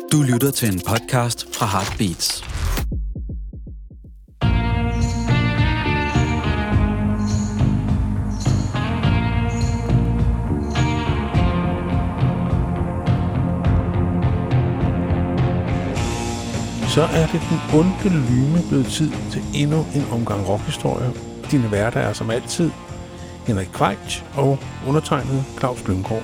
Du lytter til en podcast fra Heartbeats. Så er det den onde lyme blevet tid til endnu en omgang rockhistorie. Dine værter er som altid Henrik Kvejt og undertegnet Claus Lynggaard.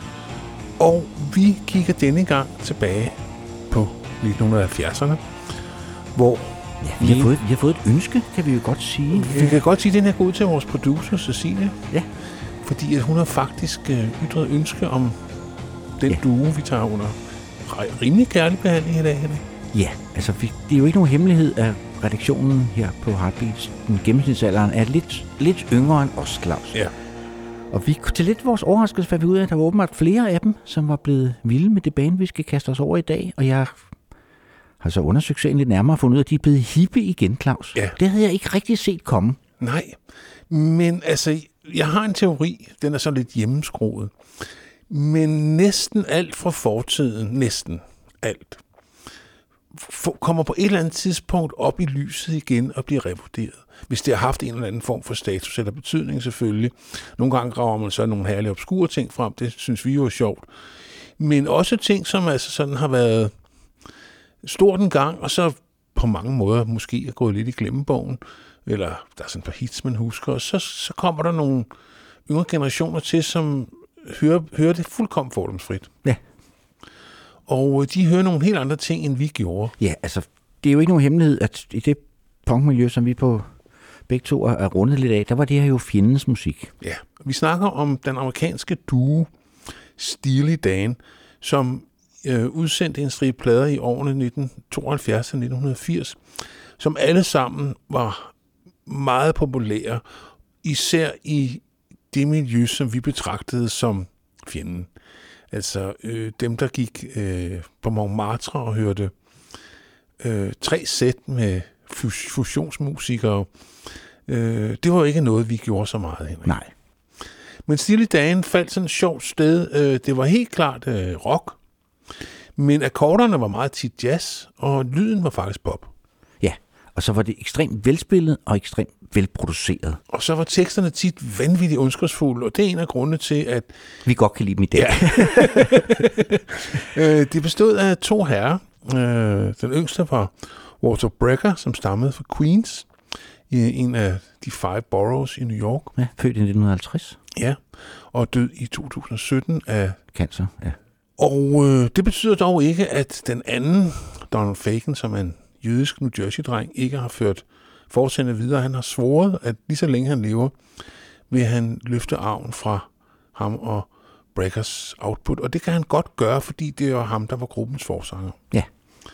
Og vi kigger denne gang tilbage på 1970'erne, hvor vi har fået et ønske, kan vi jo godt sige. Vi kan godt sige, at den her går ud til vores producer, Cecilie. Ja. Fordi at hun har faktisk ytret ønske om den duo, vi tager under rimelig kærlig behandling i dag, Henrik. Ja, altså det er jo ikke nogen hemmelighed, at redaktionen her på Heartbeats, den gennemsnitsalderen, er lidt yngre end os, Claus. Ja. Og vi til lidt vores overraskelse fandt vi ud af, at der var åbenbart flere af dem, som var blevet vilde med det bane, vi skal kaste os over i dag. Og jeg har så undersøgt sagen lidt nærmere og fundet ud af, at de er blevet hippe igen, Claus. Ja. Det havde jeg ikke rigtig set komme. Nej, men altså, jeg har en teori, den er så lidt hjemmeskroet. Men næsten alt fra fortiden, næsten alt, kommer på et eller andet tidspunkt op i lyset igen og bliver revurderet. Hvis det har haft en eller anden form for status eller betydning selvfølgelig. Nogle gange graver man så nogle herlige obskure ting frem, det synes vi jo er sjovt. Men også ting, som altså sådan har været stort en gang, og så på mange måder måske er gået lidt i glemmebogen, eller der er sådan et par hits, man husker, og så kommer der nogle yngre generationer til, som hører det fuldkommen fordomsfrit. Ja. Og de hører nogle helt andre ting, end vi gjorde. Ja, altså, det er jo ikke nogen hemmelighed, at i det punkmiljø, som vi på begge to er rundet lidt af, der var det her jo fjendens musik. Ja, vi snakker om den amerikanske duo Steely Dan, som udsendte en stribe plader i årene 1972 og 1980, som alle sammen var meget populære, især i det miljø, som vi betragtede som fjenden. Altså dem, der gik på Montmartre og hørte 3 sæt med fusionsmusikere. Det var ikke noget, vi gjorde så meget, Henrik. Nej. Men Steely Dan faldt sådan et sjovt sted. Det var helt klart rock, men akkorderne var meget tit jazz, og lyden var faktisk pop. Ja, og så var det ekstremt velspillet og ekstremt velproduceret. Og så var teksterne tit vanvittigt ondskabsfulde, og det er en af grundene til, at vi godt kan lide dem i dag. Ja. Det bestod af 2 herrer. Den yngste var Walter Becker, som stammede fra Queens, i en af de 5 boroughs i New York. Ja, født i 1950. Ja, og død i 2017 af cancer. Ja. Og det betyder dog ikke, at den anden, Donald Fagen, som er en jødisk New Jersey-dreng, ikke har ført fortsættet videre. Han har svoret, at lige så længe han lever, vil han løfte arven fra ham og Breckers output. Og det kan han godt gøre, fordi det er ham, der var gruppens forsanger. Ja.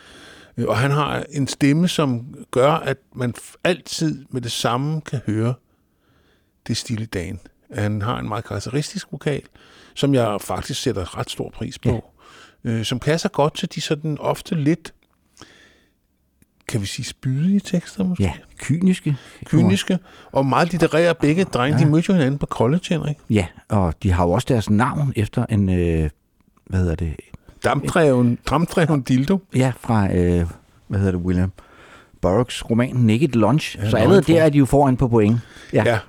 Og han har en stemme, som gør, at man altid med det samme kan høre det Steely Dan. Han har en meget karakteristisk vokal, som jeg faktisk sætter ret stor pris på. Ja. Som passer godt til de sådan ofte lidt, kan vi sige, spydige tekster måske? Ja, kyniske. Og meget litterære. Begge drenge, de mødte jo hinanden på college, Henrik. Ja, og de har jo også deres navn efter en, hvad hedder det? Dampdreven dildo. Ja, fra, William Burroughs roman Naked Lunch. Ja, så allerede der er de jo foran på point. Ja.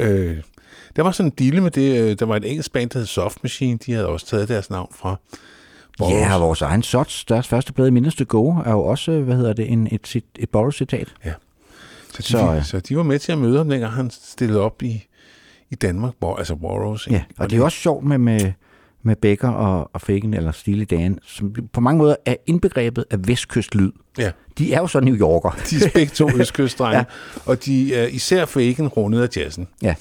Der var sådan en dille med det. Der var et engelsk band, der hed Soft Machine. De havde også taget deres navn fra Burroughs. Ja, og vores egen Sots, deres første plade, Minutes to Go, er jo også, et Burroughs-citat. Ja. Så de var med til at møde ham, dengang han stillede op i Danmark, altså Burroughs. Ja, og det er også sjovt med Becker og Fagen, eller Steely Dan, som på mange måder er indbegrebet af vestkystlyd. Ja. De er jo så New Yorker. De er begge 2 østkystdrenge, ja. Og de er især Fagen rundet af jazzen. Ja.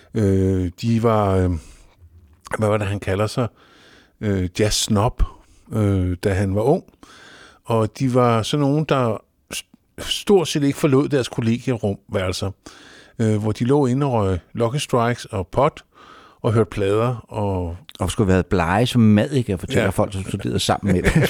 De var, hvad var det, han kalder sig? Jazz snob, da han var ung. Og de var sådan nogen, der stort set ikke forlod deres kollegierumværelser, hvor de lå inde og røg Lucky Strikes og pot, og hørte plader. Og skulle have været blege som madikker, fortæller folk, som studerede sammen med det.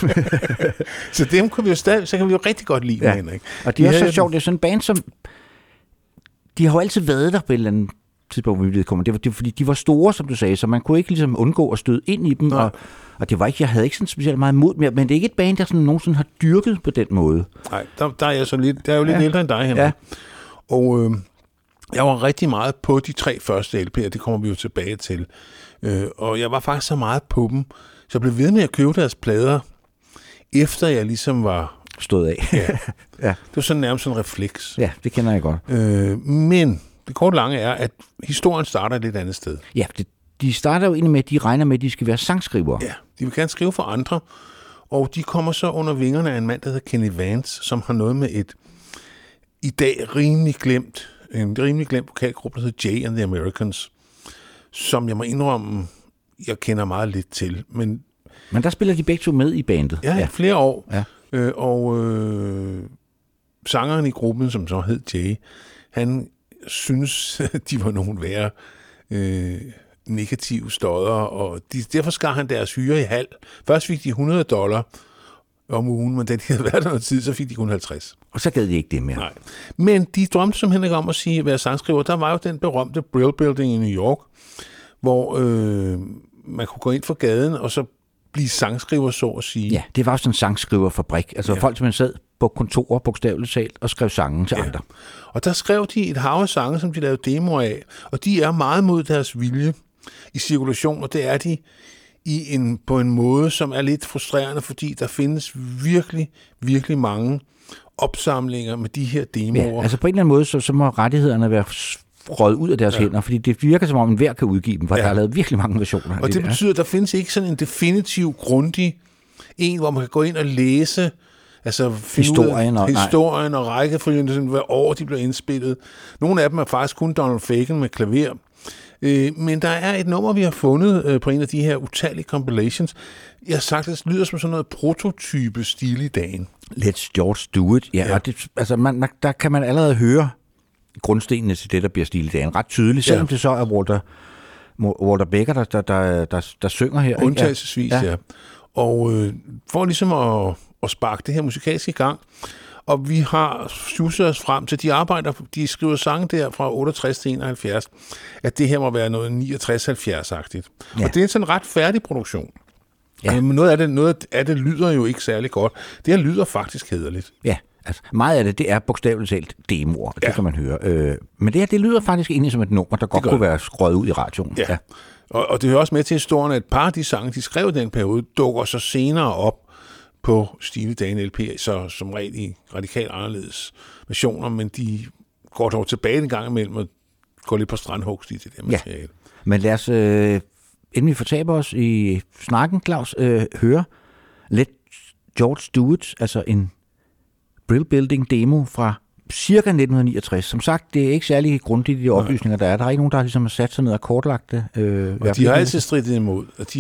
Så dem kan vi jo så kan vi jo rigtig godt lide, Henrik. Og det er også så sjovt, det er sådan en band, som de har jo altid været der på et eller andet tidspunkt, hvor vi vedkommende. Det var fordi, de var store, som du sagde, så man kunne ikke ligesom undgå at støde ind i dem, og det var ikke, jeg havde ikke sådan specielt meget mod mere, men det er ikke et band, jeg sådan nogensinde har dyrket på den måde. Nej, der er jeg så lidt, der er jo lidt ældre end dig, Henrik. Ja. Og jeg var rigtig meget på de 3 første LP'er, det kommer vi jo tilbage til. Og jeg var faktisk så meget på dem, så jeg blev ved med at købe deres plader, efter jeg ligesom var stået af. Ja. Det var sådan nærmest en refleks. Ja, det kender jeg godt. Men det korte lange er, at historien starter et lidt andet sted. Ja, de starter jo egentlig med, at de regner med, at de skal være sangskrivere. Ja, de vil gerne skrive for andre, og de kommer så under vingerne af en mand, der hedder Kenny Vance, som har noget med et i dag rimelig glemt vokalgruppe, der hedder Jay and the Americans, som jeg må indrømme, jeg kender meget lidt til. Men der spiller de begge to med i bandet. Ja, flere år. Ja. Sangeren i gruppen, som så hed Jay, han synes, de var nogen værre negative stodder, og derfor skar han deres hyre i halv. Først fik de $100 om ugen, men da de havde været der noget tid, så fik de kun 50. Og så gad de ikke det mere. Nej. Men de drømte som Henrik om at være sangskriver. Der var jo den berømte Brill Building i New York, hvor man kunne gå ind for gaden, og så blive sangskriver, så at sige. Ja, det var jo sådan en sangskriverfabrik. Altså folk, som sad på kontorer, bogstaveligt talt, og skrev sange til andre. Og der skrev de et hav af sange, som de lavede demoer af, og de er meget mod deres vilje i cirkulation, og det er de på en måde, som er lidt frustrerende, fordi der findes virkelig, virkelig mange opsamlinger med de her demoer. Ja, altså på en eller anden måde, så må rettighederne være røget ud af deres hænder, fordi det virker som om enhver kan udgive dem, for der er lavet virkelig mange versioner. Og det betyder, at der findes ikke sådan en definitiv, grundig en, hvor man kan gå ind og læse historien og rækkefølgen, sådan, hvad år de blev indspillet. Nogle af dem er faktisk kun Donald Fagen med klaver. Men der er et nummer, vi har fundet på en af de her utallige compilations. Jeg har sagt, det lyder som sådan noget prototype stil i dagen. Let's George do it. Ja. Og det, altså der kan man allerede høre grundstenene til det, der bliver stil i dagen ret tydeligt, selvom det så er Walter Becker, der synger her. Undtagelsesvis, ja. Og for ligesom at sparke det her musikalske i gang, og vi har sjuset os frem til, de skriver sange der fra 68 til 71, at det her må være noget 69-70-agtigt. Ja. Og det er en sådan ret færdig produktion. Ja. Men noget af det lyder jo ikke særlig godt. Det her lyder faktisk hæderligt. Ja, altså meget af det er bogstaveligt talt demoer, det kan man høre. Men det lyder faktisk egentlig som et nummer, der godt kunne være skrevet ud i radioen. Ja. Og det hører også med til historien, at et par af de sange, de skrev i den periode, dukker så senere op på Stile Dagen LP, så som regel i radikalt anderledes versioner, men de går dog tilbage en gang imellem og går lidt på strandhugst i det der materiale. Ja. Men lad os, inden vi fortaber os i snakken, Claus, høre Let George Do It, altså en Brill Building demo fra cirka 1969. Som sagt, det er ikke særlig grundigt i de oplysninger, der er. Der er ikke nogen, der ligesom har sat sig ned og kortlagt det. Og de har altid stridt imod.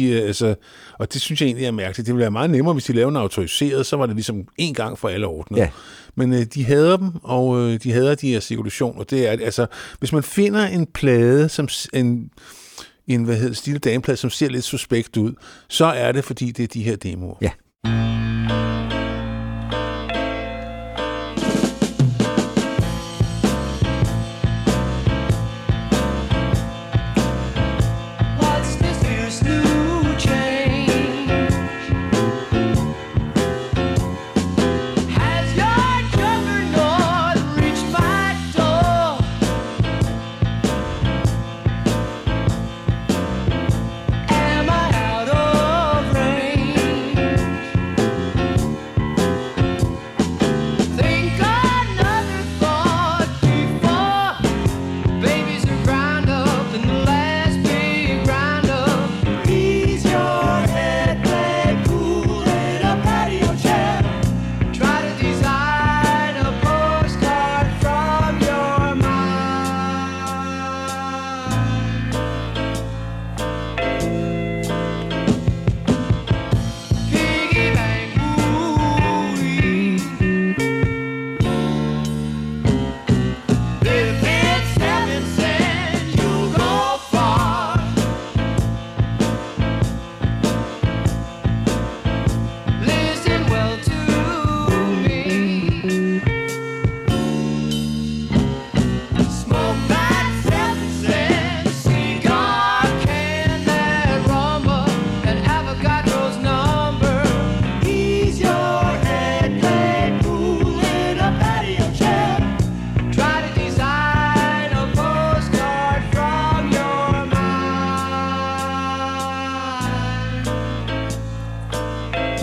Og det synes jeg egentlig er mærkeligt. Det ville være meget nemmere, hvis de lavede en autoriseret, så var det ligesom en gang for alle ordnet. Ja. Men de hader dem, og de hader de her cirkulationer. Det er, altså, hvis man finder en plade, som en Stile Dagen-plade, som ser lidt suspekt ud, så er det, fordi det er de her demoer. Ja.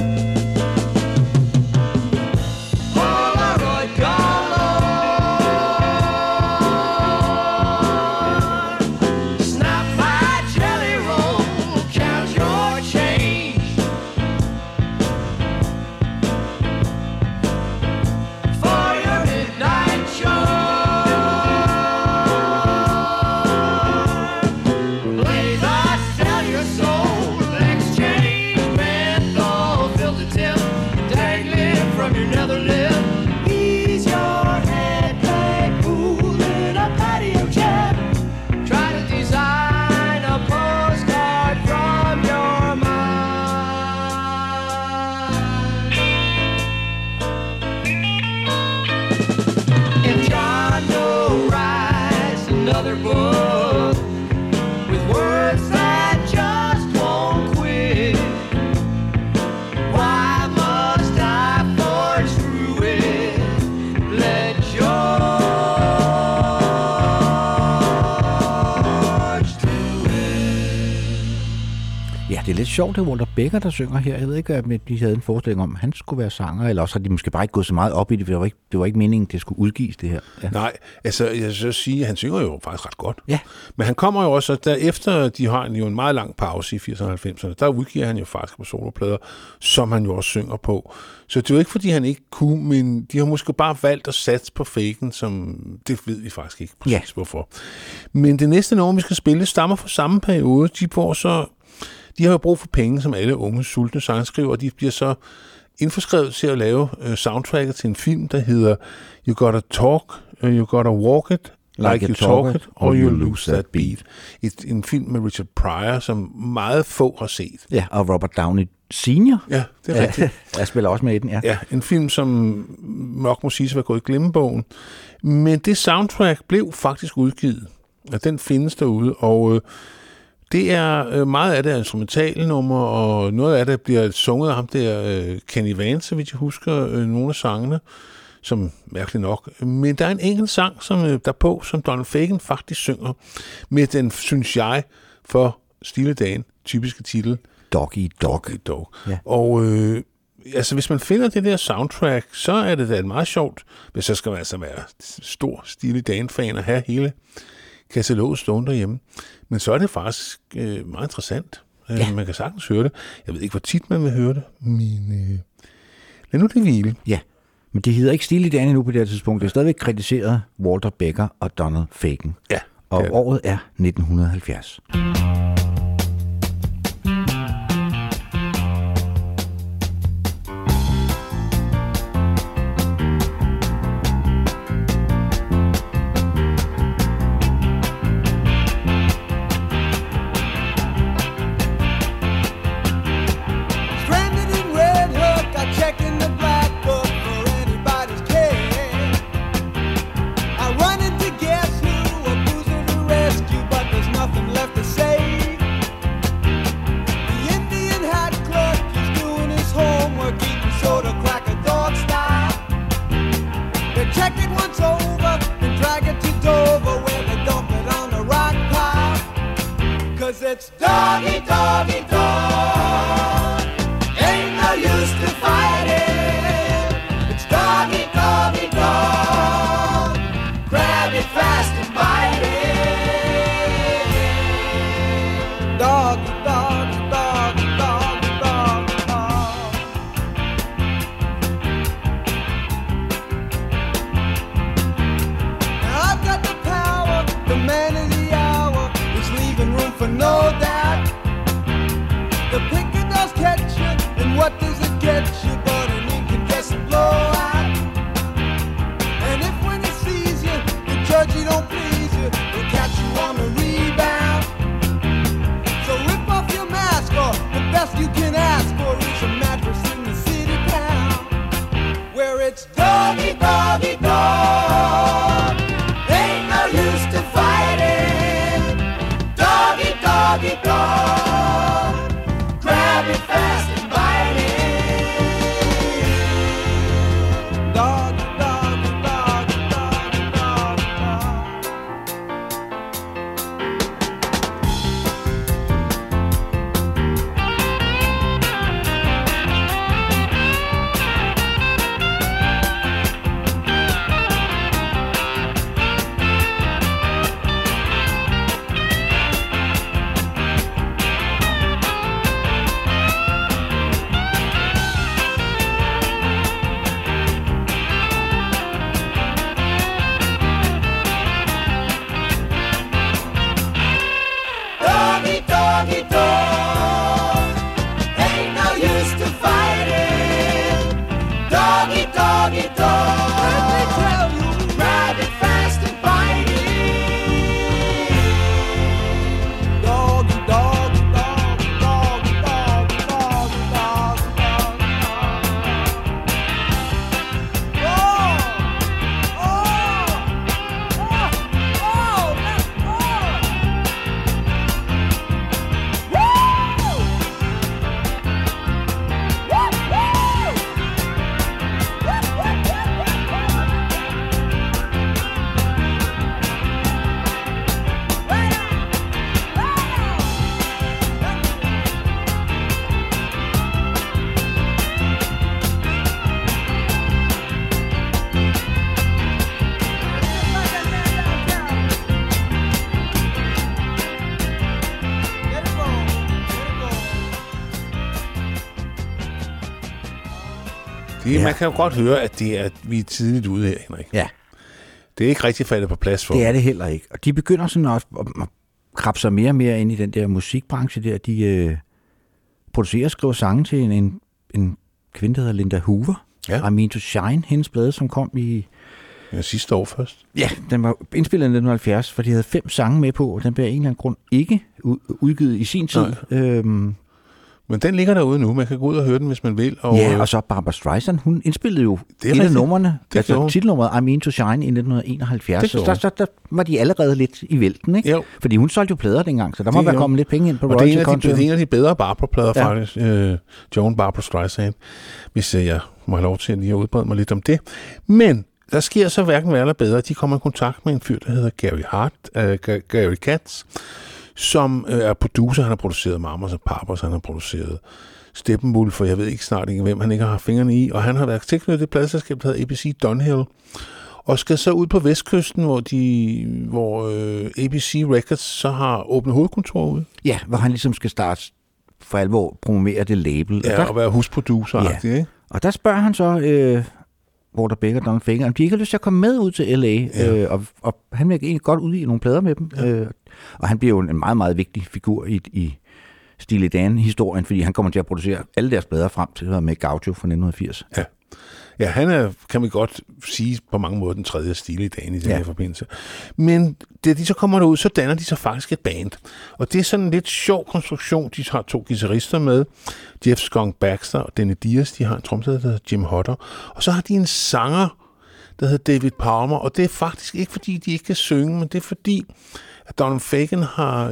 Det er lidt sjovt, det er Walter Becker, der synger her. Jeg ved ikke, om de havde en forestilling om, at han skulle være sanger, eller også har de måske bare ikke gået så meget op i det, for det var ikke meningen, det skulle udgives, det her. Ja. Nej, altså jeg skal sige, at han synger jo faktisk ret godt. Ja. Men han kommer jo også, der efter de har jo en meget lang pause i 80'erne og 90'erne, der udgiver han jo faktisk på soloplader, som han jo også synger på. Så det er jo ikke, fordi han ikke kunne, men de har måske bare valgt at satse på faken, som det ved vi faktisk ikke præcis hvorfor. Men det næste nummer, vi skal spille, stammer fra samme periode. De har jo brug for penge, som alle unge sultne sangskriver, og de bliver så indforskrevet til at lave soundtracket til en film, der hedder You Gotta Talk, You Gotta Walk It, Like You Talk It, or You Lose That Beat. En film med Richard Pryor, som meget få har set. Ja, og Robert Downey Senior. Ja, det er rigtigt. Jeg spiller også med i den, ja. Ja, en film, som nok må sige sig var gået i glemmebogen. Men det soundtrack blev faktisk udgivet, og den findes derude, og det er meget af det instrumentale nummer, og noget af det bliver sunget af ham der Kenny Vance, så vidt jeg husker, nogle af sangene, som mærkeligt nok. Men der er en enkelt sang, som Donald Fagen faktisk synger, med den, synes jeg, for Stille Dagen typiske titel. Doggy Dog. Ja. Og altså, hvis man finder det der soundtrack, så er det da meget sjovt, hvis så skal man altså være stor Stille Dagen-fan og have hele kataloget stående derhjemme. Men så er det faktisk meget interessant. Ja. Man kan sagtens høre det. Jeg ved ikke, hvor tit man vil høre det, men lad nu det hvile. Ja, men det hedder ikke Stille Dagen endnu på det her tidspunkt. Det er stadigvæk kritiseret Walter Becker og Donald Fagen. Ja. Og året er 1970. It's doggy, doggy, dog. Ain't no use to fight it. It's doggy, doggy, dog. Grab it fast and bite it. Doggy, doggy, doggy, doggy, doggy, dog. Now I've got the power, the man of the hour is leaving room for no doubt. The picker does catch you, and what does it get you but an incandescent blowout? And if when it sees you, the judge he don't please you, he'll catch you on the rebound. So rip off your mask, or the best you can ask for is a mattress in the city town, where it's doggy, doggy, dog. Ain't no use to fight it. Doggy, doggy, dog. Grab it fast and bite it. Doggy, doggy, doggy, doggy, doggy, dog. doggy dog. Let me tell you, rabbit fast and biting. Doggy, doggy, doggy, doggy, doggy, doggy, doggy, doggy, doggy. Oh, oh, oh, oh, let's go. Woo! Woo, woo! Man kan jo godt høre, at vi er tidligt ude her, Henrik. Ja. Det er ikke rigtig faldet på plads for. Det er det heller ikke. Og de begynder sådan at krabbe sig mere og mere ind i den der musikbranche der. De producerer og skriver sange til en kvinde, der hedder Linda Hoover. Ja. I Mean to Shine, hendes plade, som kom i... Ja, sidste år først. Ja, den var indspillet i 1970, for de havde 5 sange med på, og den blev af en eller anden grund ikke udgivet i sin tid. Men den ligger derude nu. Man kan gå ud og høre den, hvis man vil. Og, og så Barbra Streisand, hun indspillede jo et af numrene, altså titelnummeret I Mean to Shine i 1971. Så der var de allerede lidt i vælten, ikke? Jo. Fordi hun solgte jo plader dengang, så der må være kommet lidt penge ind på royalty kontoen. Det er en af de bedre Barbra-plader, faktisk. Joan Barbra Streisand, hvis jeg må have lov til at lige udbrede mig lidt om det. Men der sker så hverken værre eller bedre. De kommer i kontakt med en fyr, der hedder Gary Katz, som er producer. Han har produceret Mamas og Papas, han har produceret Steppenwolf, for jeg ved ikke snart ikke, hvem han ikke har fingrene i, og han har været tilknyttet det pladselskab, der hedder ABC Dunhill, og skal så ud på vestkysten, hvor ABC Records så har åbnet hovedkontor ude. Ja, hvor han ligesom skal starte for alvor promovere det label. Ja, og være husproducer-agtig, ikke? Og der spørger han så... Walter Beck og Donald Fagen, om de ikke har lyst til at komme med ud til L.A., og han vil egentlig godt udgive nogle plader med dem. Ja. Og han bliver jo en meget, meget vigtig figur i Steely Dan-historien, fordi han kommer til at producere alle deres plader frem til med Gaucho fra 1980. Ja, han er, kan man godt sige, på mange måder den tredje Steely Dan i den her forbindelse. Men da de så kommer derud, så danner de så faktisk et band. Og det er sådan en lidt sjov konstruktion. De har 2 guitarister med, Jeff Skunk Baxter og Denny Diaz. De har en tromsætter, der hedder Jim Hodder. Og så har de en sanger, der hedder David Palmer. Og det er faktisk ikke, fordi de ikke kan synge, men det er fordi, at Donald Fagen har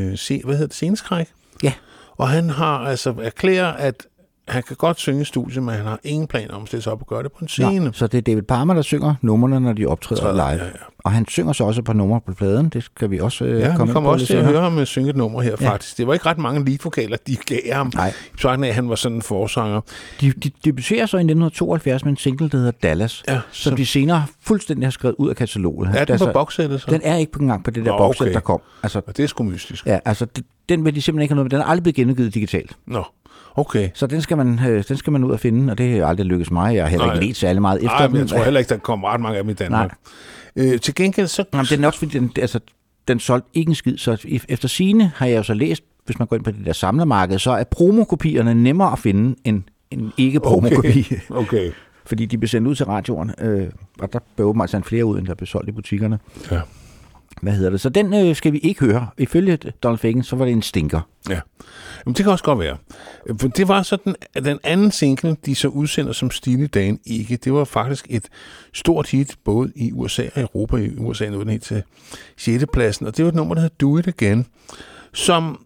sceneskræk. Ja. Og han har altså erklæret, at han kan godt synge i studiet, men han har ingen plan om at stille sig op og gøre det på en scene. Så det er David Palmer, der synger numrene, når de optræder live. Ja. Og han synger så også på numre på pladen. Det skal vi også komme ind på. Ja, vi kommer også til at høre ham synge et nummer her, faktisk. Det var ikke ret mange leadvokaler, de gav ham. Nej. I sådan af, han var sådan en forsanger. De debuterer så i 1972 med en single, der hedder Dallas, som de senere fuldstændig har skrevet ud af kataloget. Er den på bokssættet så? Den er ikke engang på det der bokssæt, der kom. Altså, og det er sgu mystisk. Ja, altså den vil de simpelthen ikke have noget med. Den er aldrig blevet genudgivet digitalt. Nå. Okay. Så den skal man ud og finde, og det har aldrig lykkes mig. Jeg har heller ikke let særlig meget efter dem. Jeg tror heller ikke, der kommer ret mange af dem i Danmark. Til gengæld så... Jamen, den er også fordi, den solgte ikke en skid, så efter sigende har jeg jo så læst, hvis man går ind på det der samlermarked, så er promokopierne nemmere at finde end ikke-promokopi. Okay. Fordi de blev sendt ud til radioen, og der blev åbenbart sendt flere ud, end der blev solgt i butikkerne. Ja. Hvad hedder det? Så den skal vi ikke høre. Ifølge Donald Fagen, så var det en stinker. Ja, men det kan også godt være. For det var sådan, at den anden single, de så udsender som Steely Dan ikke, det var faktisk et stort hit, både i USA og Europa. I USA nåede den helt til 6. pladsen, og det var et nummer, der hedder Do It Again, som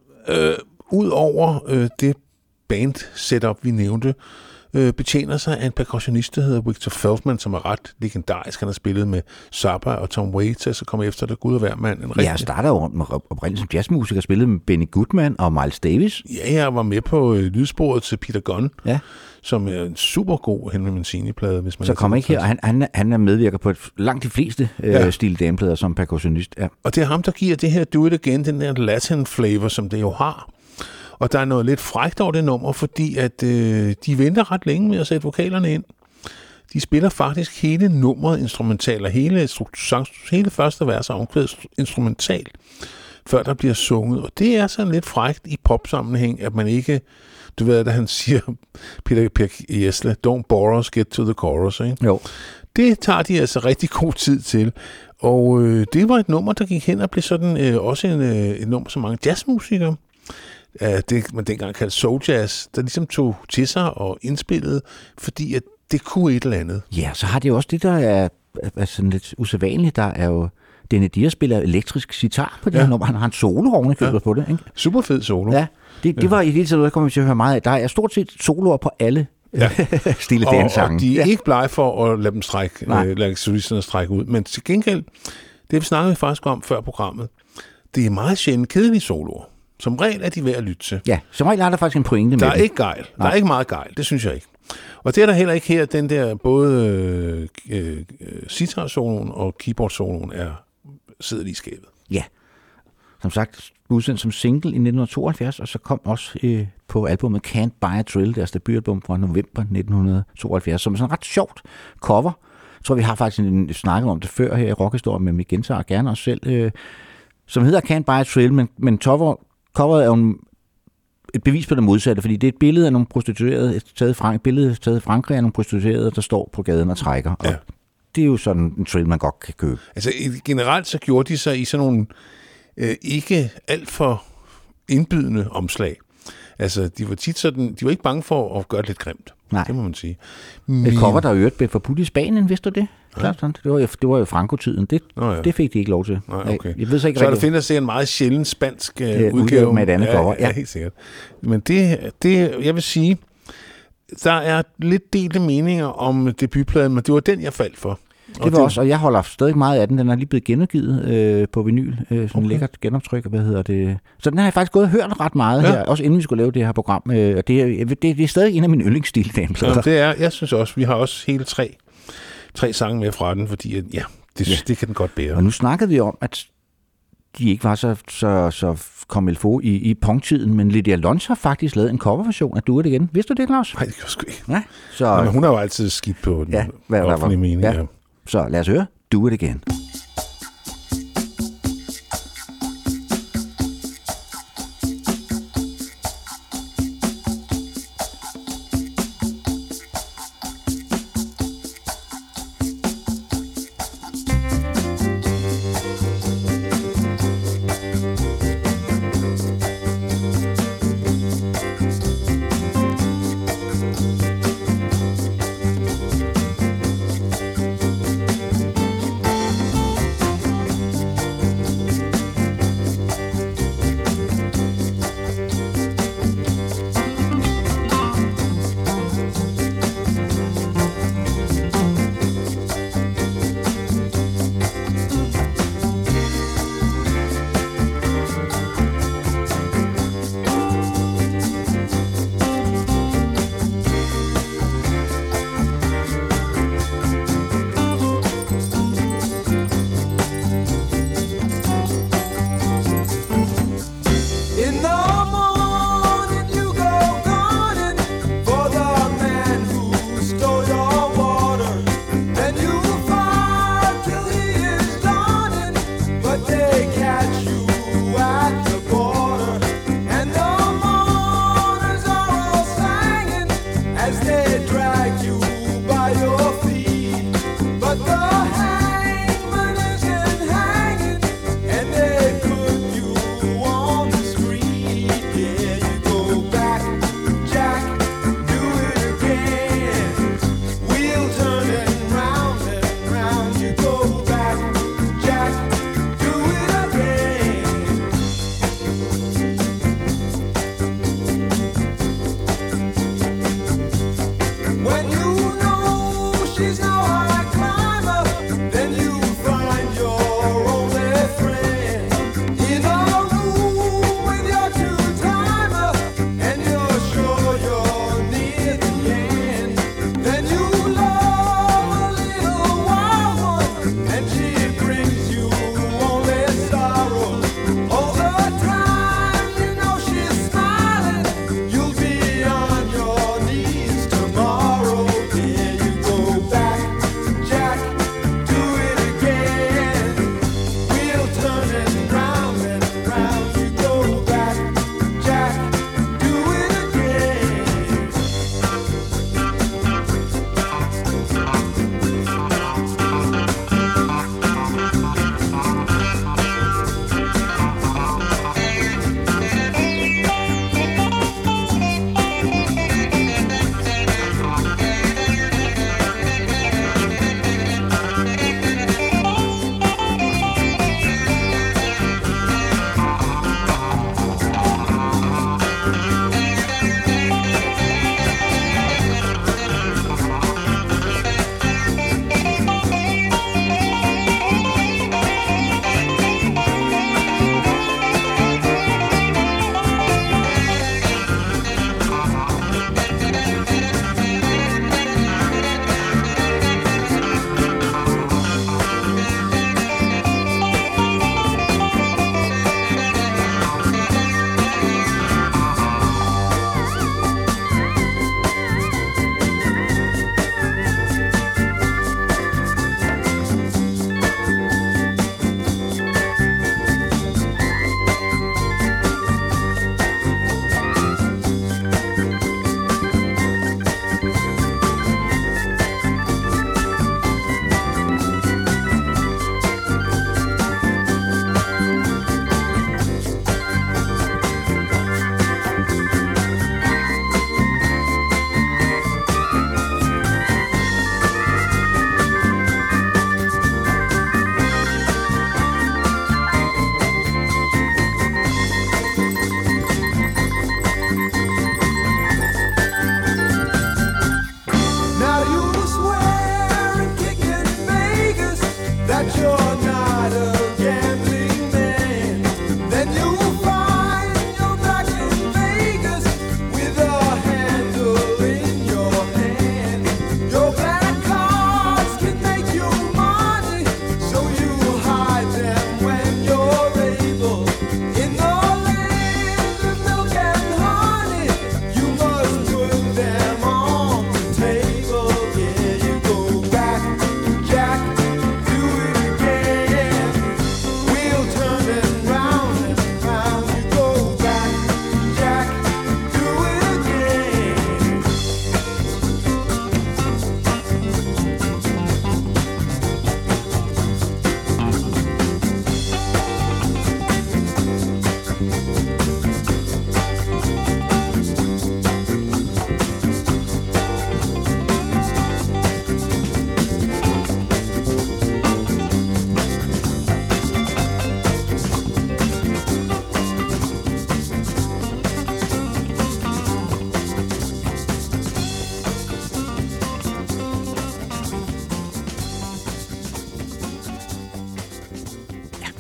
ud over det band-setup, vi nævnte, betjener sig af en percussionist, der hedder Victor Feldman, som er ret legendarisk. Han har spillet med Zappa og Tom Waits, så kommer efter det Gud og hver mand. Jeg starter jo oprindeligt som jazzmusiker, spillede med Benny Goodman og Miles Davis. Ja, jeg var med på lydsporet til Peter Gunn, som er en super god Henry Mancini-plade. Hvis man så kommer ikke her, og han er medvirker på langt de fleste Steely Dan-plader som percussionist. Ja. Og det er ham, der giver det her Do It Again, den der Latin flavor, som det jo har. Og der er noget lidt frækt over det nummer, fordi at de venter ret længe med at sætte vokalerne ind. De spiller faktisk hele nummeret instrumentalt, og hele første vers er omkvædet instrumentalt. før der bliver sunget. Og det er sådan lidt frækt i popsammenhæng, at man ikke, du ved, da han siger, Peter Per Gessle, don't bore us, get to the chorus, ikke? Jo. Det tager de altså rigtig god tid til. Og det var et nummer, der gik hen og blev sådan også et nummer, som mange jazzmusikere, det man dengang kaldte soul jazz, der ligesom tog til sig og indspillede, fordi at det kunne et eller andet. Ja, så har det jo også det, der er sådan lidt usædvanligt. Der er jo Denny Deer spiller elektrisk sitar på det her nummer. Han har en solo på det, ikke? Super fed solo. Ja, det var i det tid, der kommer vi til at høre meget af. Der er stort set soloer på alle Steely Dan-sange. Og de er ikke blege for at lade dem lade solisterne strække ud. Men til gengæld, det vi snakkede faktisk om før programmet, det er meget sjældent kedelige soloer. Som regel er de værd at lytte til. Ja, som regel er der faktisk en pointe med der er ikke gejl. Der er ikke meget gejl, det synes jeg ikke. Og det er der heller ikke her, den der både sitar-soloen og keyboard-soloen sidder lige i skabet. Ja, som sagt, udsendt som single i 1972, og så kom også på albumet Can't Buy a Thrill, deres debutalbum fra november 1972, som er sådan et ret sjovt cover. Jeg tror, vi har faktisk snakket om det før her i Rockhistorien, men vi gentager gerne os selv, som hedder Can't Buy a Thrill, men coveret er jo et bevis på det modsatte, fordi det er et billede af nogle prostituerede, taget i Frankrig af nogle prostituerede, der står på gaden og trækker. Og det er jo sådan en thrill, man godt kan købe. Altså generelt så gjorde de sig i sådan nogle ikke alt for indbydende omslag. Altså de var tit sådan, de var ikke bange for at gøre det lidt grimt. Nej. Det må man sige. Et cover, der øvrigt blev forbudt i Spanien, vidste du det? Ja. Det var jo Franco-tiden. Det fik de ikke lov til. Nej, okay. Jeg ved så ikke så der findes sig en meget sjælden spansk udgave med et andet cover. Ja, helt sikkert. Men det, jeg vil sige, der er lidt delte meninger om debutpladen, men det var den, jeg faldt for. Det var også, og jeg holder stadig meget af den. Den er lige blevet genudgivet på vinyl. Sådan en lækkert genoptryk, Så den har jeg faktisk gået og hørt ret meget her, også inden vi skulle lave det her program. Og det er stadig en af mine yndlingsstil. Jeg synes også, vi har også hele tre sange med fra den, fordi det kan den godt bære. Og nu snakkede vi om, at de ikke var så komilfo i punktiden, men Lydia Lunch har faktisk lavet en coverversion af Do It Again. Vidste du det, Claus? Nej, det kan jeg sgu ikke. Ja, men hun har jo altid skidt på den offentlige mening. Ja. Så lad os høre Do It Again. Back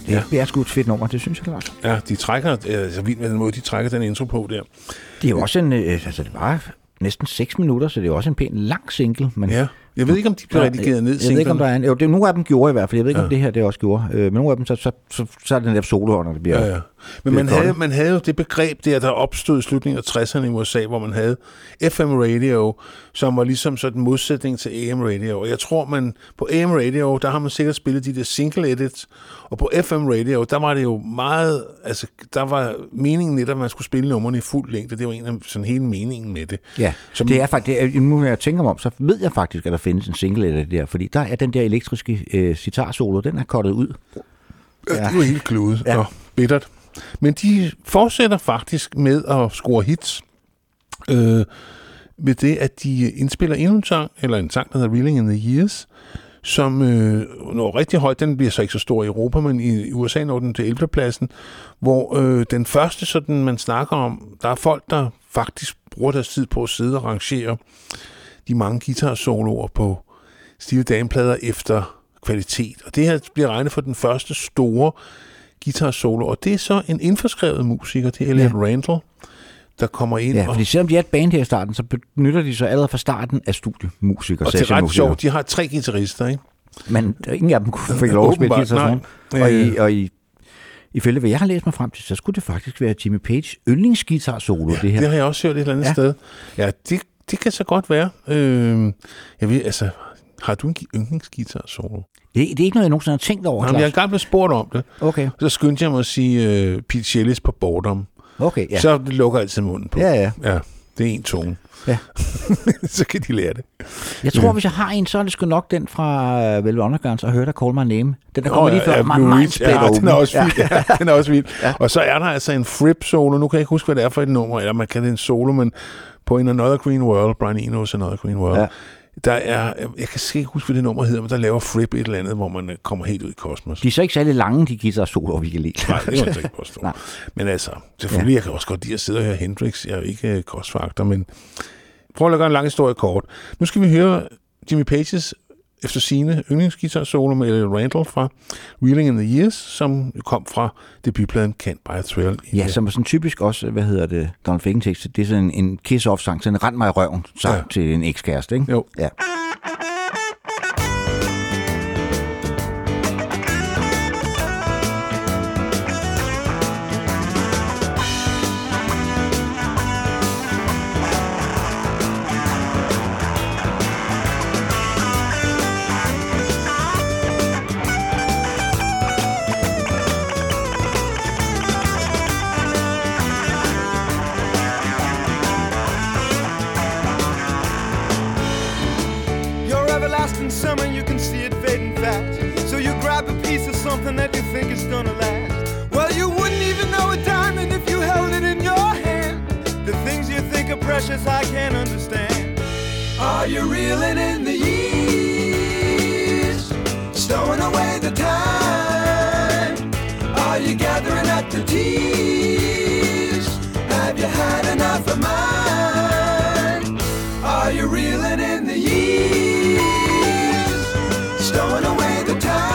Det er sgu et fedt nummer, det synes jeg klart. Ja, de trækker, altså vildt med den måde, de trækker den intro på der. Det er jo også en, altså det var næsten 6 minutter, så det er også en pæn lang single. Men Ja, jeg ved ikke, om de bliver redigeret ned. Jeg ved ikke, om der er en... Jo, det, nogle af dem gjorde i hvert fald. Jeg ved ikke, om det her det også gjorde. Men nogle af dem, så er den der soloer, det bliver... Ja. Men man havde jo det begreb der opstod i slutningen af 60'erne i USA, hvor man havde FM radio, som var ligesom sådan en modsætning til AM radio. Og jeg tror, man på AM radio, der har man sikkert spillet de der single edits, og på FM radio, der var det jo meget... Altså, der var meningen lidt, at man skulle spille numrene i fuld længde. Det var en af sådan hele meningen med det. Ja, som, det er faktisk... Nu når jeg tænker mig om, så ved jeg faktisk, at der findes en single edit der, fordi der er den der elektriske citarsolo, den er cuttet ud. Ja. Det var helt kludet og bittert. Men de fortsætter faktisk med at score hits ved det, at de indspiller endnu en sang, eller en sang, der hedder Reeling in the Years, som når rigtig højt. Den bliver så ikke så stor i Europa, men i USA når den til 11. pladsen, hvor den første, sådan man snakker om, der er folk, der faktisk bruger deres tid på at sidde og rangere de mange guitar-soloer på Steely Dan-plader efter kvalitet. Og det her bliver regnet for den første store guitar-solo, og det er så en indforskrevet musiker, det er Elliot Randall, der kommer ind. Ja, fordi selvom de er et band her i starten, så benytter de sig allerede fra starten af studiemusikere. Og det er ret sjovt, de har 3 guitarister, ikke? Men ingen af dem fik lov at spille guitar. Og ifølge hvad jeg har læst mig frem til, så skulle det faktisk være Jimmy Page yndlingsguitar-solo, det her. Det har jeg også hørt et eller andet sted. Ja, det kan så godt være. Jeg ved, altså, har du en yndlingsguitar-solo? Det er ikke noget, jeg nogensinde har tænkt over. Jeg har engang blevet spurgt om det. Okay. Så skyndte jeg mig at sige Pete Shellis på Boredom. Okay, ja. Så lukker altid munden på. Ja. Det er en tone. Ja. Så kan de lære det. Jeg tror, hvis jeg har en, så er det sgu nok den fra Velvet Underground, og Heard I Call My Name. Den der kommer lige før. Den er også vild. Ja, den er også vild. Ja. Og så er der altså en Fripp-solo. Nu kan jeg ikke huske, hvad det er for et nummer. Eller man kan det en solo, men på In Another Green World, Brian Eno's Another Green World. Ja. Der er, jeg kan ikke huske, hvad det nummer hedder, men der laver Fripp et eller andet, hvor man kommer helt ud i kosmos. De er så ikke særlig lange, de guitar-soloer, vi kan lide. Nej, det kan man ikke påstå. Men altså, selvfølgelig, jeg kan også godt lide at sidde og høre Hendrix. Jeg er jo ikke crossfactor, men prøv at gøre en lang historie kort. Nu skal vi høre Jimmy Pages efter sine yndlingsguitar-solo med Elliot Randall fra Reeling in the Years, som kom fra debutpladen Can't Buy a Thrill. Ja, som er sådan typisk også, Donald Fagen-tekst. Det er sådan en kiss-off-sang, sådan en rend mig i røven sang til en ekskæreste, ikke? Jo. Ja. That you think is gonna last. Well, you wouldn't even know a diamond if you held it in your hand. The things you think are precious, I can't understand. Are you reeling in the years, stowing away the time? Are you gathering up the tears? Have you had enough of mine? Are you reeling in the years, stowing away the time?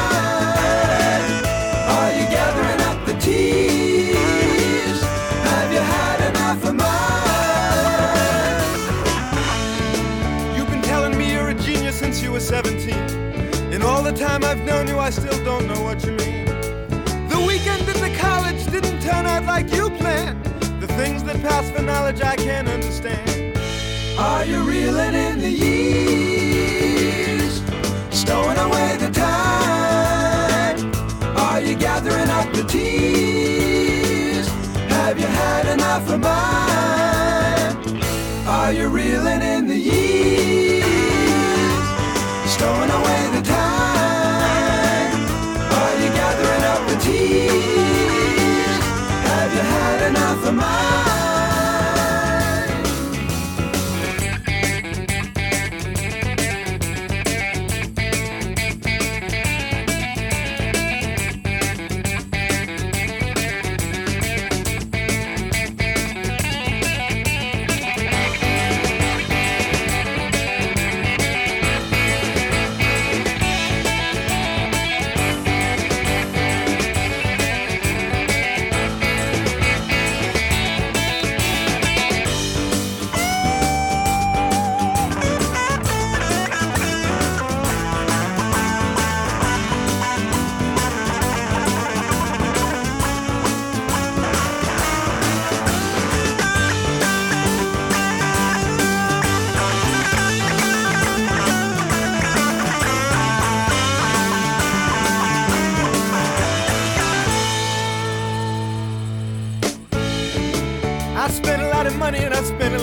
Have you had enough of mine? You've been telling me you're a genius since you were 17. In all the time I've known you, I still don't know what you mean. The weekend in the college didn't turn out like you planned. The things that pass for knowledge I can't understand. Are you reeling in the years, stowing away the time? Are you gathering up the tears? Have you had enough of mine? Are you reeling in the years, stowing away the time? Are you gathering up the tears? Have you had enough of mine?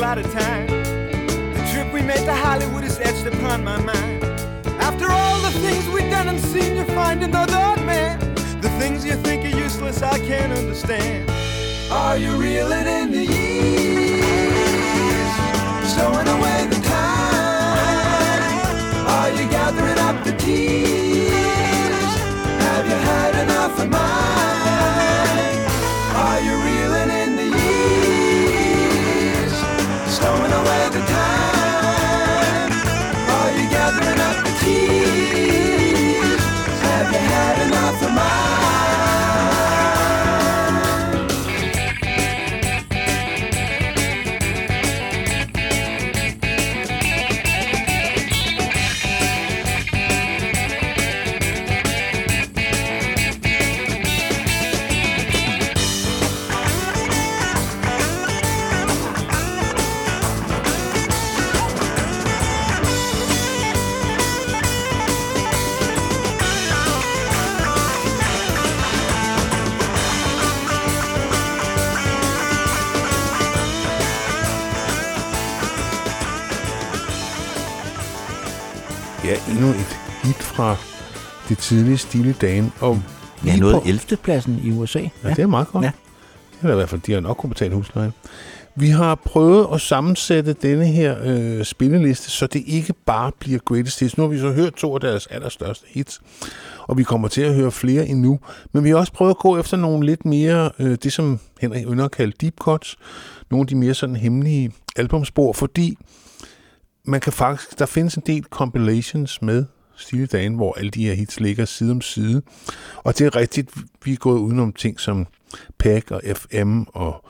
out of time. The trip we made to Hollywood is etched upon my mind. After all the things we've done and seen, you find another man. The things you think are useless, I can't understand. Are you reeling in the years, stowing away the time? Are you gathering up the tears? Have you had enough of mine? Are you reeling in the years, stowing away the time? Are you gathering up the tears? Have you had enough of mine? Ja, endnu et hit fra det tidlige Steely Dan. Og Ja, noget 11. pladsen i USA. Ja, det er meget godt. Ja. Det er i hvert fald, de har nok kunne betale husleje. Vi har prøvet at sammensætte denne her spilleliste, så det ikke bare bliver greatest hits. Nu har vi så hørt 2 af deres allerstørste hits, og vi kommer til at høre flere endnu. Men vi har også prøvet at gå efter nogle lidt mere, det som Henrik ynder at kalde deep cuts, nogle af de mere sådan hemmelige albumspor, fordi man kan faktisk, der findes en del compilations med Steely Dan, hvor alle de her hits ligger side om side. Og det er rigtigt, vi er gået udenom ting som Peg og FM og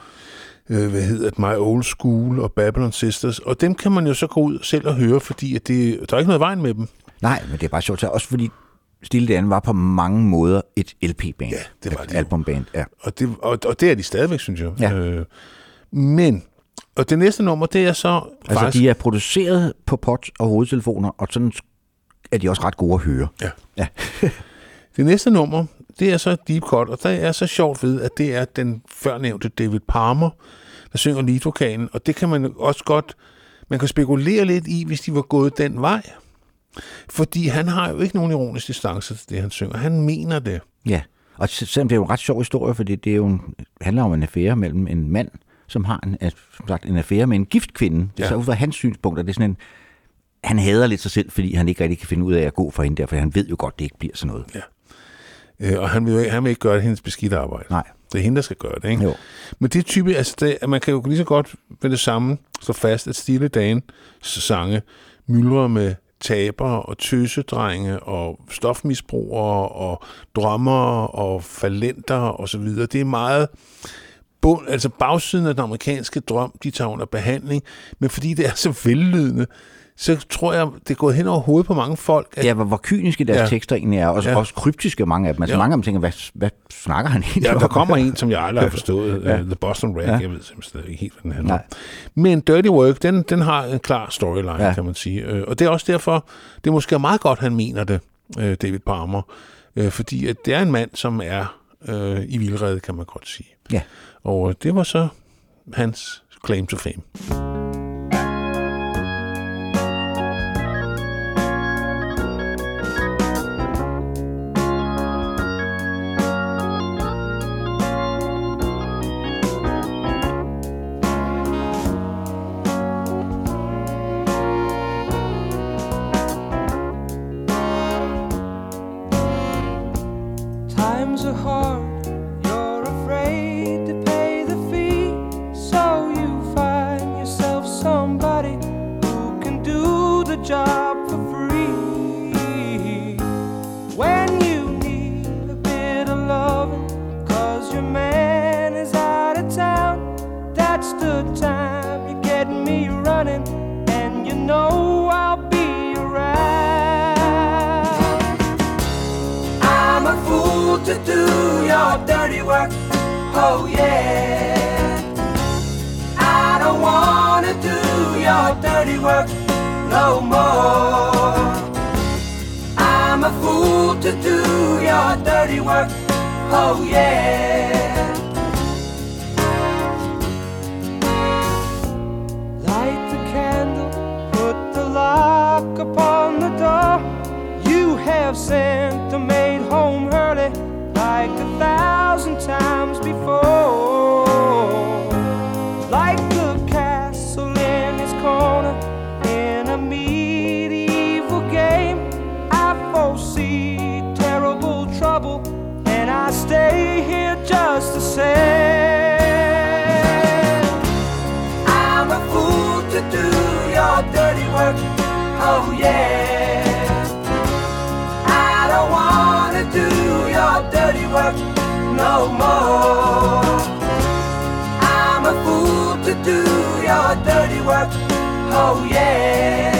My Old School og Babylon Sisters, og dem kan man jo så gå ud selv og høre, fordi at der er ikke noget vejen med dem. Nej, men det er bare sjovt, også fordi Steely Dan var på mange måder et LP-band. Ja, det var et albumband, ja. Og det er de stadigvæk, synes jeg. Ja. Men, og det næste nummer, det er så altså, faktisk... de er produceret på pot og hovedtelefoner, og sådan er de også ret gode at høre. Ja. Det næste nummer, det er så Deep Cut, og der er så sjovt ved, at det er den førnævnte David Palmer, der synger leadvokalen, og det kan man også godt, man kan spekulere lidt i, hvis de var gået den vej. Fordi han har jo ikke nogen ironisk distance til det, han synger. Han mener det. Ja, og selvom det er jo en ret sjov historie, fordi det er jo handler om en affære mellem en mand, som har en affære med en gift kvinde. Ja. Så ud fra hans synspunkter, det er sådan en, han hader lidt sig selv, fordi han ikke rigtig kan finde ud af at gå for hende der, for han ved jo godt, det ikke bliver sådan noget. Ja. Og han vil ikke gøre det hendes beskidte arbejde. Nej. Det er hende, der skal gøre det, ikke? Jo. Men det er typisk, altså man kan jo lige så godt ved det samme slå fast, at Steely Dan sange myldrer med tabere og tøsedrenge og stofmisbrugere og drømmere og falenter og så videre. Det er meget altså bagsiden af den amerikanske drøm, de tager under behandling, men fordi det er så vellydende, så tror jeg, det er gået hen over hovedet på mange folk. At ja, hvor kyniske deres tekster egentlig er, og også kryptiske mange af dem. Altså mange af dem tænker, hvad snakker han egentlig om? Ja, der kommer en, som jeg aldrig har forstået, The Boston Rag, jeg ved simpelthen ikke helt, hvad den handler om. Men Dirty Work, den har en klar storyline, kan man sige. Og det er også derfor, det er måske meget godt, han mener det, David Palmer, fordi at det er en mand, som er i vildrede, kan man godt sige. Ja. Og det var så hans claim to fame. Times are hard, you're afraid to pay the fee, so you find yourself somebody who can do the job for free. When you need a bit of loving, 'cause your man is out of town, that's the time you get me running, and you know I'll be around. I'm a fool to do your dirty work, oh yeah. I don't wanna do your dirty work no more. I'm a fool to do your dirty work, oh yeah. stay here just the same. I'm a fool to do your dirty work, oh yeah. I don't wanna do your dirty work no more. I'm a fool to do your dirty work, oh yeah.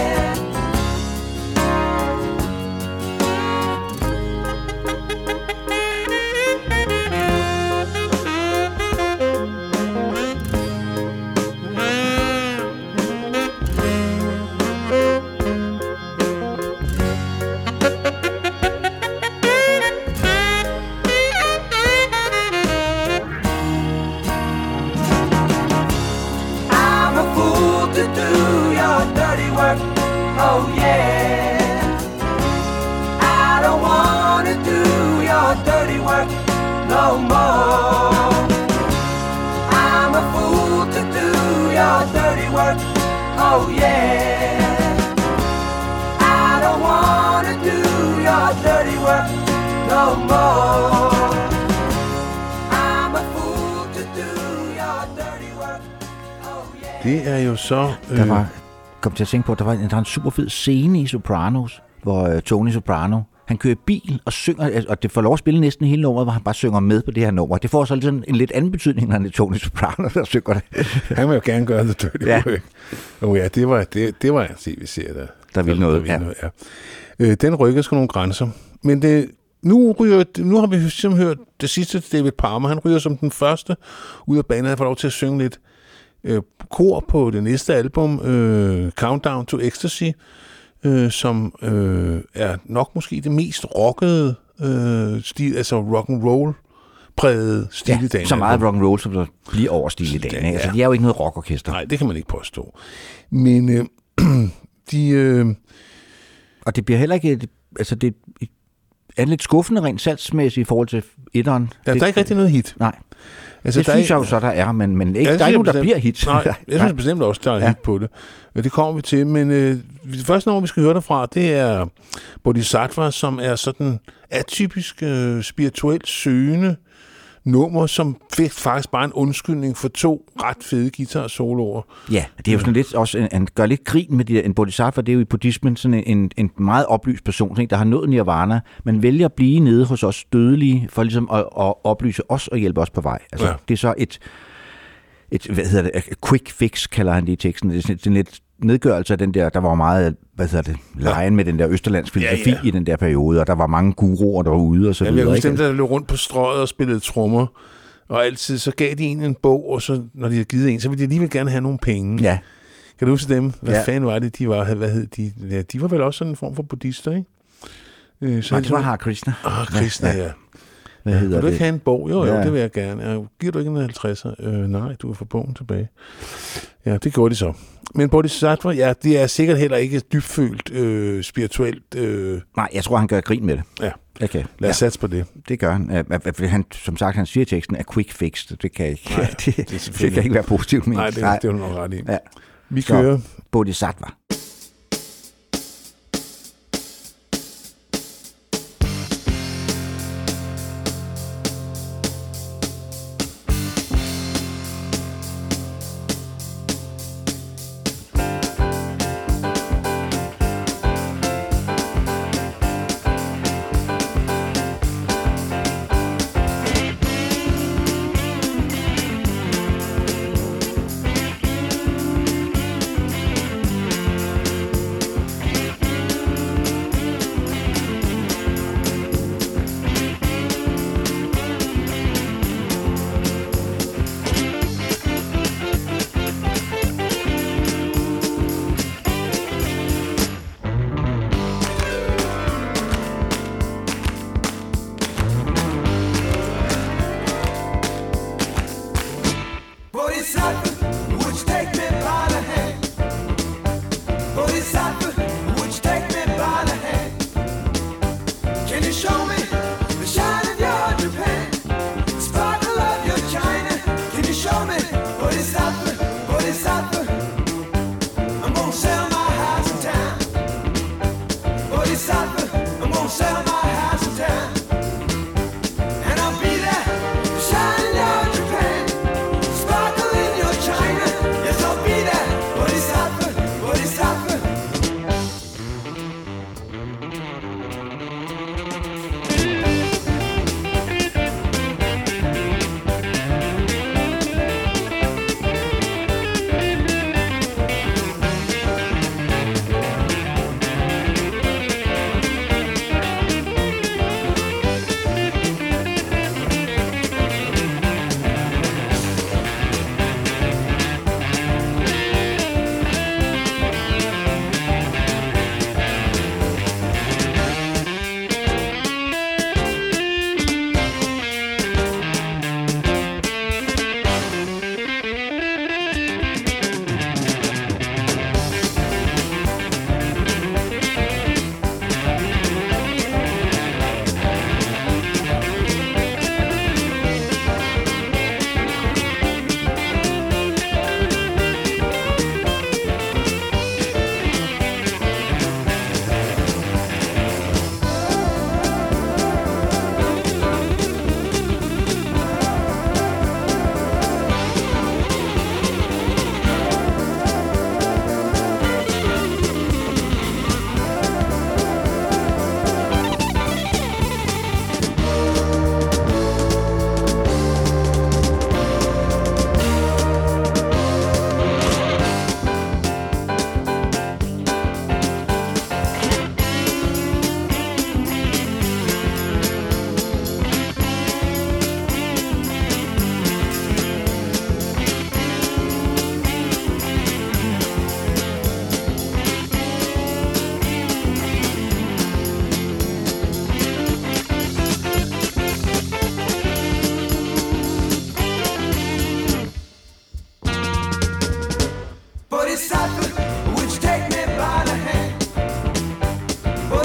Oh yeah, I don't wanna do your dirty work no more. I'm a fool to do your dirty work, oh yeah. I don't wanna do your dirty work no more. I'm a fool to do your dirty work, oh yeah. Det er jo så... kom til at tænke på, at der er en super fed scene i Sopranos, hvor Tony Soprano, han kører bil og synger, og det får lov at spille næsten hele nummeret, hvor han bare synger med på det her nummer. Det får så sådan en lidt anden betydning, når det er Tony Soprano, der synger det. Han vil jo gerne gøre det dirty work. Oh ja, det var en tv-serie, der ville noget. Ja. Den rykker sgu nogle grænser. Men nu har vi simpelthen hørt det sidste til David Palmer. Han ryger som den første ud af banen. Han får lov til at synge lidt kor på det næste album, Countdown to Ecstasy, som er nok måske det mest rockede stil, altså rock and roll præget stil i dagen. Så meget rock and roll, som der bliver over stil i dagen. Ja. Altså, de er jo ikke noget rockorkester. Nej, det kan man ikke påstå. Men og det bliver heller ikke... Altså, det er lidt skuffende rent salgsmæssigt i forhold til etteren. Ja, der er ikke rigtig noget hit. Nej. Altså, det synes jeg jo så, der er, men ikke, der er ikke nogen, der bliver hit. Nej, jeg synes bestemt også, der er hit på det. Det kommer vi til, men det første nummer, vi skal høre derfra, det er Bodhisattva, som er sådan atypisk spirituelt søgende nummer, som fik faktisk bare en undskyldning for 2 ret fede guitar-soloer. Ja, det er jo sådan lidt også en gør lidt grin med en bodhisattva, det er jo i buddhismen sådan en meget oplyst person, der har nået nirvana, men vælger at blive nede hos os dødelige, for ligesom at oplyse os og hjælpe os på vej. Altså, det er så et quick fix, kalder han det i teksten. Det er sådan lidt nedgørelse af den der var meget, lejen med den der østerlandsk filosofi i den der periode, og der var mange guruer derude og så videre. Jeg kunne der løb rundt på strøget og spillede trommer, og altid så gav de en bog, og så når de havde givet en, så ville de alligevel gerne have nogle penge. Ja. Kan du huske dem? Hvad fanden var det, de var? Hvad hed de? Ja, de var vel også sådan en form for buddhister, ikke? Så det var Hare Krishna. Krishna, ja. Hvad hedder det? Vil du ikke have en bog? Jo, det vil jeg gerne. Giver du ikke en 50'er? Nej, du vil få bogen tilbage. Ja, det gjorde de så. Men Bodhisattva, ja, det er sikkert heller ikke dybfølt spirituelt. Nej, jeg tror, han gør grin med det. Ja, okay. Lad os satse på det. Det gør han. Som sagt, han siger teksten er quick fix. Det kan ikke, nej, det kan ikke være positivt. Nej, det er du nok ret i. Ja. Vi kører Bodhisattva.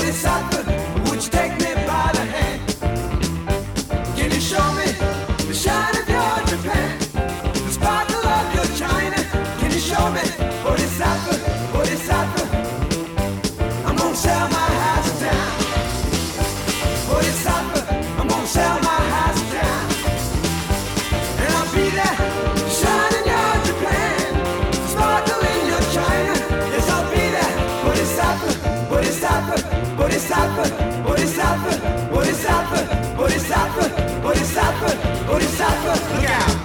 Bodhisattva, would you take me by the hand? Can you show me the shine of your Japan, the sparkle of your China? Can you show me Bodhisattva, Bodhisattva? I'm gonna sell my house down. Bodhisattva, I'm gonna sell my house down. And I'll be there, shine in your Japan, the sparkle in your China. Yes, I'll be there. Bodhisattva, Bodhisattva, Bodhisattva, Bodhisattva, Bodhisattva, Bodhisattva, Bodhisattva, Bodhisattva, look out!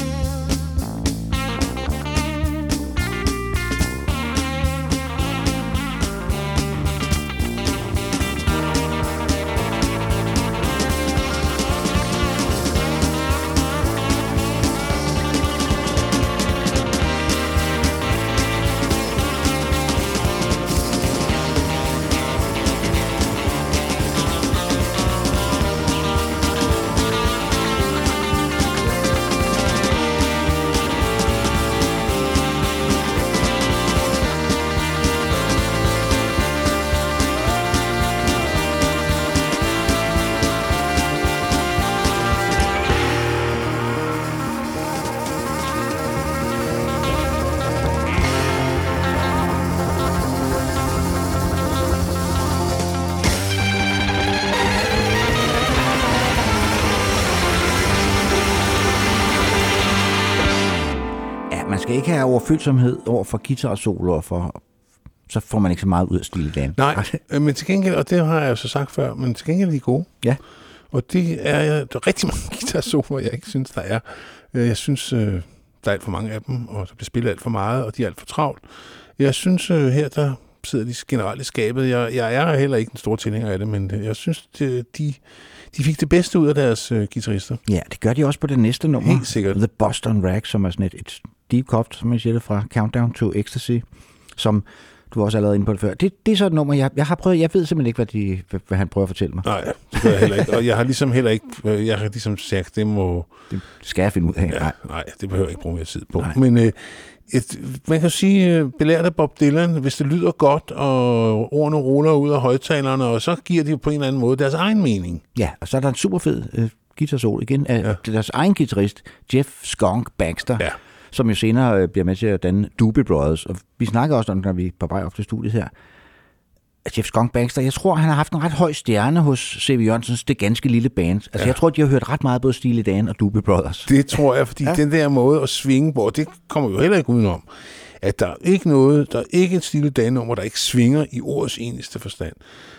Man skal ikke have overfølsomhed over for guitar-soloer, for så får man ikke så meget ud af Steely Dan. Nej, men til gengæld, og det har jeg jo så sagt før, men til gengæld er de gode. Ja. Og det er der er rigtig mange guitar-soloer, jeg ikke synes, der er. Jeg synes, der er alt for mange af dem, og der bliver spillet alt for meget, og de er alt for travlt. Jeg synes, her der sidder de generelt i skabet. Jeg er heller ikke en stor tilhænger af det, men jeg synes, de fik det bedste ud af deres guitarister. Ja, det gør de også på det næste nummer. Helt sikkert. The Boston Rag, som er sådan et deep cut, som jeg siger det, fra Countdown to Ecstasy, som du også allerede inde på det før. Det er så et nummer, jeg har prøvet. Jeg ved simpelthen ikke, hvad han prøver at fortælle mig. Nej, det gør jeg heller ikke. Og jeg har ligesom heller ikke, jeg har ligesom sagt, det skal jeg finde ud af. Ja, nej, det behøver jeg ikke bruge mere tid på. Nej. Men man kan sige, belært af Bob Dylan, hvis det lyder godt, og ordene ruller ud af højtalerne, og så giver de på en eller anden måde deres egen mening. Ja, og så er der en super fed guitar-solo igen af deres egen guitarist, Jeff Skunk Baxter, som jo senere bliver med til at danne Doobie Brothers. Og vi snakker også om, når vi er på vej op til studiet her, at Jeff Skunk Baxter, jeg tror, han har haft en ret høj stjerne hos C.V. Jørgensens Det Ganske Lille Band. Altså, jeg tror, de har hørt ret meget både Steely Dan og Doobie Brothers. Det tror jeg, fordi den der måde at svinge på, det kommer jo heller ikke udenom, at der er ikke et Steely Dan-nummer, der ikke svinger i ordets eneste forstand.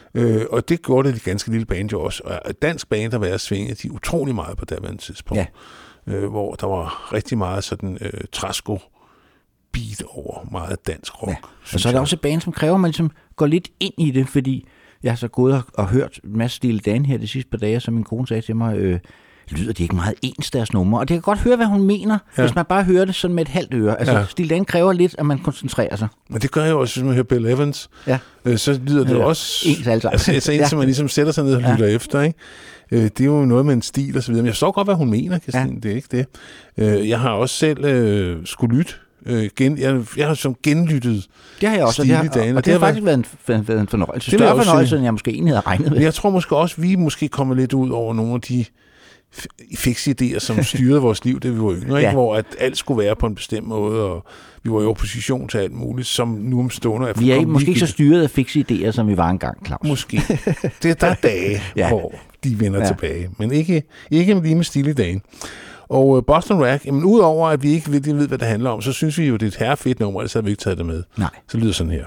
Og det gjorde det Ganske Lille Band jo også. Og dansk band har været at svinge de utrolig meget på daværende tidspunkt. Hvor der var rigtig meget sådan træsko beat over meget dansk rock. Ja. Og så er der også et band, som kræver, at man ligesom går lidt ind i det, fordi jeg har så gået og hørt en masse Steely Dan her de sidste par dage, som min kone sagde til mig, lyder det ikke meget ens deres numre. Og det kan godt høre, hvad hun mener, hvis man bare hører det sådan med et halvt øre. Altså, Steely Dan kræver lidt, at man koncentrerer sig. Men det gør jeg også, hvis man hører Bill Evans. Så lyder det også ens alt sammen. Altså en, som man ligesom sætter sig ned og lytter efter, ikke? Det er jo noget med en stil og så videre. Men jeg forstår godt, hvad hun mener, Christine. Det er ikke det. Jeg har også selv skulle lytte. Jeg har sådan genlyttet. Det har jeg også, og det har faktisk været en fornøjelse. Større fornøjelse, end jeg måske egentlig havde regnet med. Jeg tror måske også, vi måske kommer lidt ud over nogle af de fikse idéer, som styrede vores liv, det vi var yngre, ikke? Hvor at alt skulle være på en bestemt måde, og vi var i opposition til alt muligt, som nu om stunder er vi er måske ikke så styret af fikse idéer, som vi var engang, Claus. Måske. Der er dage, hvor de vender tilbage, men ikke lige med Steely Dan. Og Boston Rag, jamen udover at vi ikke ved, hvad det handler om, så synes vi jo, det er et herrefedt nummer, ellers havde vi ikke taget det med. Nej. Så lyder sådan her.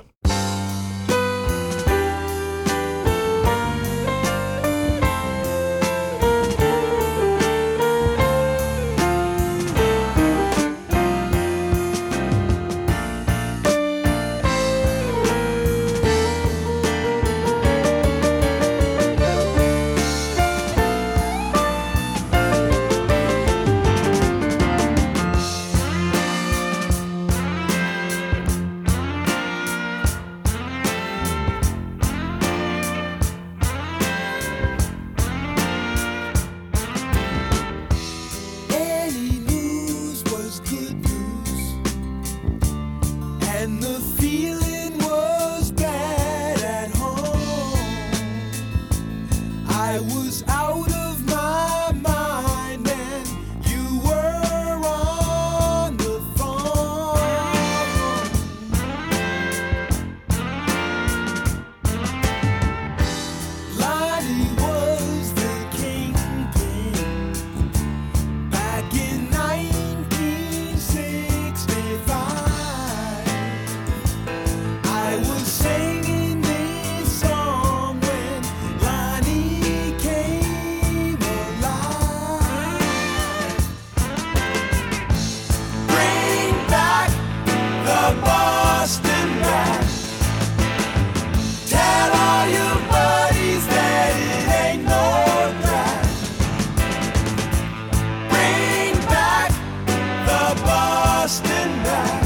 I was out of my mind and you were on the phone. Lonnie was the kingpin back in 1965. I was singing this song when Lonnie came alive. Bring back the Boston Rat. Tell all your buddies that it ain't no drag. Bring back the Boston Rat.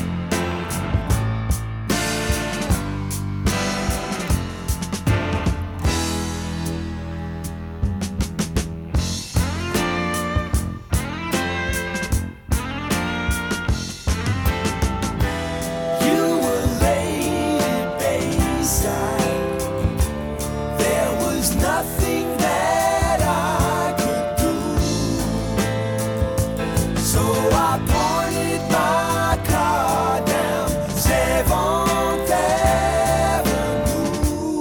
You were laid Bayside. There was nothing that I could do. So I pointed my car down 7th Avenue.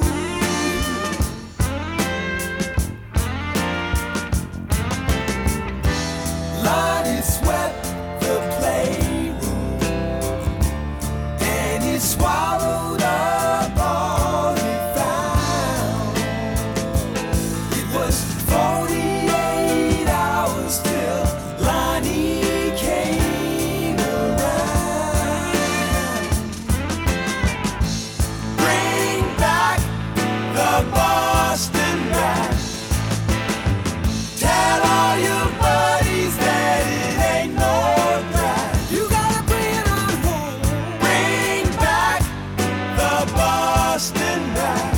Lonnie swept the playroom and he swallowed up all he found. It was 48 hours till Lonnie came around. Bring back the Boston Rat. Tell all your buddies that it ain't no drag. You gotta bring it on home. Bring back the Boston Rat.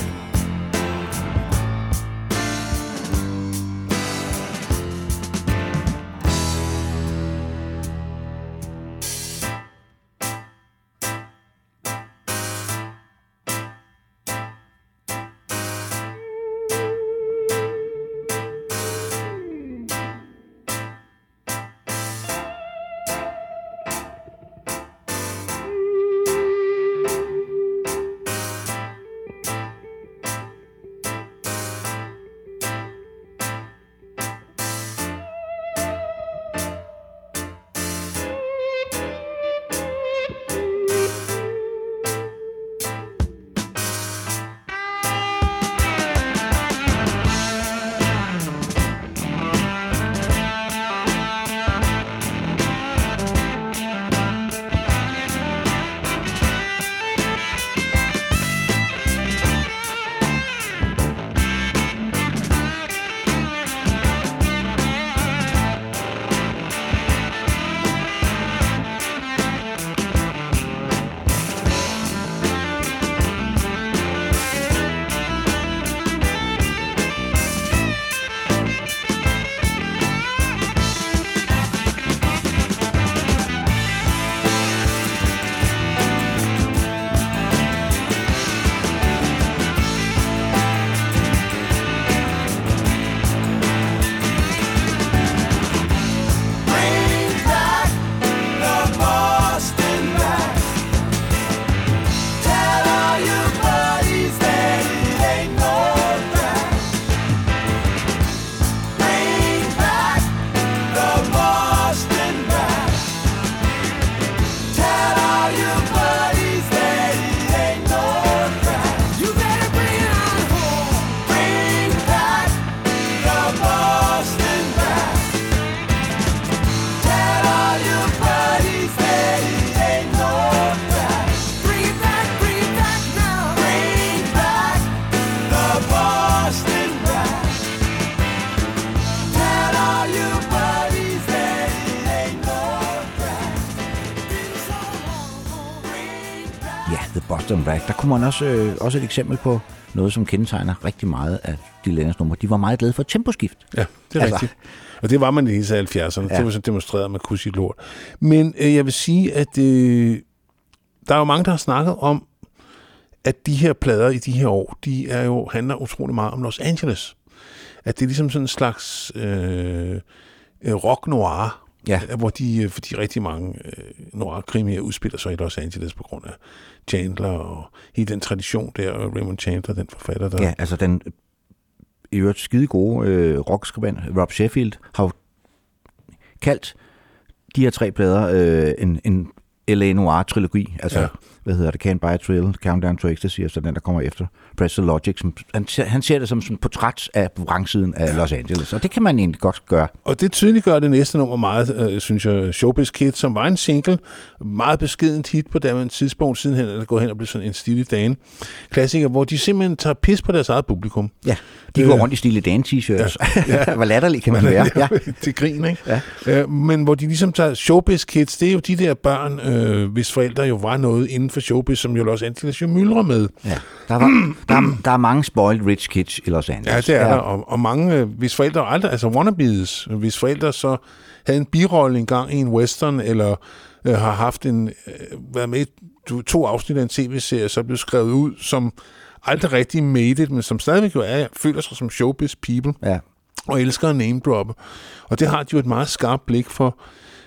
Bring back the Boston Rat. Tell all your buddies that it ain't no drag. Bring back the Boston Rat. Tell all your buddies that it ain't no drag. You better bring it on home. Bring back the Boston Rat. Tell all your buddies that it ain't no drag. Bring it back now. Bring back the Boston Rat. Tell all your buddies that it ain't no drag. Been so long, bring back. Ja, The Boston Rat. Der kunne man også et eksempel på noget, som kendetegner rigtig meget af de Lennons numre. De var meget glade for temposkift. Ja, det er rigtigt. Og det var man i hele 70'erne. Ja. Det var så demonstreret, at man kunne sige lort. Men jeg vil sige, at der er jo mange, der har snakket om, at de her plader i de her år, de er jo handler utrolig meget om Los Angeles. at det er ligesom sådan en slags rock noir, hvor fordi rigtig mange noir-krimier udspiller sig i Los Angeles på grund af Chandler og hele den tradition der, og Raymond Chandler, den forfatter der. Ja, altså den i øvrigt skide gode rockskribent Rob Sheffield har jo kaldt de her 3 plader en L.A. Noir-trilogi, altså, hvad hedder det, Can't Buy a Thrill, Countdown to Ecstasy, altså den, der kommer efter, Press the Logic, som, han ser det som sådan portræt af vrangsiden af Los Angeles, og det kan man egentlig godt gøre. Og det tydeliggør det næste nummer meget, synes jeg, Showbiz Kids, som var en single, meget beskedent hit på daværende tidspunkt, sidenhen er det gået hen og blevet sådan en Steely Dan klassiker, hvor de simpelthen tager pis på deres eget publikum. Ja, de går rundt i Steely Dan t-shirts. Ja. Hvor latterlig kan man være. Ja. Det grin, ikke? Ja. Men hvor de ligesom tager Showbiz Kids, det er jo de der børn, hvis forældre jo var noget inden for showbiz, som jo Los Angeles jo myldrer med. Ja, der er mange spoiled rich kids i Los Angeles. Ja, det er der, og mange, hvis forældre aldrig, altså wannabes, hvis forældre så havde en birolle engang i en western, eller har haft været med i 2 afsnit af en tv-serie, så blev skrevet ud, som aldrig rigtig made it, men som stadigvæk jo føler sig som showbiz people, og elsker at name droppe. Og det har de jo et meget skarpt blik for.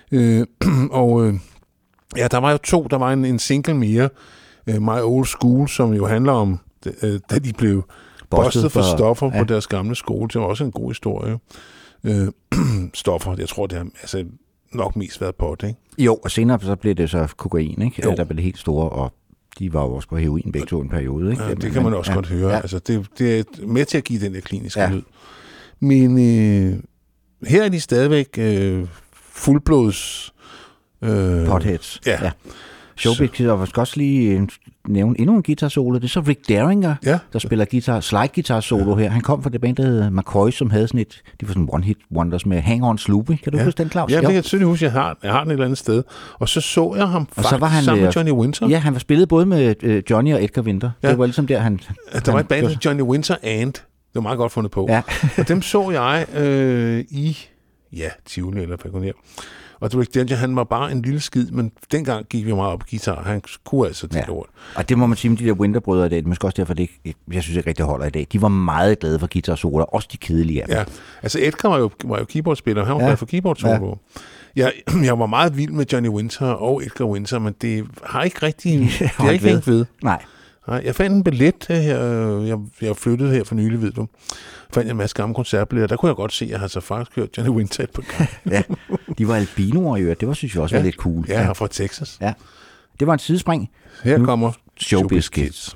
Der var jo 2, der var en single mere, My Old School, som jo handler om, da de blev bustet for stoffer på deres gamle skole. Det var også en god historie. Stoffer, jeg tror, det har nok mest været pot, ikke? Jo, og senere så blev det så kokain, ikke? Der blev det helt store, og de var jo også på heroin begge to en periode, ikke? Ja, det kan man også godt høre. Ja. Altså, det er med til at give den der kliniske lyd. Men her er de stadigvæk fuldblods potheads. Ja. Showbiz Kids, og jeg skal også lige nævne endnu en guitar-solo. Det er så Rick Derringer, der spiller slide-guitar-solo her. Han kom fra det band, der hedder McCoy, som havde sådan de var sådan one-hit wonders med Hang On Sloopy. Kan du huske den, Claus? Ja, det kan jeg tydeligt huske, jeg har den et eller andet sted. Og så jeg ham faktisk sammen med Johnny Winter. Ja, han var spillet både med Johnny og Edgar Winter. Ja. Det var ligesom der, der var et band, der Johnny Winter and. Det var meget godt fundet på. Ja. Og dem så jeg i Tivoli eller Falconer. Og Rick Derringer, han var bare en lille skid, men dengang gik vi meget op på guitar. Han kunne altså det lort. Og det må man sige med de der Winter-brødre i dag. Det er måske også derfor, jeg synes ikke rigtig holder i dag. De var meget glade for guitar-soloer, også de kedelige af dem. Ja, altså Edgar var jo keyboardspiller, han var glad for keyboard-solo. Ja. Jeg var meget vild med Johnny Winter og Edgar Winter, men det har ikke rigtig... det har ikke hængt ved. Nej. Jeg fandt en billet her, jeg flyttede her for nylig, ved du. Fandt en masse gamle koncertbilletter. Der kunne jeg godt se, at jeg har så faktisk hørt Johnny Winter et par gange. Ja, de var albinoer jo. Det var, synes jeg også var lidt cool. Ja, fra Texas. Ja, det var et sidespring. Her kommer Showbiz Kids.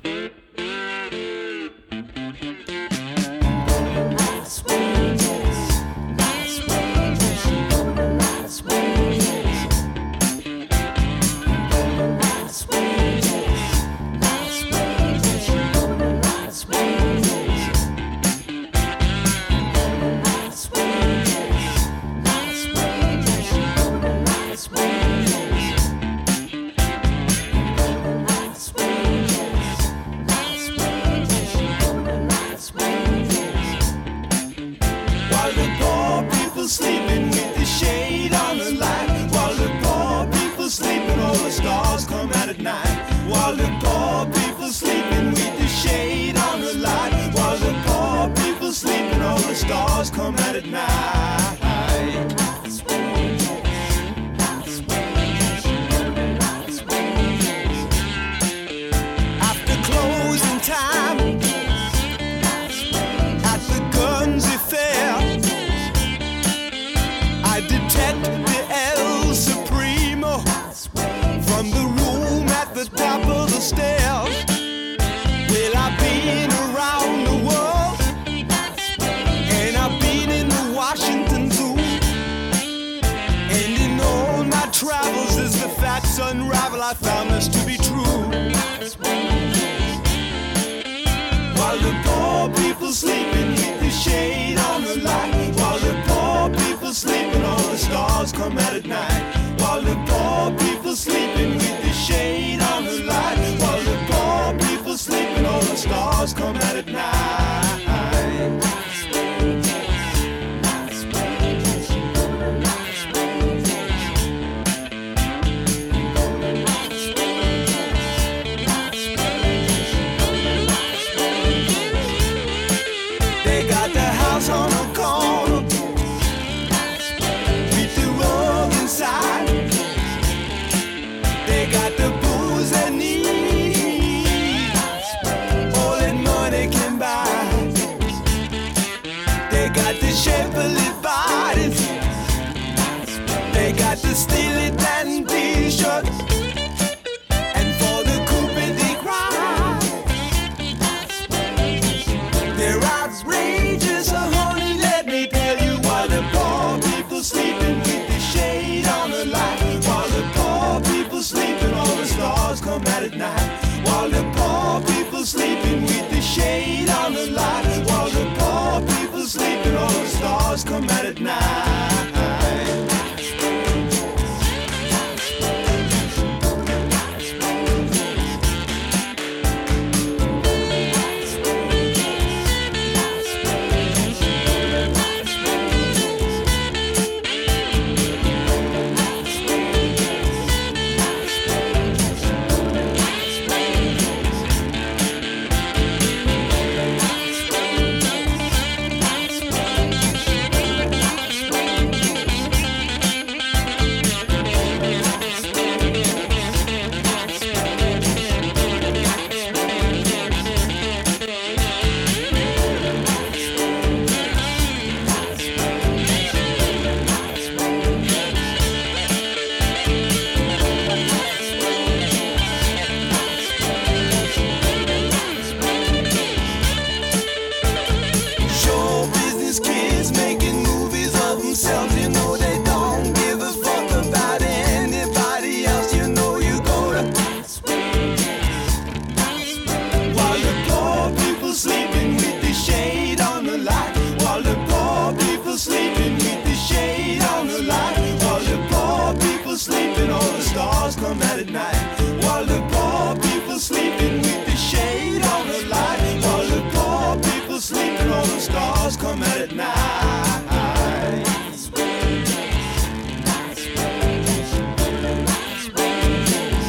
at night. Nice wages, nice wages, nice wages.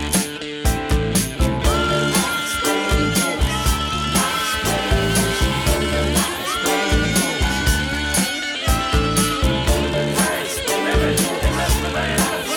Nice wages, nice wages, nice wages. Nice wages, the rest of the house.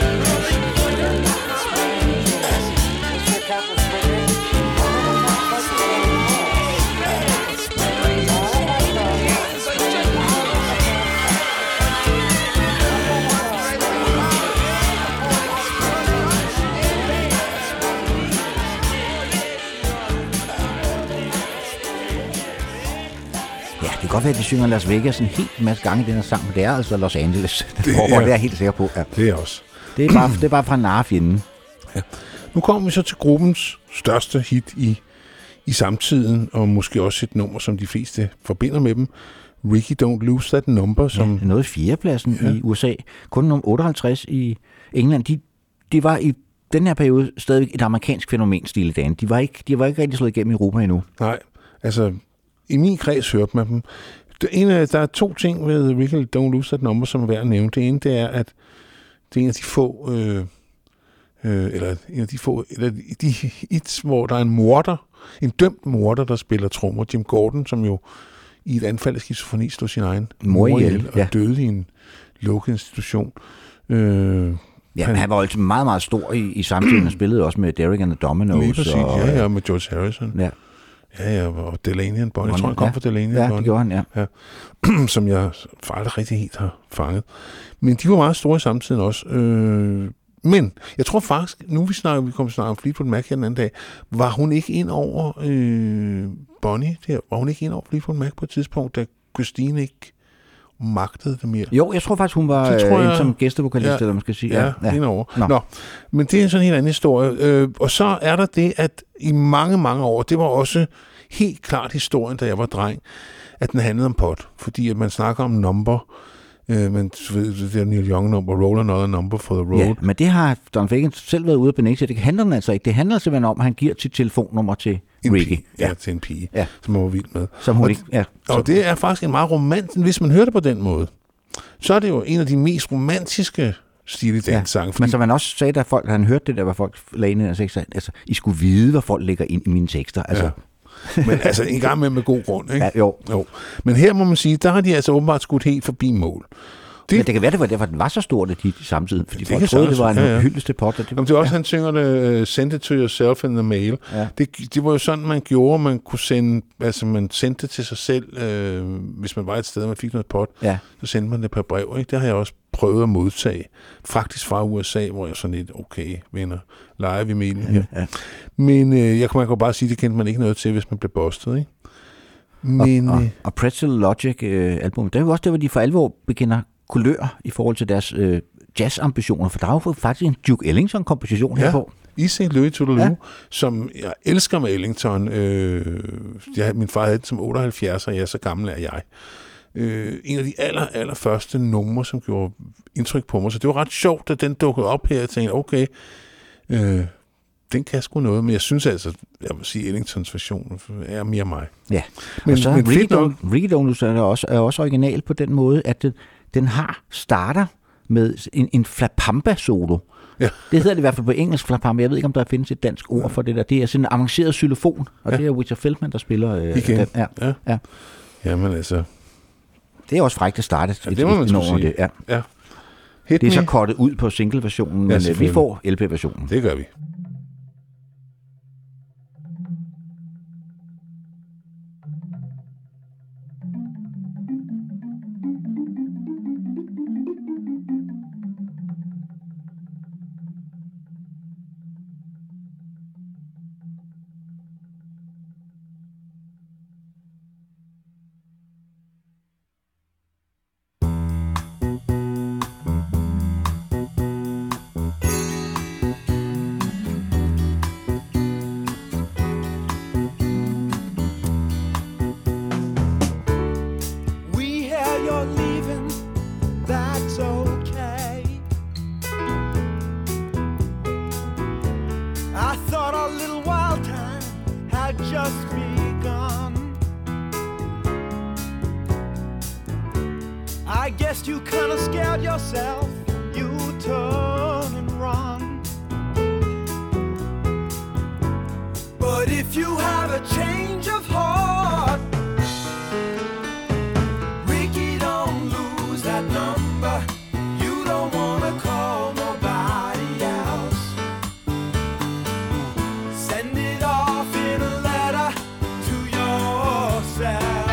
Ja, det kan godt være, at de synger Las Vegas en helt masse gange i den her sang, men det er altså Los Angeles. Det er jeg helt sikker på. Ja. Det er også. Det er bare fra narrefjenden. Ja. Nu kommer vi så til gruppens største hit i samtiden, og måske også et nummer, som de fleste forbinder med dem. Ricky Don't Lose That Number. Som Ja, noget 4. pladsen i USA. Kun nummer 58 i England. De var i den her periode stadig et amerikansk fænomen, Steely Dan. De var ikke rigtig slået igennem i Europa endnu. Nej, altså i min kreds hørte man dem. Der er 2 ting ved Ricky Don't Lose That Number, som er værd at nævne. Det ene, det er, at det er en af de få... eller de hits, hvor der er en dømt morder, der spiller trommer. Jim Gordon, som jo i et anfald af skizofreni slog sin egen mor ihjel og døde i en lukket institution. Men han var altså meget, meget stor i samtiden. Han spillede også med Derek and the Dominos. Lige præcis, og med George Harrison. Ja. Ja, og Delaney and Bonnie. Jeg tror, han kom fra Delaney and Bonnie. Ja, det gjorde han, ja. Som jeg aldrig rigtig helt har fanget. Men de var meget store i samtiden også. Men jeg tror faktisk, nu vi kommer til at snakke om Fleetwood Mac her den anden dag, var hun ikke ind over Bonnie der? Var hun ikke ind over Fleetwood Mac på et tidspunkt, da Christine ikke magtede det mere? Jo, jeg tror faktisk, hun var som gæstevokalist, eller man skal sige. Ja, ind over. Nå, men det er sådan en helt anden historie. Og så er der det, at i mange, mange år, det var også helt klart historien, da jeg var dreng, at den handlede om pot. Fordi at man snakker om number, men det er Neil Young number, Roll Another Number for the Road. Ja, men det har Don Fagen selv været ude at benægte. Det handler den altså ikke. Det handler simpelthen om, at han giver sit telefonnummer til Ricky. Ja, til en pige, som hun var vild med. Som hun og det er faktisk en meget romantisk, hvis man hører det på den måde, så er det jo en af de mest romantiske Steely Dan-sange. Men som man også sagde, da han hørte det der, hvor folk lagde ind i den tekst, altså, I skulle vide, hvad folk lægger ind i mine tekster. Altså. Ja. Men altså en gang med god grund, ikke? Ja, jo. Men her må man sige, der har de altså åbenbart skudt helt forbi mål. Men det kan være, det var derfor, den var så stor, det hit i samtidig, fordi folk troede, det var en hyldest til pot. Det er også, han synger det, send it to yourself in the mail. Ja. Det var jo sådan, man gjorde, man kunne sende, altså man sendte det til sig selv, hvis man var et sted, og man fik noget pot, så sendte man det per brev, ikke? Det har jeg også prøvet at modtage, faktisk fra USA, hvor jeg sådan lidt, okay, venner, leger vi med her. Ja. Men man kan bare sige, det kendte man ikke noget til, hvis man blev bustet, ikke? Men, og Pretzel Logic album, det er jo også det, hvor de for alvor begynder kulør i forhold til deres jazzambitioner, for der er jo faktisk en Duke Ellington-komposition herpå. I St. Louis to the Lou, som jeg elsker med Ellington. Min far havde den som 78, og så gammel er jeg. En af de aller første numre, som gjorde indtryk på mig, så det var ret sjovt, at den dukkede op her, og jeg tænkte, okay, den kan sgu noget, men jeg synes altså, jeg vil sige, Ellingtons version er mere mig. Ja, men så Ricky Don't er også original på den måde, at den starter med en flapamba-solo. Ja. Det hedder det i hvert fald på engelsk, flapamba. Jeg ved ikke, om der findes et dansk ord for det der. Det er sådan en avanceret xylofon, og det er Richard Feldman, der spiller igen. Den. Ja. Jamen altså... Det er også frækt at starte. Det må man sige. Ja. Det er så kortet ud på single-versionen, men vi får LP-versionen. Det gør vi. I guess you kinda scared yourself. You turn and run. But if you have a change of heart, Ricky, don't lose that number. You don't wanna call nobody else. Send it off in a letter to yourself.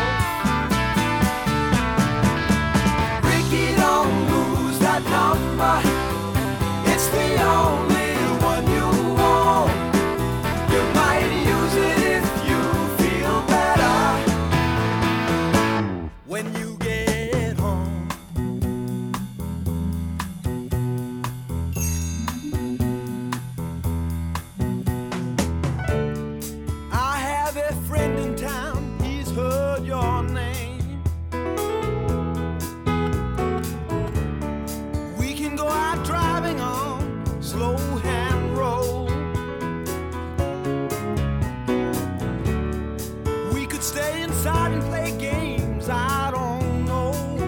Ricky, don't lose that number. It's the only one you want. You might use it if you feel better when you get home. I have a friend in town, he's heard your name. We can go out driving on slow hand road. We could stay inside and play games, I don't know.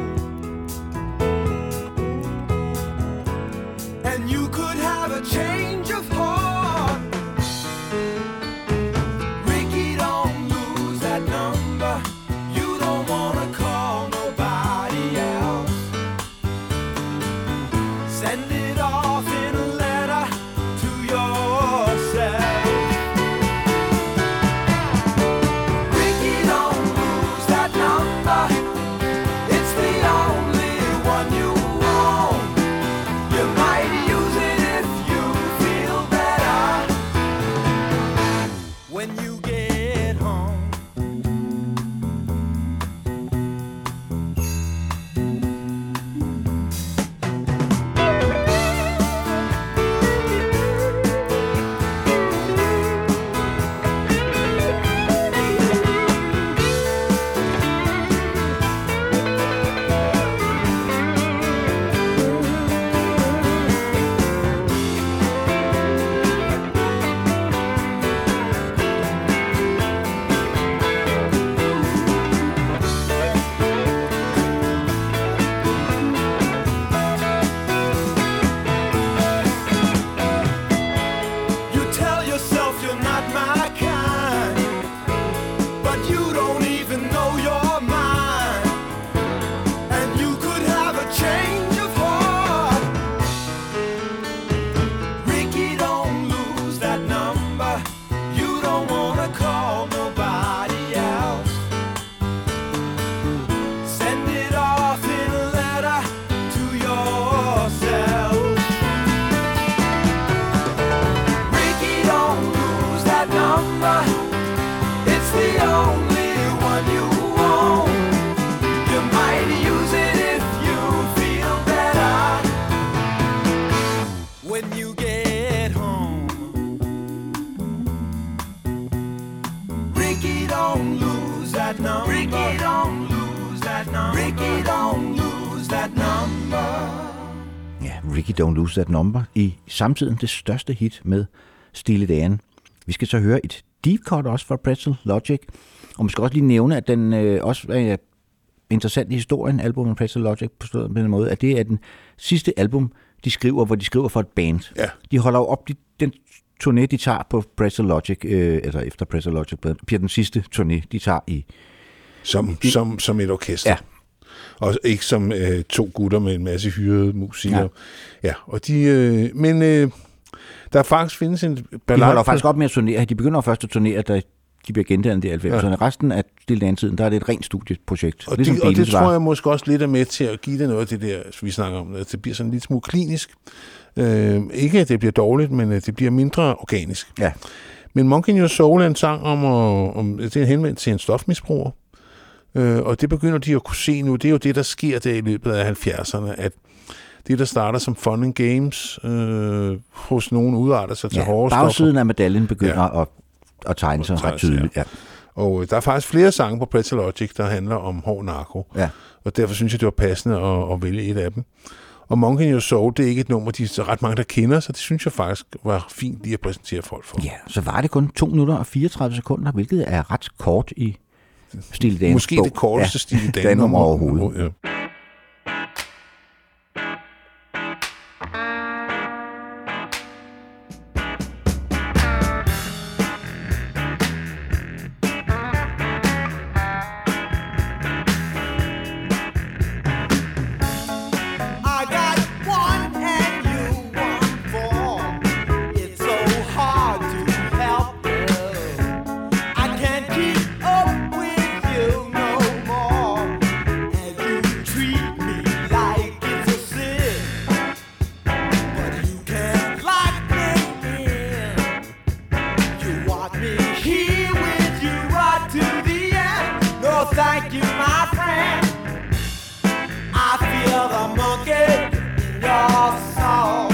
And you could have a change of heart. Ricky, don't lose that number. You don't wanna call nobody else. Send it off in a letter to yourself. Ricky, don't lose that number. It's the only one you want. You might use it if you feel better when you get home. You tell yourself you're not my kind, but you don't even know your mind. And you could have a change of heart. Ricky, don't lose that number. You don't wanna call nobody else. Send it off in a letter to yourself. Ricky, don't lose that number. It's the only one you want. You might use it if you feel better when you get home. Ricky, don't lose that number. Ricky, don't lose that number. Ricky, don't lose that number. Ja, Ricky Don't Lose That Number. I samtiden det største hit med Steely Dan. Vi skal så høre et deep cut også fra Pretzel Logic. Og man skal også lige nævne, at den også er interessant i historien, albumet Pretzel Logic, på den måde, at det er den sidste album, de skriver, hvor de skriver for et band. Ja. De holder jo op, den turné, de tager på Pretzel Logic, altså efter Pretzel Logic, bliver den sidste turné, de tager i. Som et orkester. Ja. Og ikke som to gutter med en masse hyrede musikere. Ja, og de... der faktisk findes en ballade. De holder faktisk op med at turnere. De begynder først at turnere, da de bliver gendannet i 90'erne. Ja. Resten af Steely Dan-tiden, der er det et rent studieprojekt. Og det tror jeg måske også lidt er med til at give det noget af det der, vi snakker om, at det bliver sådan lidt smule klinisk. Ikke at det bliver dårligt, men at det bliver mindre organisk. Ja. Men Monk in Your Soul er en sang om det er henvendt til en stofmisbruger. Og det begynder de at kunne se nu. Det er jo det, der sker der i løbet af 70'erne, at det, der starter som fun and games hos nogen, udarter sig til hårde stoffer. Bagsiden af medaljen begynder at tegne sig ret tydeligt. Ja. Og der er faktisk flere sange på Pretzel Logic, der handler om hård narko. Ja. Og derfor synes jeg, det var passende at vælge et af dem. Og Monk in Your Soul, det er ikke et nummer, de er ret mange, der kender, så det synes jeg faktisk var fint lige at præsentere folk for. Ja, så var det kun 2 minutter og 34 sekunder, hvilket er ret kort i Steely Dans Måske bog. det korteste Steely Dan-nummer overhovedet. Ja. thank you, my friend. I feel the monkey in your soul.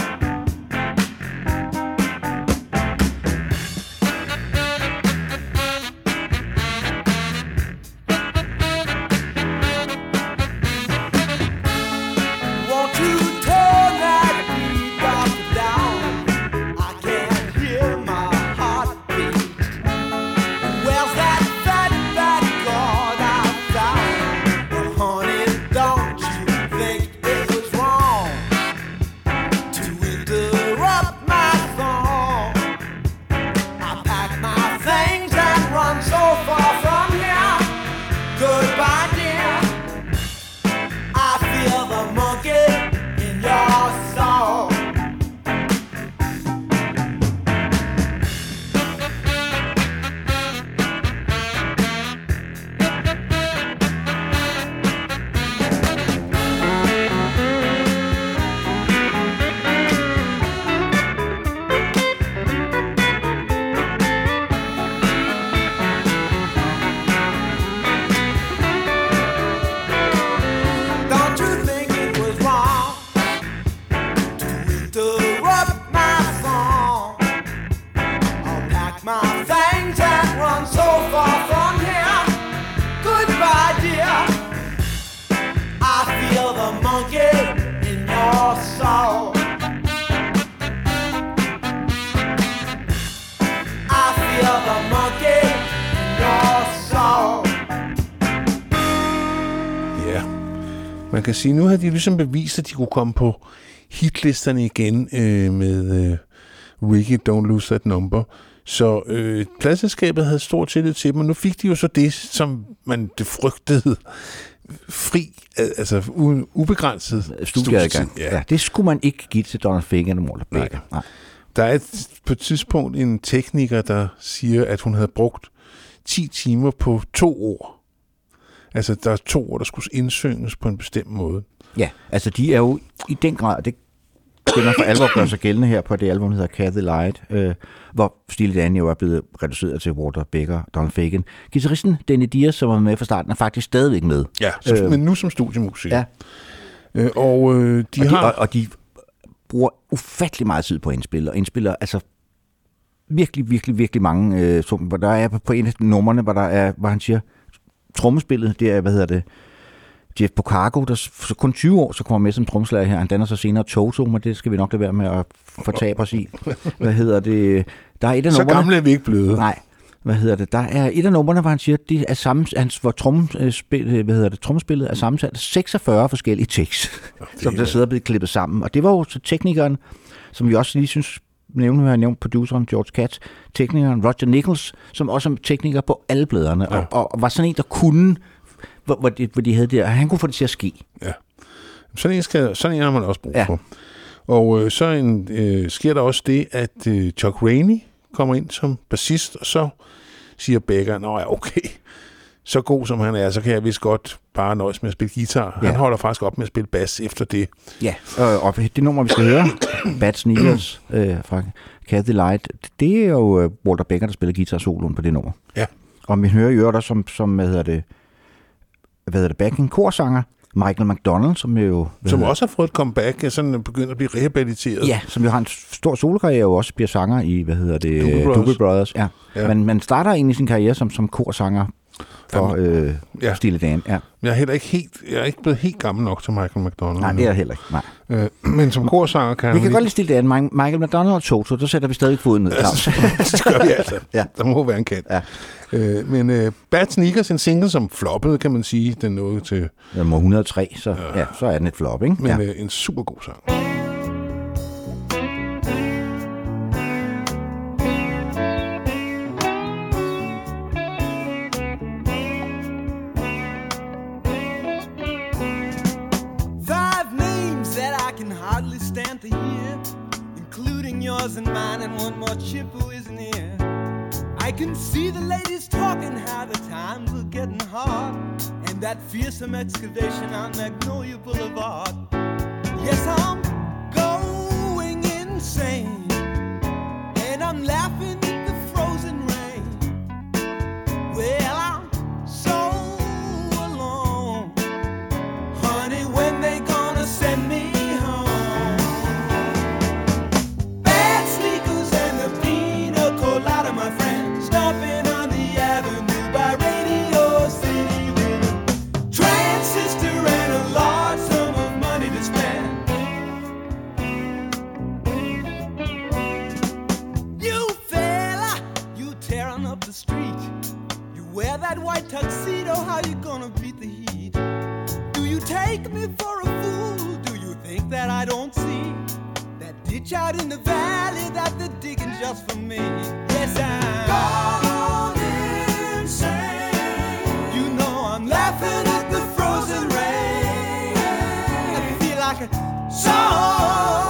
Man kan sige, nu har de ligesom bevist, at de kunne komme på hitlisterne igen med Ricky, Don't Lose That Number. Så pladselskabet havde stor tillid til dem, og nu fik de jo så det, som man det frygtede, fri, altså ubegrænset studieadgang. Ja, det skulle man ikke give til Donald Fagen og Walter Becker. Nej. Der er på et tidspunkt en tekniker, der siger, at hun havde brugt 10 timer på 2 ord. Altså, der er 2 ord, der skulle indsynges på en bestemt måde. Ja, altså de er jo i den grad, det begynder for alvor gør sig gældende her på det album, der hedder Kathy Light, hvor Steely Dan jo er blevet reduceret til Walter Becker og Donald Fagen. Guitaristen Danny Diaz, som var med fra starten, er faktisk stadigvæk med. Ja, men nu som studiemusiker. Ja. De bruger ufattelig meget tid på at indspille, og indspiller altså virkelig mange hvor der er på en af numrene, hvor han siger, trommespillet, det er, Jeff Porcaro, der for kun 20 år, så kommer med som trommeslager her. Han danner så senere Toto, men det skal vi nok lade være med at fortabe os i. Der er et af numrene... Så gamle er vi ikke blevet. Nej. Der er et af numrene, hvor han siger, det er trommespillet er sammensat af 46 forskellige takes, som der sidder blevet klippet sammen. Og det var jo så teknikeren, som vi også lige synes, vi har nævnt produceren George Katz, teknikeren Roger Nichols, som også er tekniker på alle pladerne, og var sådan en, der kunne, hvor de havde det, og han kunne få det til at ske. Ja. Sådan en har man også brug for. Og så sker der også det, at Chuck Rainey kommer ind som bassist, og så siger Becker, nå ja, okay, så god som han er, så kan jeg vist godt bare nøjes med at spille guitar. Ja. Han holder faktisk op med at spille bass efter det. Ja, og det nummer, vi skal høre, Bad Sneakers fra Kathy Light, det er jo Walter Becker, der spiller guitar-soloen på det nummer. Ja. Og vi hører jo der som backing korsanger, Michael McDonald, som jo... Som også har fået et comeback, sådan begyndt at blive rehabiliteret. Ja, som jo har en stor solokarriere, og også bliver sanger i, Doobie Brothers. Ja. Man starter egentlig sin karriere som korsanger for Steely Dan. Ja. Jeg er ikke blevet helt gammel nok til Michael McDonald. Nej, det er jeg heller ikke. Nej. Men som korsanger kan vi kan godt lide Steely Dan. Michael McDonald og Toto, der sætter vi stadig foden ned. Det gør vi altså. Ja. Der må være en kant. Ja. Men Bad Sneakers, en single, som floppede, kan man sige, den nåede til... Nummer 103, så er den et flop, ikke? Men en super god sang. Yours and mine, and one more chip who isn't here. I can see the ladies talking how the times are getting hard, and that fearsome excavation on Magnolia Boulevard. Yes, I'm going insane, and I'm laughing at the frozen rain. Well, I'm so are you gonna beat the heat? Do you take me for a fool? Do you think that I don't see that ditch out in the valley that they're digging just for me? Yes, I'm gone insane. You know I'm laughing at the frozen rain. I feel like a song.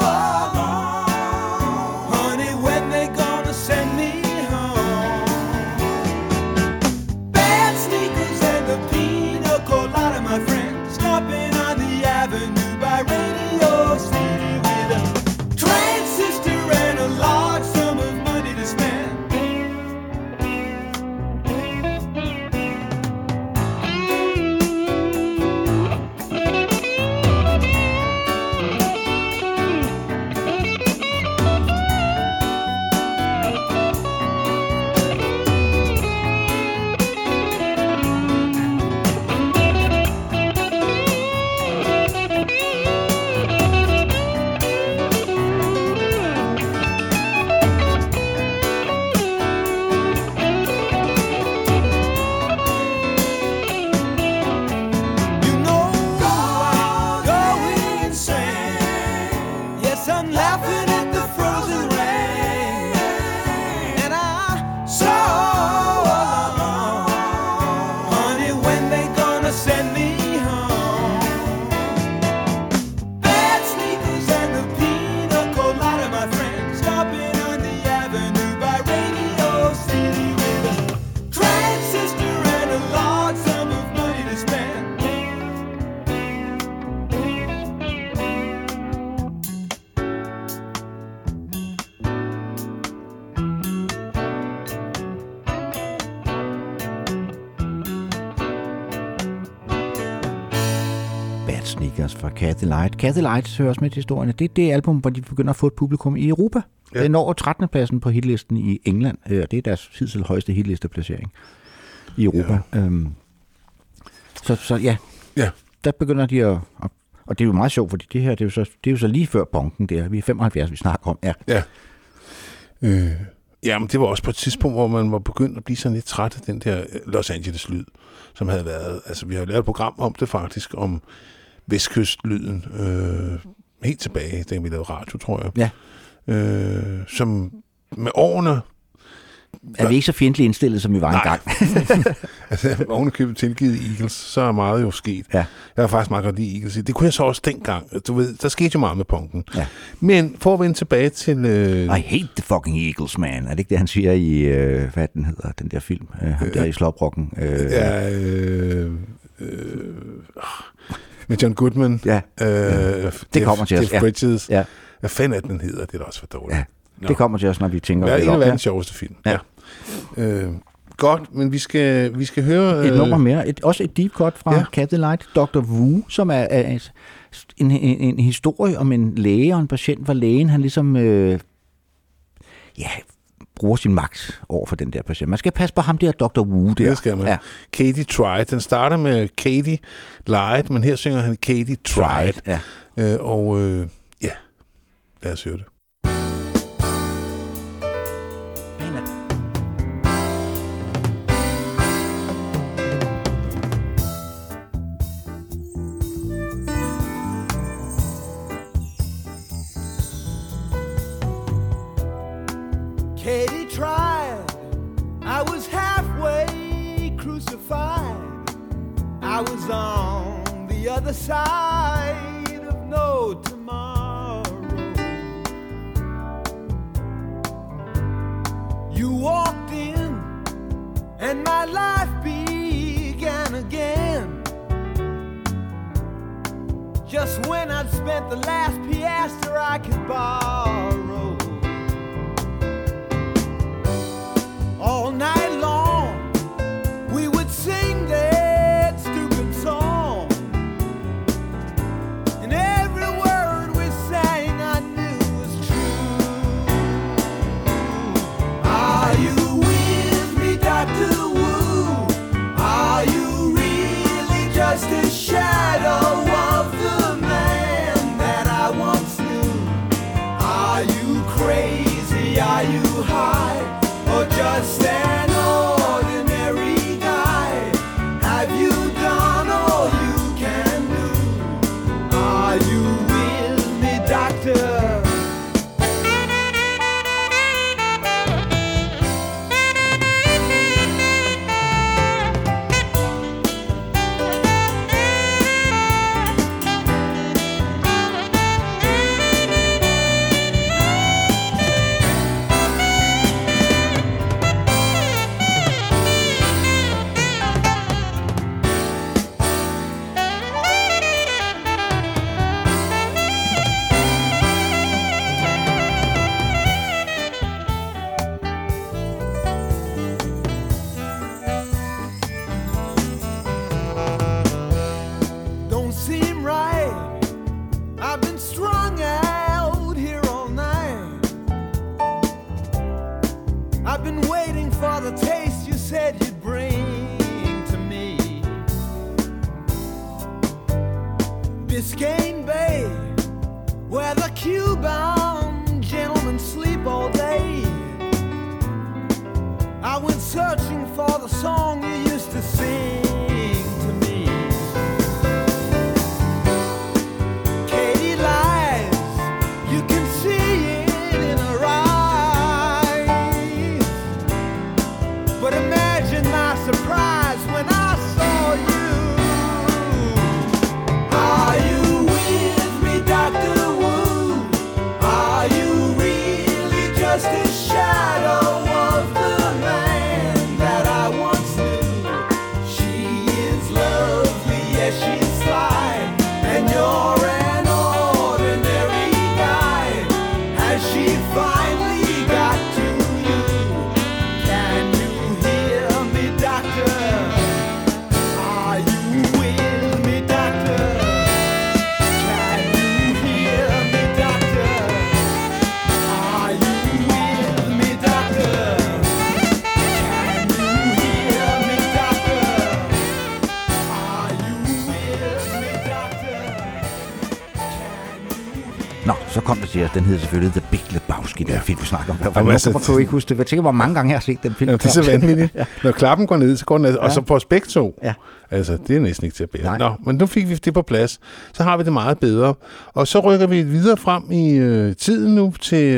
Honey, when they gonna send me home? Bad sneakers and the pina colada, my friend, stopping on the avenue by Radio City with a transistor and a large sum of money to spend. Fra Kathy Light. Kathy Light hører også med til historien. Det er det album, hvor de begynder at få et publikum i Europa. Ja. Det når 13. pladsen på hitlisten i England. Det er deres hidtil højeste hitlisteplacering i Europa. Ja. Så ja. Der begynder de at... Og det er jo meget sjovt, fordi det her, det er jo så lige før bunken der. Vi er 75, vi snakker om. Ja. Jamen, det var også på et tidspunkt, hvor man var begyndt at blive sådan lidt træt af den der Los Angeles-lyd, som havde været... Altså, vi har jo lavet et program om det faktisk, om vestkystlyden, helt tilbage, da vi lavede radio, tror jeg. Ja. Som med årene... Er vi ikke så fjendtligt indstillet, som vi var engang? Altså, ovenikøbet tilgivet Eagles, så er meget jo sket. Ja. Jeg har faktisk meget godt lide Eagles. Det kunne jeg så også dengang. Du ved, der skete jo meget med punken. Ja. Men for at vende tilbage til... I hate the fucking Eagles, man. Er det ikke det, han siger i, hvad den hedder, den der film? Ham der i Slåbrocken. Med John Goodman. Ja. Det kommer til os. Jeff Bridges. Ja. Hvad fanden er den hedder? Det er da også for dårligt. Ja. Det kommer til os, når vi tænker det. Det er en af verdens sjoveste film. Ja. Godt, men vi skal høre... Et nummer mere. Også et deep cut fra Kathy Light. Dr. Wu, som er en historie om en læge og en patient, hvor lægen han ligesom... bruger sin magt over for den der patient. Man skal passe på ham der, Dr. Wu der. Det skal man. Ja. Katie Tried. Den starter med Katie Light, men her synger han Katie Tried. Ja. Lad os høre det. Katie tried, I was halfway crucified. I was on the other side of no tomorrow. You walked in and my life began again. Just when I'd spent the last piastre I could borrow. All night long, we would sing that stupid song. And every word we sang I knew was true. Are you with me, Dr. Wu? Are you really just a shadow of the man that I once knew? Are Biscayne Bay, where the Cuban gentlemen sleep all day. I went searching for the song you used to sing to me. Katie lies, you can see it in her eyes. But imagine my surprise when I saw you. Are you with me, Dr. Wu? Are you really just a shadow of the man that I once knew? She is lovely, yes, she's fine, and you're an ordinary guy. Has she finally got to you? Can you hear me, doctor? Are you with me, doctor? Can you hear me, doctor? Are you with me, doctor? Can you hear me, doctor? Are you with me, doctor? Nå, så kom det til, at den hedder selvfølgelig The Big Lebowski, der film, vi snakker om. Jamen, altså, Jeg kan ikke huske det. Jeg tænker, hvor mange gange jeg har set den film. Ja, det er så vanvittigt. Når klappen går ned, så går den ned, og så på os begge to. Ja. Altså, det er næsten ikke til at bære. Nej. Nå, men nu fik vi det på plads. Så har vi det meget bedre. Og så rykker vi videre frem i tiden nu til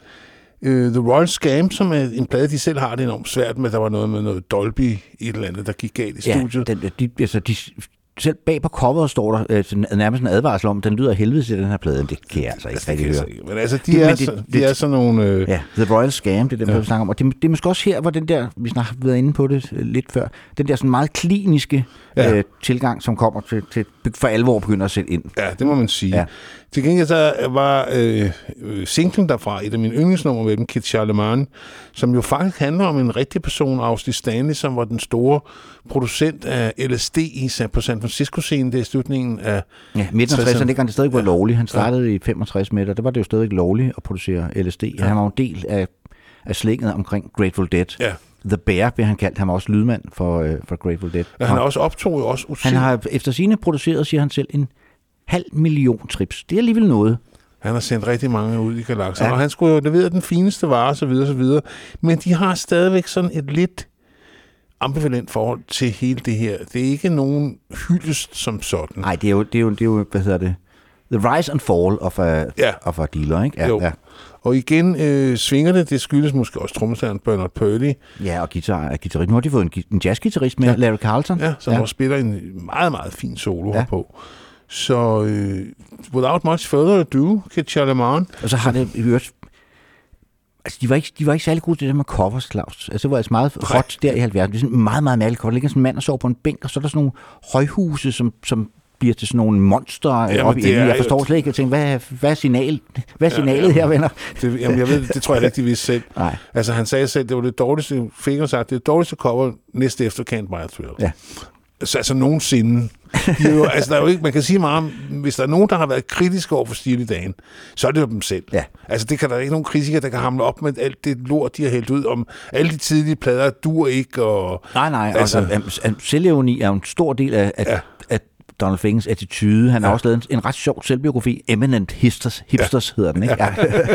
The Royal Scam, som er en plade, de selv har det enormt svært med. Der var noget med noget Dolby, et eller andet, der gik galt i studiet. De selv bag på coveret står der nærmest en advarsel om, den lyder af helvede til den her plade. Det kan jeg altså ikke rigtig høre. Men altså, de er sådan nogle... Ja, The Royal Scam, det er dem, vi snakker om. Og det er måske også her, hvor den der, vi har været inde på det lidt før, den der sådan meget kliniske tilgang, som kommer til for alvor begynder at sætte ind. Ja, det må man sige. Ja. Til gengæld så var singlen derfra et af mine yndlingsnumre med dem, Kid Charlemagne, som jo faktisk handler om en rigtig person, Austin Stanley, som var den store producent af LSD på San Francisco-scenen. Det er slutningen af... Ja, midten af 60'erne, det kan det stadig være lovligt. Han startede i 65 meter, der var det jo stadig lovligt at producere LSD. Ja. Han var jo en del af slænget omkring Grateful Dead. Ja. The Bear blev han kaldt. Han var også lydmand for Grateful Dead. Ja, han også optog jo også... Han har efter sine produceret, siger han selv, 500.000 trips. Det er alligevel noget. Han har sendt rigtig mange ud i galaksen, og han skulle jo levere den fineste vare, og så videre. Men de har stadigvæk sådan et lidt ambivalent forhold til hele det her. Det er ikke nogen hyldest som sådan. Nej, det er jo, hvad hedder det? The rise and fall of a dealer, ikke? Ja, jo. Ja. Og igen svinger det skyldes måske også trommeslageren Bernard Purdy. Ja, og guitarist. Nu har de fået en jazzguitarist med, Larry Carlton. Ja, som også spiller en meget, meget fin solo herpå. Så without much further ado, Kid Charlemagne. Og så har det hørt... Altså, de var ikke særlig gode til det med covers, Claus. Altså, det var altså meget hot der i 70'erne. Det er sådan meget, meget mærkeligt cover. Der ligger sådan en mand og sover på en bænk, og så er der sådan nogle højhuse, som bliver til sådan nogle monster op i enden. Jeg forstår slet ikke. Jeg tænker, hvad er signalet her, venner? Jamen, jeg ved, det tror jeg ikke, de vidste selv. Nej. Altså, han sagde selv, det var det dårligste, Finger sagt, det dårligste cover næste efter Can't Buy a Thrill. Ja. Altså nogensinde. Altså, der er jo ikke, man kan sige meget om, hvis der er nogen, der har været kritiske over for Steely Dan, så er det jo dem selv. Ja. Altså, det kan der ikke nogen kritikere, der kan hamle op med alt det lort, de har hældt ud om. Alle de tidlige plader dur ikke. Og, nej. Altså, selvironi er jo en stor del af Donald Fagens attitude. Han har også lavet en ret sjov selvbiografi. Eminent Hipsters hedder den, ikke?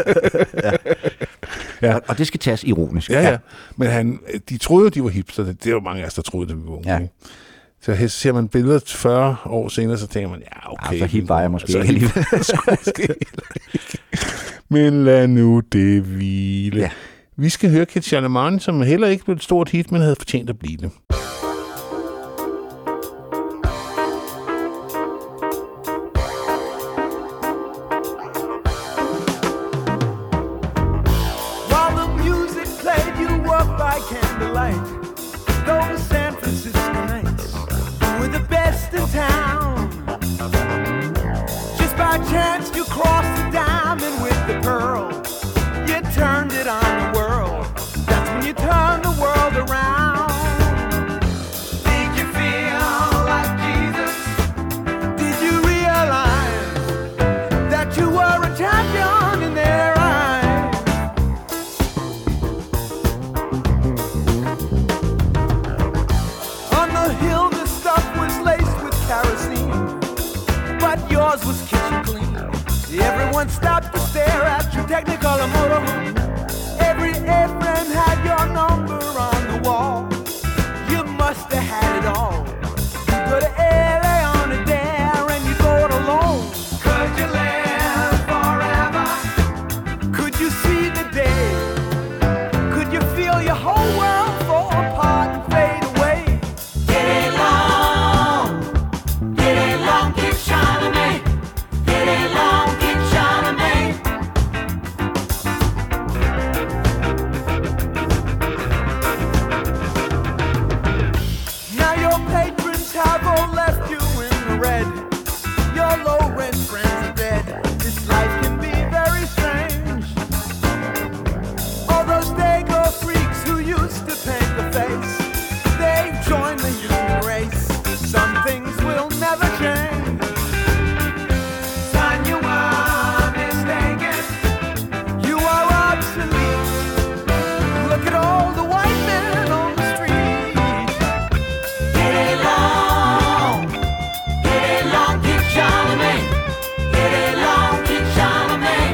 Ja. Og det skal tages ironisk. Ja. Men de troede, de var hipster. Det er jo mange af os, der troede, det var unge. Ja. Så ser man billeder 40 år senere, så tænker man, okay. Så hip var jeg måske ikke alligevel. Men lad nu det hvile. Ja. Vi skal høre Kid Charlemagne, som heller ikke blev et stort hit, men havde fortjent at blive det. Turned it on the world. That's when you turn the world around. yours was kitchen clean. Everyone stopped to stare at your Technicolor motorhome. Every A-frame had your number on the wall. You must have had it all. You go to LA on a dare and you go it alone. Could you live forever? Could you see the day? Could you feel your whole world fall apart and fade away? Get it long, keep Charlemagne. Get it long, keep Charlemagne. Now your patrons have all left you in the red. Your low rent friends are dead. This life can be very strange. All those Dago freaks who used to paint the face, they've joined the human race. Some things will never change. Son, you are mistaken. You are obsolete. Look at all the white men on the street. Get it long, keep Charlemagne. Get it long, keep Charlemagne.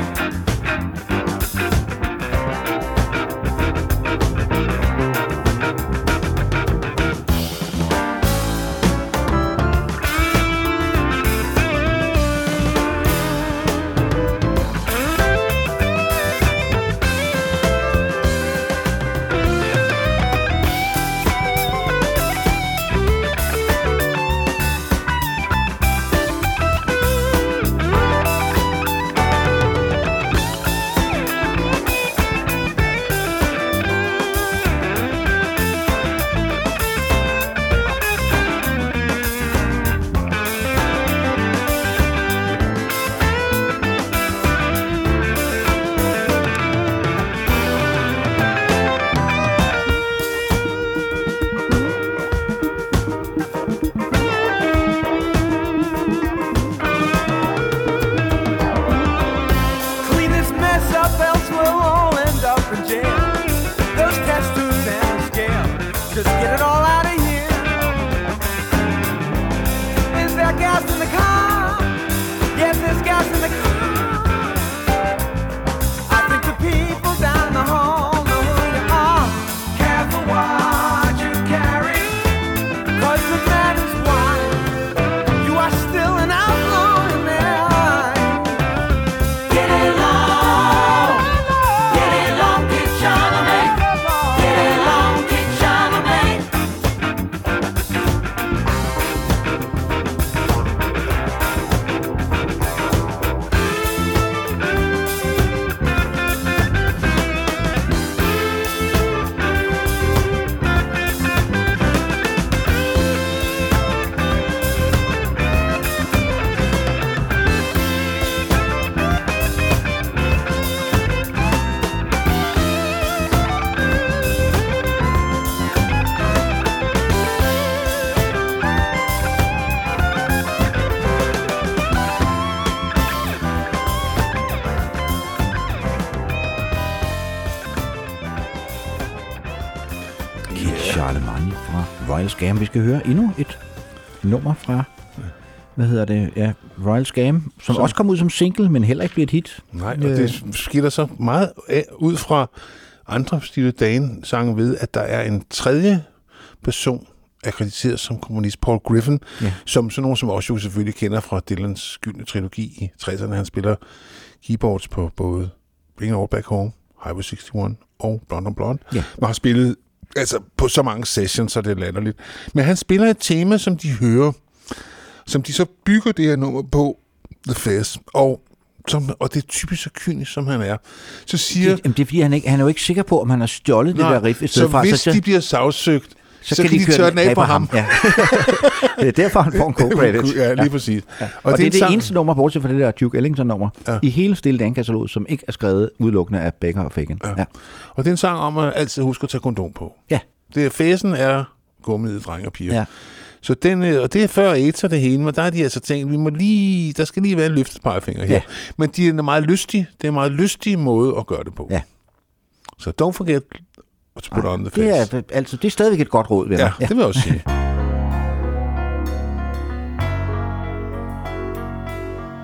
Clean this mess up, else we'll all end up in jail. Those test tubes and the scale, just get it all out of here. Is there gas in the car? Yes, there's gas in the car. I think the people down the hall know who you are. Careful what you carry, 'cause the man is wise. You are still an outlaw in their eyes. Get it long, keep Charlemagne. Get it long, keep Charlemagne. Charlemagne fra Royal Scam. Vi skal høre endnu et nummer fra, Royal Scam, som også kom ud som single, men heller ikke blev et hit. Nej, og det skiller så meget ud fra andre Steely Dan-sange ved, at der er en tredje person akkrediteret som komponist, Paul Griffin, som sådan nogen, som også jo selvfølgelig kender fra Dylans gyldne trilogi i 60'erne. Han spiller keyboards på både Bring It All Back Home, Highway 61 og Blonde on Blonde. Man har spillet på så mange sessions, så det er latterligt. Men han spiller et tema, som de hører, som de så bygger det her nummer på, The Fez, og det er typisk så kynisk, som han er. Så siger... Det er fordi, han er jo ikke sikker på, om han har stjålet det der riff. Så hvis de bliver sagsøgt, så kan de tørre den af på ham. Ja. Det er derfor, han får en co-credit. Ja, lige præcis. Ja. Og det er det eneste nummer, bortset fra det der Duke Ellington-nummer, i hele Steely Dan-kataloget, som ikke er skrevet udelukkende af Becker og Fagen. Ja. Og det er en sang om at altid huske at tage kondom på. Ja. Fæsen er gummiet drenge og piger. Ja. Så og det er før AIDS og det hele, men der er de altså tænkt, der skal lige være en løftet pegefinger her. Ja. Men de er meget lystige. Det er en meget lystig måde at gøre det på. Ja. Så don't forget to put on the face. Det er stadigvæk et godt råd, venner. Ja, det vil jeg også sige.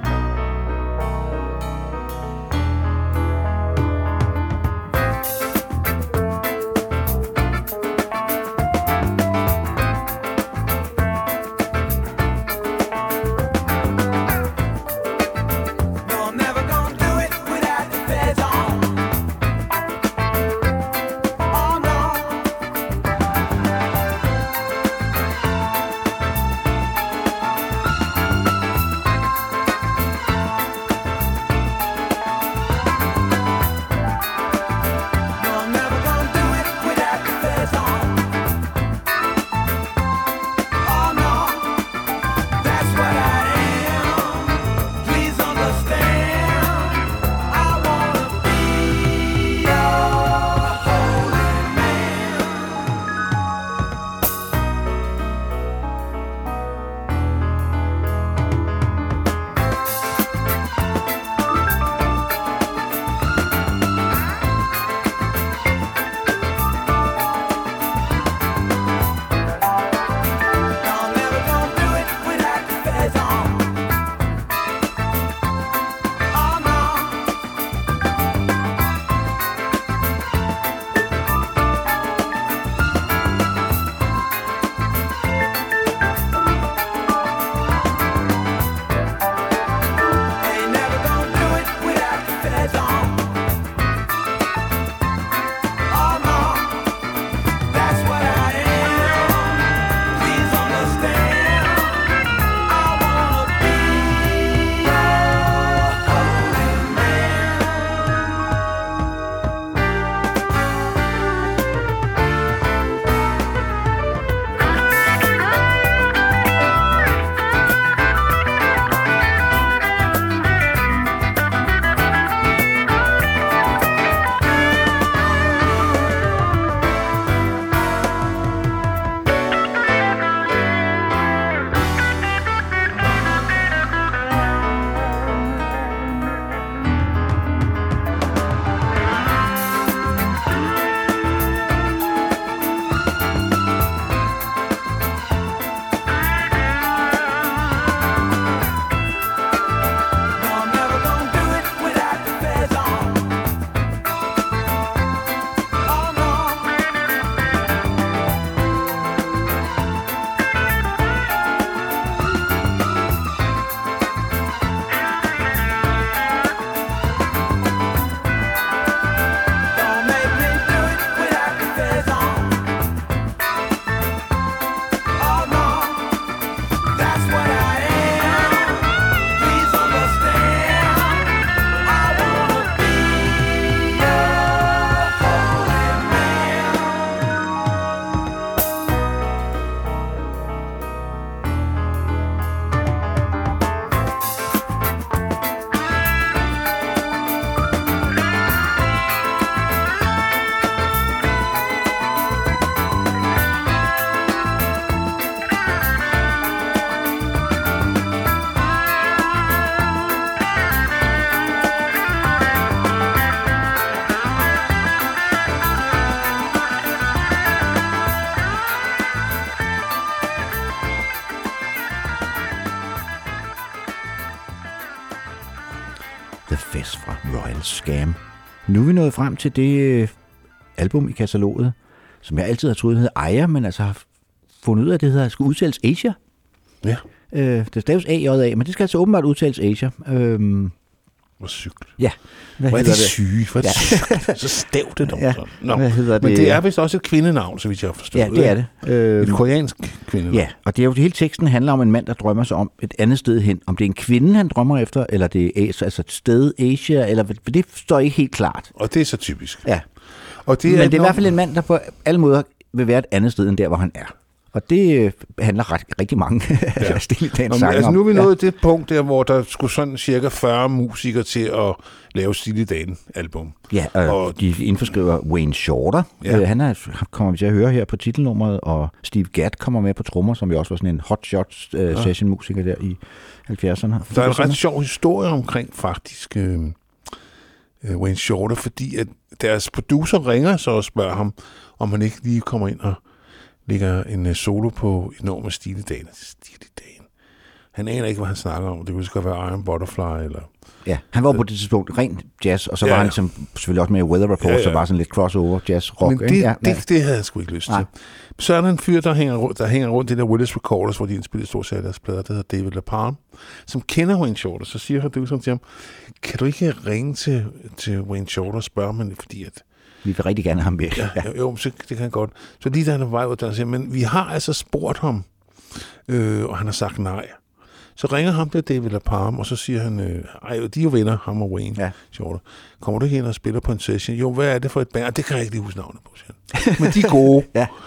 The Fest fra Royal Scam. Nu er vi nået frem til det album i kataloget, som jeg altid har troet hed Aya, men altså har fundet ud af, at det hedder, skal udtales Asia. Ja. Det staves A-J-A, men det skal altså åbenbart udtales Asia. Hvor sygt. Ja. Hvor er det sygt? Hvor er det sygt? Så stav det dog. Ja. Hvad hedder det? Men det er vist også et kvindenavn, så vidt jeg har forstået. Ja, det er det. Et koreansk kvindenavn. Ja, og det er jo hele teksten handler om en mand, der drømmer sig om et andet sted hen. Om det er en kvinde, han drømmer efter, eller det er altså et sted, Asia, eller det står ikke helt klart. Og det er så typisk. Ja. Og det men det er i hvert fald en mand, der på alle måder vil være et andet sted, end der, hvor han er. Og det handler rigtig mange ja. Stilidans sange altså, om. nu er vi nået det punkt der, hvor der skulle sådan cirka 40 musikere til at lave Stilidan-album. Ja, og de indforskriver Wayne Shorter. Ja. Han kommer vi til at høre her på titelnummeret, og Steve Gadd kommer med på trommer, som jo også var sådan en hotshot session-musiker der i 70'erne. Der er en ret sjov historie omkring faktisk Wayne Shorter, fordi at deres producer ringer så og spørger ham, om han ikke lige kommer ind og ligger en solo på et nummer med Stilidan. Han aner ikke, hvad han snakker om. Det kunne godt være Iron Butterfly eller... Ja, han var på det tidspunkt rent jazz, og så var han selvfølgelig også med i Weather Report, så var sådan lidt crossover jazz-rock. Men det havde jeg sgu ikke lyst til. Så er der en fyr, der hænger rundt det der Willis Recorders, hvor de indspiller stort set af deres plader, der hedder David LaPalme, som kender Wayne Shorter. Så siger du sådan til ham, kan du ikke ringe til Wayne Shorter og spørge ham, fordi at vi vil rigtig gerne have ham med. Ja. Jo, så det kan han godt. Så lige da han er vej ud, der siger, men vi har altså spurgt ham, og han har sagt nej. Så ringer ham der David LaPalme, og så siger han, de er jo venner, ham og Wayne Shorter. Kommer du ikke ind og spiller på en session? Jo, hvad er det for et band? Det kan jeg ikke lige huske navnet på, siger han. Men de er gode.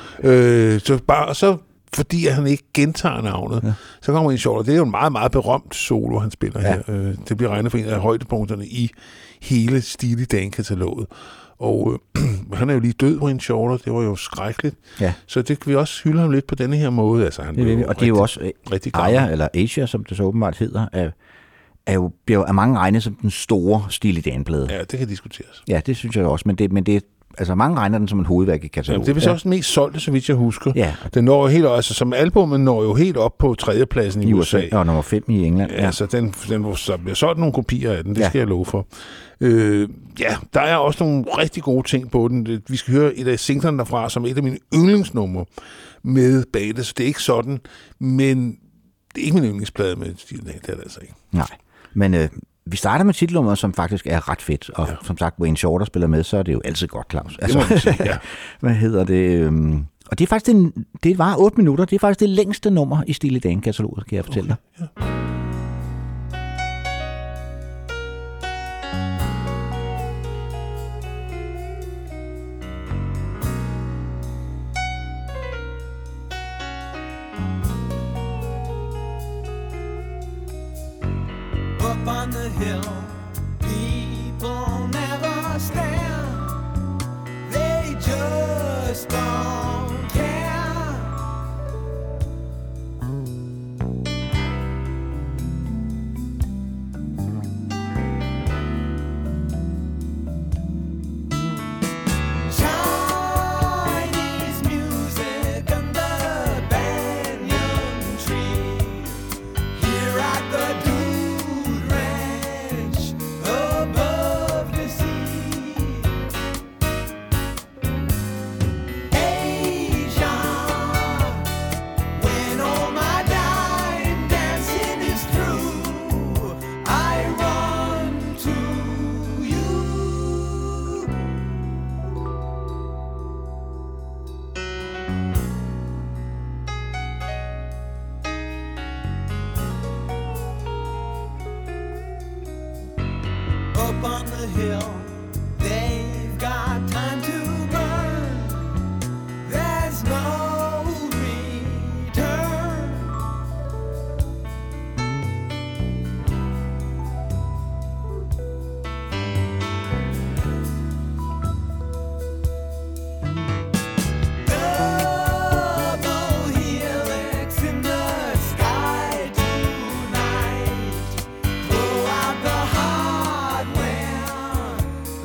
Så fordi at han ikke gentager navnet, så kommer Wayne Shorter. Det er jo en meget, meget berømt solo, han spiller her. Det bliver regnet for en af højdepunkterne i hele Stilidan-kataloget. Og han er jo lige død, Wayne Shorter. Det var jo skrækkeligt. Ja. Så det kan vi også hylde ham lidt på denne her måde. Altså, han og det er jo også Aya, eller Asia, som det så åbenbart hedder, bliver jo af mange regnet som den store Stilidan-plade. Ja, det kan diskuteres. Ja, det synes jeg også. Men det altså mange regner den som en hovedværk i kataloget. Ja, det er vist også den mest solgte, så vidt jeg husker. Ja. Den når helt, altså som albumet når jo helt op på 3. pladsen i USA. Og nummer 5 i England. Ja, så så bliver solgt nogle kopier af den, det skal jeg love for. Der er også nogle rigtig gode ting på den. Vi skal høre et af singlerne derfra, som et af mine yndlingsnumre med bandet, så det er ikke sådan, men det er ikke min yndlingsplade med Stilidan, det er det altså ikke. Nej, men vi starter med titelnummeret, som faktisk er ret fedt, og som sagt, Wayne Shorter spiller med, så er det jo altid godt, Claus. Altså, det må man sige, ja. Hvad hedder det? Og det er faktisk det var 8 minutter, det er faktisk det længste nummer i Stilidan-kataloget, kan jeg fortælle dig. Ja. Up on the hill, people never stand. They just don't care. Chinese music under banyan tree. Here at the Dude Ranch above the sea. Asia, when all my dime dancing is through, I run to you. Up on the hill, they've got time to burn. There's no return. Double helix in the sky tonight. Blow out the hardware.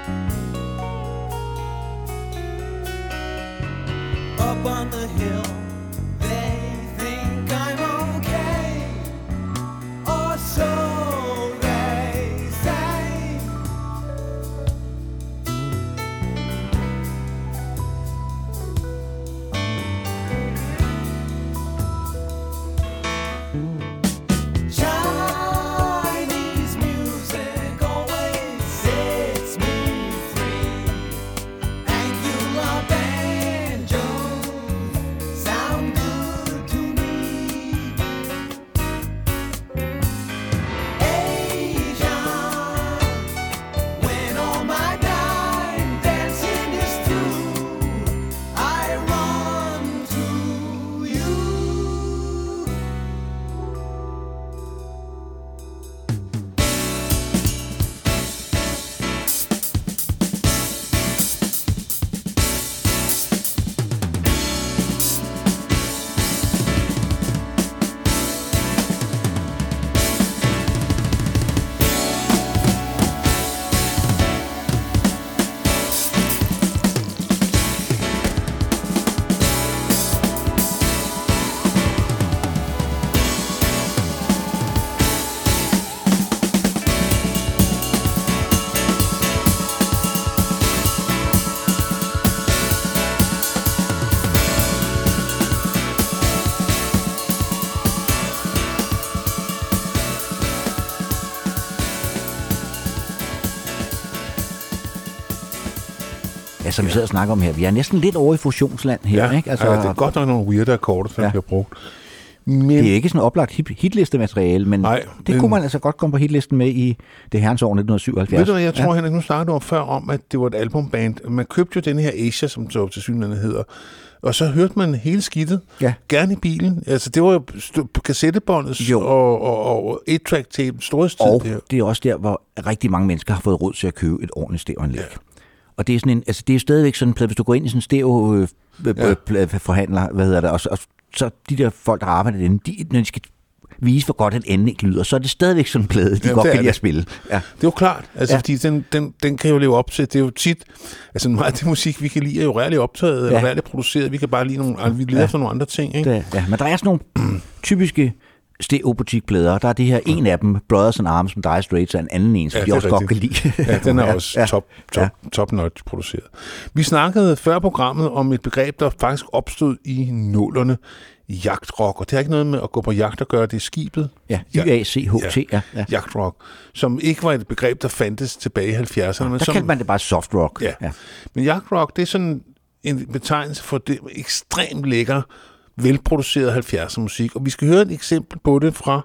Up on the hill, they think I'm okay, or so they say. Chinese music always sets me free. Angular banjos sound good to me. Asia, when all my time dancing is through, I run to you. Ja, som vi sidder og snakker om her. Vi er næsten lidt over i fusionsland her, Ja, ikke? altså, det er godt nok nogle weirde akkorder, der bliver brugt. Men Det er ikke sådan oplagt hitlistemateriale, men Nej, det men- kunne man altså godt komme på hitlisten med i det herrens år 1977. ved du hvad, jeg tror, Henrik, nu snakkede du om før om, at det var et albumband. Man købte jo den her Asia, som så til synligheden hedder, og så hørte man hele skidtet, Ja. gerne i bilen. Altså, det var jo på kassettebåndets Jo. og 8-track-tape, storhedstid. Og det her. det er også der, hvor rigtig mange mennesker har fået råd til at købe et ordentligt stereoanlæg. Ja. Og det er sådan en, altså det er stadigvæk sådan en plade, hvis du går ind i sådan en stereo-forhandler, hvad hedder det, og så de der folk, der arbejder den, når de skal vise, hvor godt et anlæg lyder, så er det stadigvæk sådan en plade, de Jamen, godt det er kan lide det. at spille. Ja. Det er jo klart, altså, Ja. fordi den kan jo leve op til, det er jo tit, altså meget af det musik, vi kan lide, er jo rærligt optaget, eller rærligt produceret, vi kan bare lide nogle, vi leder efter nogle andre ting, ikke? Ja, men der er sådan nogle typiske stereobutikplader. Der er det her en af dem, Brothers and Arms med Dire Straits, og en anden en, som Ja, de det er også godt kan rigtigt. lide. Ja, den er også top-notch produceret. Vi snakkede før programmet om et begreb, der faktisk opstod i nullerne, jagtrock, og det har ikke noget med at gå på jagt at gøre, det er skibet. Ja, YACHT, ja. Jagtrock, som ikke var et begreb, der fandtes tilbage i 70'erne. Men Der som, kaldte man det bare soft rock. Ja. Men jagtrock, det er sådan en betegnelse for det ekstremt lækker, velproduceret 70'er musik, og vi skal høre et eksempel på det fra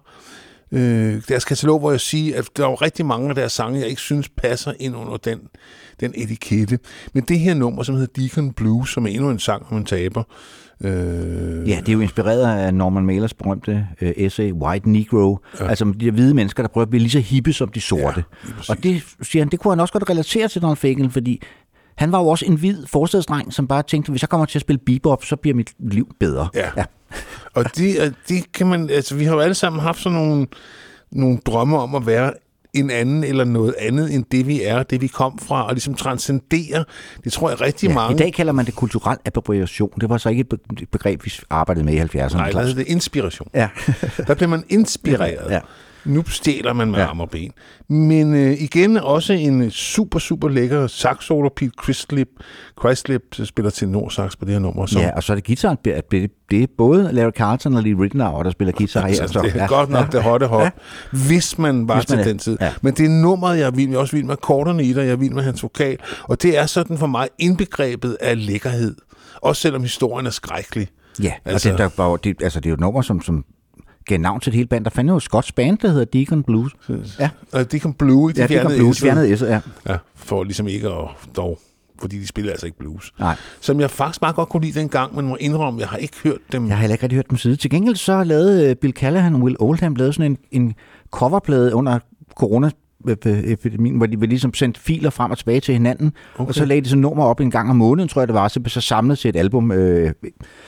deres katalog, hvor jeg siger, at der er jo rigtig mange af deres sange, jeg ikke synes passer ind under den etikette. Men det her nummer, som hedder Deacon Blues, som er endnu en sang om en taber. Ja, det er jo inspireret af Norman Mailers berømte essay, White Negro. Ja. Altså de der hvide mennesker, der prøver at blive lige så hippe som de sorte. Ja, og det, siger han, det kunne han også godt relatere til Donald Fagen, fordi han var jo også en hvid forstadsdreng, som bare tænkte, hvis jeg kommer til at spille bebop, så bliver mit liv bedre. Ja. Og det kan man, altså vi har jo alle sammen haft sådan nogle drømme om at være en anden eller noget andet end det vi er, det vi kom fra, og ligesom transcendere. Det tror jeg rigtig mange. I dag kalder man det kulturel appropriation. Det var så ikke et begreb, vi arbejdede med i 70'erne. Nej, det er inspiration. Ja. Der bliver man inspireret. Ja. Nu stjæler man med arm og ben. Men igen også en super, super lækker sax-solo. Pete Christlip spiller tenorsax på det her nummer. Som, Ja, og så er det guitaren. Det er både Larry Carlton og Lee Ritenour, der spiller guitar her. altså, det er godt nok det hotte hop, hvis man var til den tid. Ja. Men det er nummeret, jeg er vild med. Jeg er også vild med akkorderne i det, jeg er vild med hans vokal. Og det er sådan for mig indbegrebet af lækkerhed. Også selvom historien er skrækkelig. Ja, altså, og det er jo et nummer, som gav navn til et helt band. Der fandt jo et skotsk band, der hedder Deacon Blues. Ja. Og Deacon Blues, de fjernede S'et, ja. Ja, for ligesom ikke at dog, fordi de spiller altså ikke blues. Nej. Som jeg faktisk meget godt kunne lide dengang, men må indrømme, jeg har ikke hørt dem. Jeg har heller ikke rigtig hørt dem siden. Til gengæld så lavede Bill Callahan og Will Oldham sådan en coverplade under corona-epidemien, hvor de ligesom sendte filer frem og tilbage til hinanden, og så lagde de sådan nummer op en gang om måneden, tror jeg det var, så samlet til et album.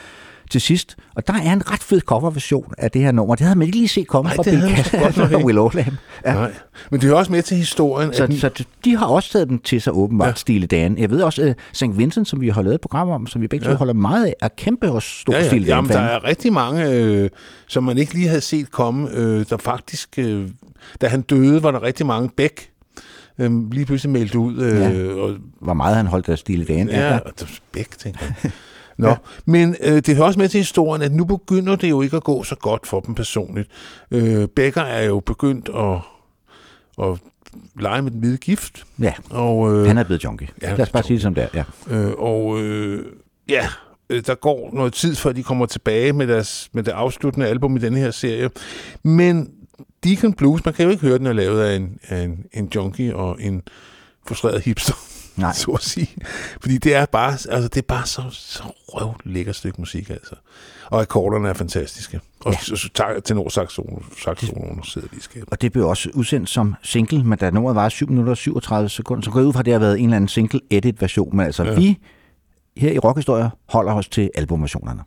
til sidst. Og der er en ret fed coverversion af det her nummer. Det havde man ikke lige set komme fra det Bill havde man Callahan godt nok og ikke. Will Oldham. Ja. Nej. Men det er også med til historien. Så de har også taget den til sig åbenbart, Ja. Steely Dan. Jeg ved også, St. Vincent, som vi har lavet et program om, som vi begge to holder meget af, er kæmpe og stor Steely Dan. Jamen, der er rigtig mange, som man ikke lige havde set komme, der faktisk, da han døde, var der rigtig mange Beck, lige pludselig meldte ud. Og, Hvor meget han holdt af Steely Dan. ja, og der Beck, tænker jeg. Nå, men det hører også med til historien, at nu begynder det jo ikke at gå så godt for dem personligt. Becker er jo begyndt at lege med den hvide gift. Ja, Og, han er blevet junkie. Ja, Lad os bare sige det som det er. Ja. Der går noget tid, før de kommer tilbage med det afsluttende album i denne her serie. Men Deacon Blues, man kan jo ikke høre, den er lavet af en junkie og en frustreret hipster. Nej. Så at sige. Fordi det er bare så røvlækkert stykke musik, altså. Og akkorderne er fantastiske. Og tenorsaxofoner sidder lige i skabet. Og det blev også udsendt som single, men da nummeret var 7 minutter og 37 sekunder, så går jeg ud fra, at det har været en eller anden single-edit-version. Men altså, vi her i Rockhistorier holder os til albumversionerne.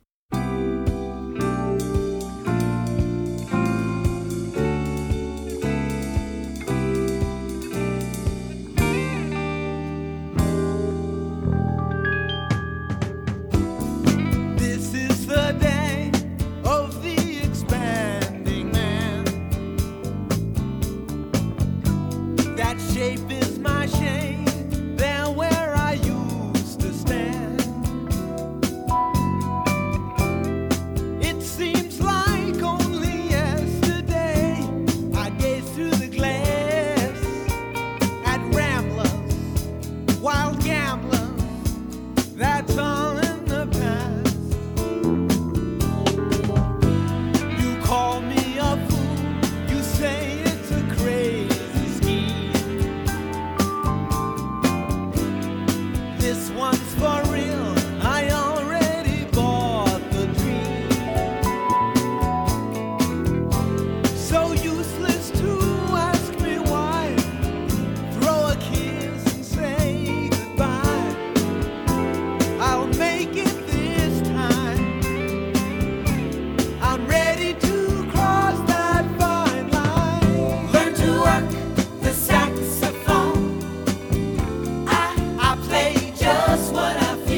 This is the day of the expanding man. That shape is my shame, there where I used to stand. It seems like only yesterday I gazed through the glass at ramblers, wild gamblers, that's all in the past. You call me a fool, you say it's a crazy scheme. This one's for real, I already bought the dream. So useless to ask me why, throw a kiss and say goodbye. I'll make it this time. I'm ready to cross that fine line. Learn to work the saxophone. I play just what I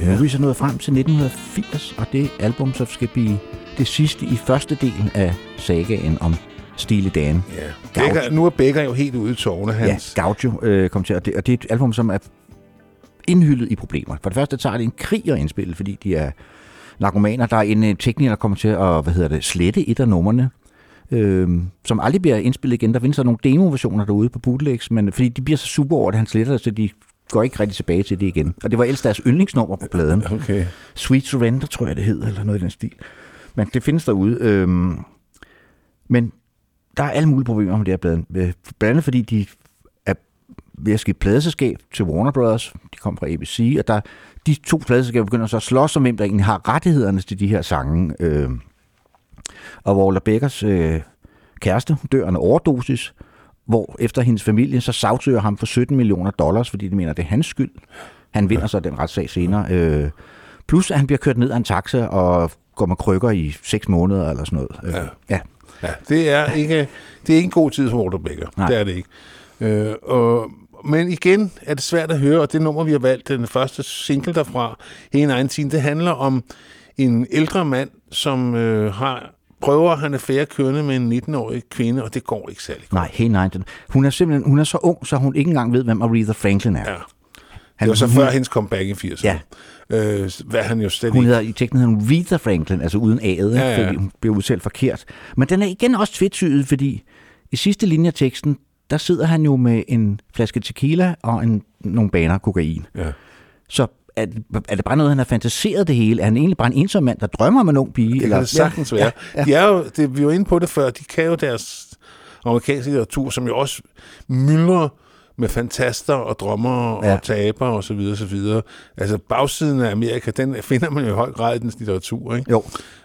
nu er vi så nået frem til 1980, og det album, så skal blive det sidste i første del af sagaen om Steely Dan. Ja. Nu er Becker jo helt ude i tårne, hans. Ja, Gaucho kom til, og det er et album, som er indhyldet i problemer. For det første tager det en krig at indspille, fordi de er narkomaner. Der er en tekniker, der kommer til at slette et af numrene, som aldrig bliver indspillet igen. Der findes nogle demo-versioner derude på bootlegs, men fordi de bliver så super over det, han sletter det, så de går ikke rigtig tilbage til det igen. Og det var ellers deres yndlingsnummer på pladen. Okay. Sweet Surrender, tror jeg det hed, eller noget i den stil. Men det findes derude. Men der er alle mulige problemer med det her pladen. Blandt andet fordi de er ved at skifte pladeselskab til Warner Brothers. De kom fra ABC, og de to pladeselskaber begynder så at slås om, hvem der egentlig har rettighederne til de her sange. Og Walter Beckers kæreste dør af en overdosis, hvor efter hendes familie så sagsøger ham for $17 million, fordi de mener, det er hans skyld. Han vinder så den retssag senere. Plus at han bliver kørt ned af en taxa og går med krykker i 6 måneder eller sådan noget. Ja. Ja, det er ikke en god tid for Walter Becker. Nej. Det er det ikke. Men igen er det svært at høre, og det nummer, vi har valgt, den første single derfra, Hey 19, det handler om en ældre mand, som prøver, han er færre kørende med en 19-årig kvinde, og det går ikke særlig godt. Nej, Hey 19. Hun er så ung, så hun ikke engang ved, hvem Aretha Franklin er. Ja. Det var så før hendes comeback i 80'erne. Ja. Hvad han jo slet hun hedder i teknikken Aretha Franklin, altså uden A'et, ja. Fordi hun bliver udtalt forkert. Men den er igen også tvetydig, fordi i sidste linje af teksten, der sidder han jo med en flaske tequila og nogle baner kokain. Ja. Så er det bare noget, han har fantaseret det hele? Er han egentlig bare en ensom mand, der drømmer om en ung pige? Det kan det sagtens være. Ja. De er jo, vi var inde på det før, de kan jo deres amerikanske litteratur, som jo også myldrer med fantaster og drømmere og tabere og så videre, så videre. Altså bagsiden af Amerika, den finder man jo i høj grad i dens litteratur, ikke? Jo.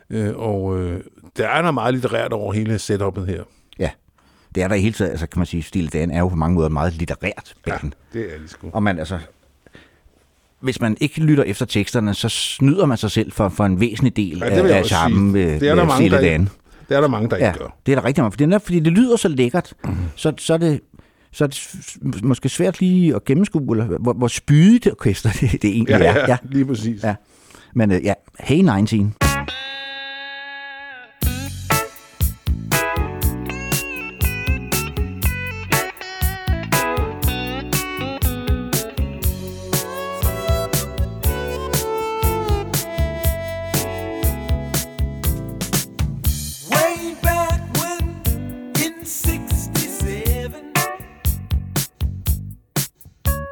Der er noget meget litterært over hele setup'et her. Ja, det er der i hele taget. Altså kan man sige, Steely Dan er jo på mange måder meget litterært band. Ja, det er det sgu. Og man altså, hvis man ikke lytter efter teksterne, så snyder man sig selv for en væsentlig del af charmen ved Steely Dan. Det er der mange, der ikke gør. Det er der rigtig mange. Fordi det lyder så lækkert, så er det måske svært lige at gennemskue, eller hvor spydigt det orkester det egentlig er. Ja, lige præcis. Ja. Men Hey 19.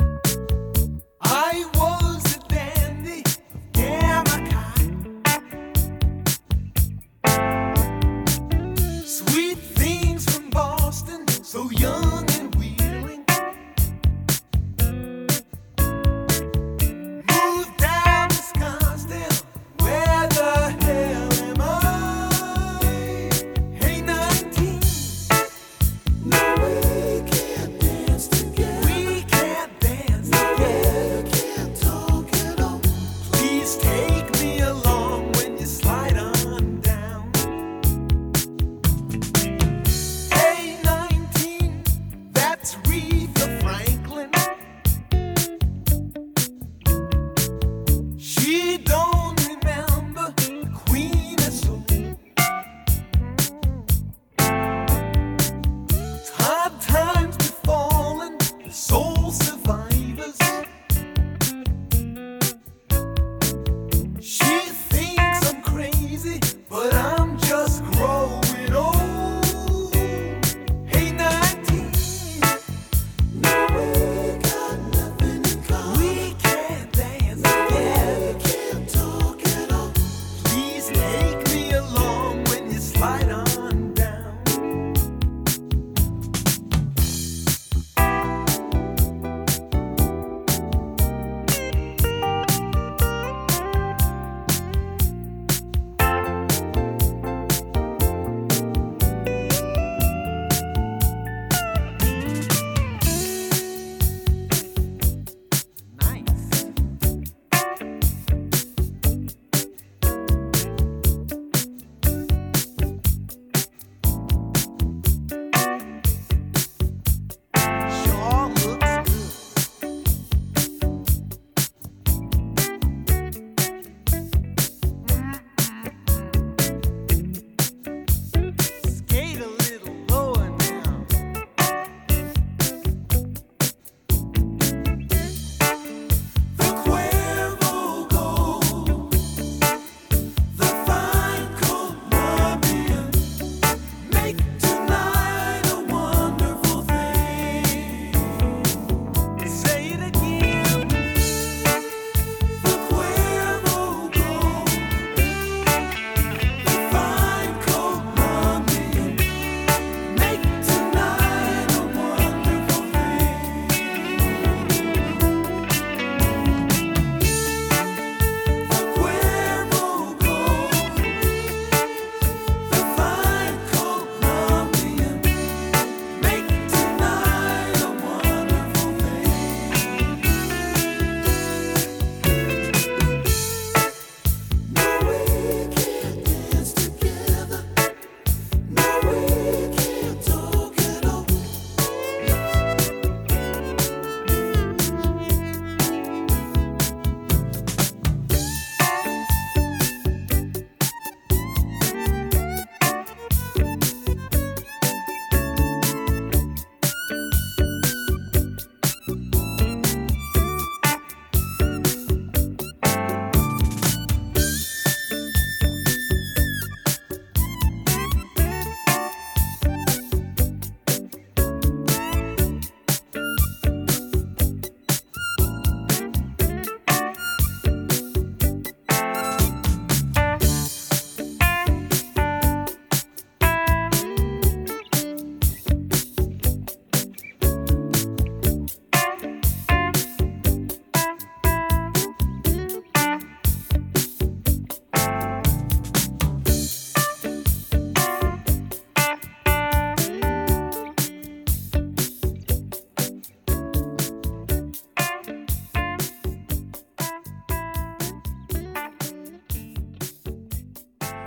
I was a dandy, yeah, my kind.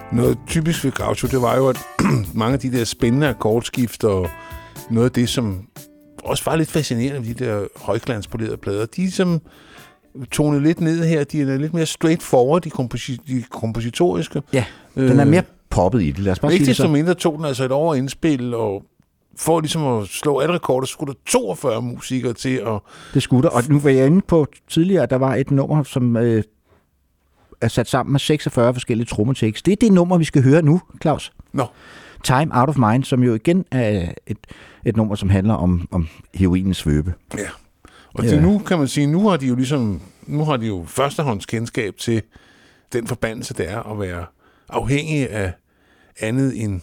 Noget typisk ved Gaucho, det var jo, at mange af de der spændende akkordskifter og noget af det, som også var lidt fascinerende ved de der højglanspolerede plader, de ligesom tonede lidt ned her. De er lidt mere straightforward, de kompositoriske. Ja, den er mere poppet i det. Lad os bare sige det så. Ikke desto mindre tog den altså et år indspil, og for ligesom at slå alle rekorder, så skulle der 42 musikere til. Og det skulle der, og nu var jeg inde på tidligere, at der var et nummer, som er sat sammen med 46 forskellige trommetekster. Det er det nummer, vi skal høre nu, Claus. Nå. Time Out of Mind, som jo igen er et nummer, som handler om heroinens svøbe. Ja, og det nu kan man sige, nu har de jo førstehåndskendskab til den forbandelse, det er at være afhængig af andet end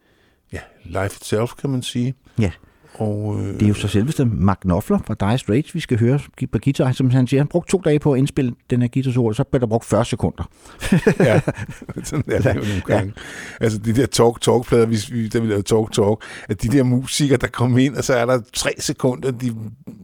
life itself, kan man sige. Ja. Og, det er jo så selveste Mark Knopfler fra Dire Straits, vi skal høre på guitar, som han siger. Han brugte 2 dage på at indspille den her guitar-solo, så blev der brugt 40 sekunder. Ja, sådan er det jo nogle gange. Ja. Altså de der talk-plader, da vi lavede talk, at de der musikere, der kom ind, og så er der 3 sekunder, de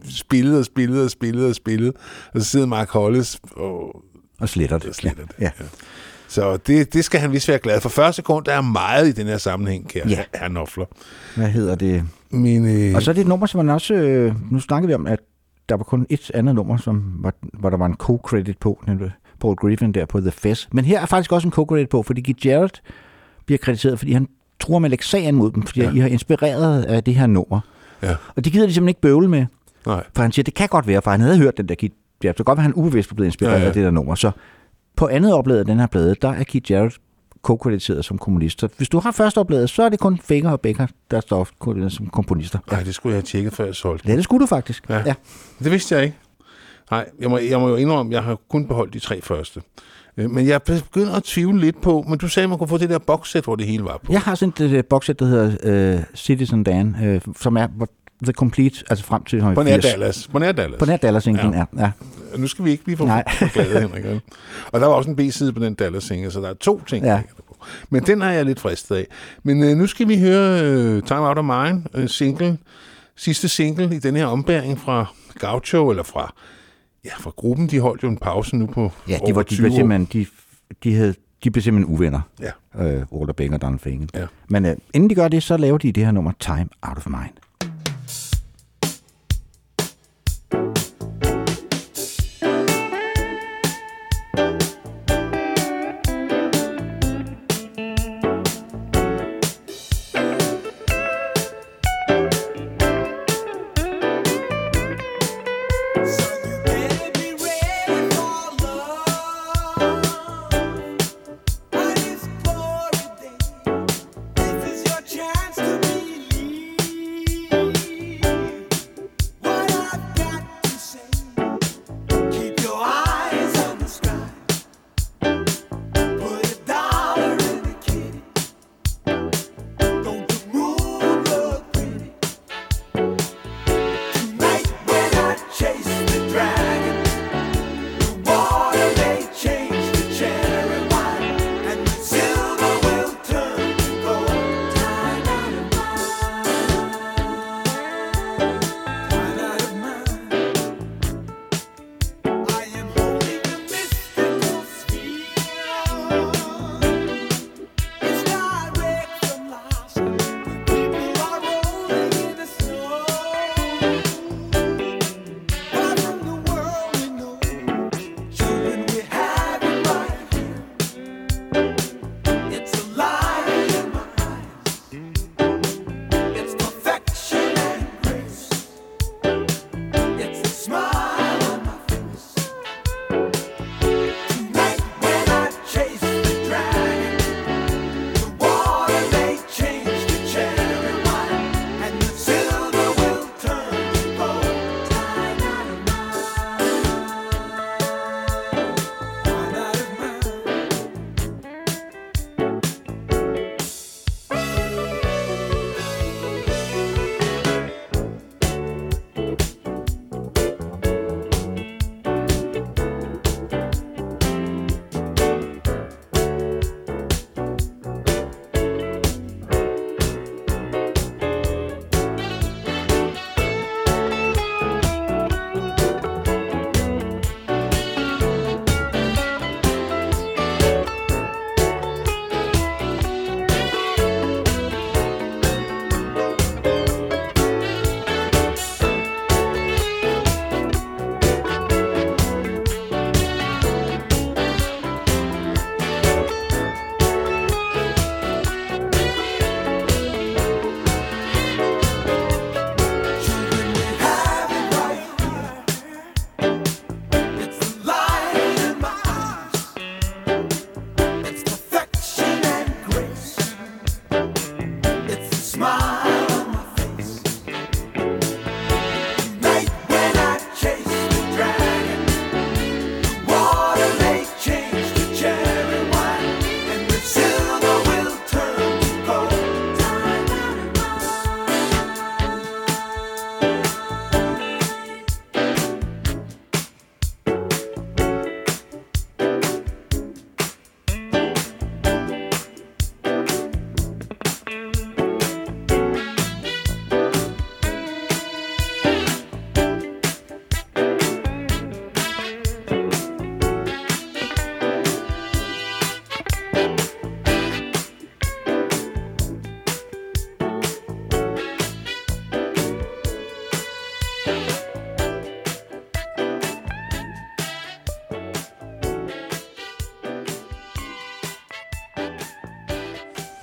spillede, og så sidder Mark Hollis og sletter det. Ja. Så det skal han vist være glad for. 40 sekunder er meget i den her sammenhæng, kære herr Knopfler. Hvad hedder det? Og så er det et nummer, som man også... nu snakkede vi om, at der var kun et andet nummer, hvor der var en co-credit på, nemlig Paul Griffin der på The Fez. Men her er faktisk også en co-credit på, fordi Keith Jarrett bliver krediteret, fordi han truer med at lægge sagen mod dem, fordi I har inspireret af det her nummer. Ja. Og det gider de simpelthen ikke bøvle med. Nej. For han siger, det kan godt være, for han havde hørt den der Keith Jarrett. Så godt være, han ubevidst blev inspireret af det der nummer. Så på andet oplaget af den her plade, der er Keith Jarrett co-krediteret som komponist. Så hvis du har første oplaget, så er det kun Fager og Becker, der står krediteret som komponister. Nej, det skulle jeg have tjekket, før jeg solgte. Ja, det skulle du faktisk. Ja. Det vidste jeg ikke. Nej, jeg må jo indrømme, jeg har kun beholdt de 3 første. Men jeg begynder at tvivle lidt på, men du sagde, at man kunne få det der boxset, hvor det hele var på. Jeg har sådan et boxset, der hedder Citizen Dan, som er The Complete, altså frem til 80. På nær Dallas. På nær Dallas-singlen, ja. Nu skal vi ikke blive for glade, Henrik. Og der var også en B-side på den Dallas-single, så der er 2 ting, der på. Men den har jeg lidt fristet af. Men nu skal vi høre Time Out of Mind, sidste single i den her ombæring fra Gaucho, eller fra gruppen. De holdt jo en pause nu på over 20 år. De blev simpelthen uvenner. Ja. Walter Becker og Donald Fagen. Ja. Men inden de gør det, så laver de det her nummer Time Out of Mind. Chance to believe.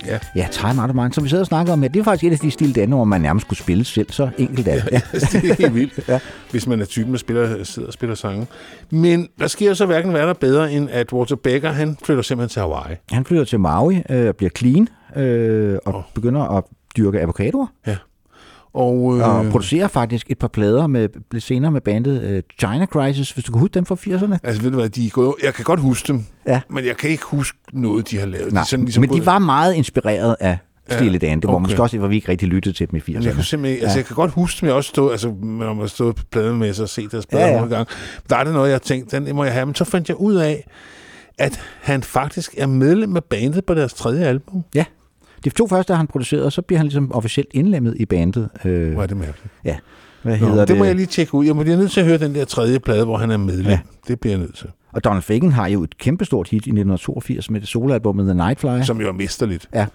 Ja, Time Out of Mind, som vi sad og snakkede om her, det er faktisk et af de Steely Dan, hvor man nærmest skulle spille selv, så enkelt er det. Ja, det er helt vildt, hvis man er typen, der sidder og spiller sange. Men der sker så hverken være der bedre, end at Walter Becker, han flytter simpelthen til Hawaii. Han flytter til Maui, bliver clean, og begynder at dyrke avocadoer. Ja. Og producerer faktisk et par plader senere med bandet China Crisis, hvis du kan huske dem fra 80'erne. Altså ved du hvad, jeg kan godt huske dem, men jeg kan ikke huske noget, de har lavet. Nej, de var meget inspireret af Steely Dan. Det var måske også, hvor vi ikke rigtig lyttede til dem i 80'erne. Jeg kan simpelthen, jeg kan godt huske dem, jeg også stod, når man stod på pladen med sig og set deres plader nogle gange. Der er det noget, jeg tænkte, den må jeg have. Men så fandt jeg ud af, at han faktisk er medlem af bandet på deres 3. album. Ja. De 2 første har han produceret, og så bliver han ligesom officielt indlemmet i bandet. Hvor er det mærkeligt? Ja. Hvad hedder det? Det må jeg lige tjekke ud. Jeg bliver nødt til at høre den der 3. plade, hvor han er medlem. Ja. Det bliver jeg nødt til. Og Donald Fagen har jo et kæmpestort hit i 1982 med det soloalbummet The Night Fly. Som jo er mesterligt. Ja.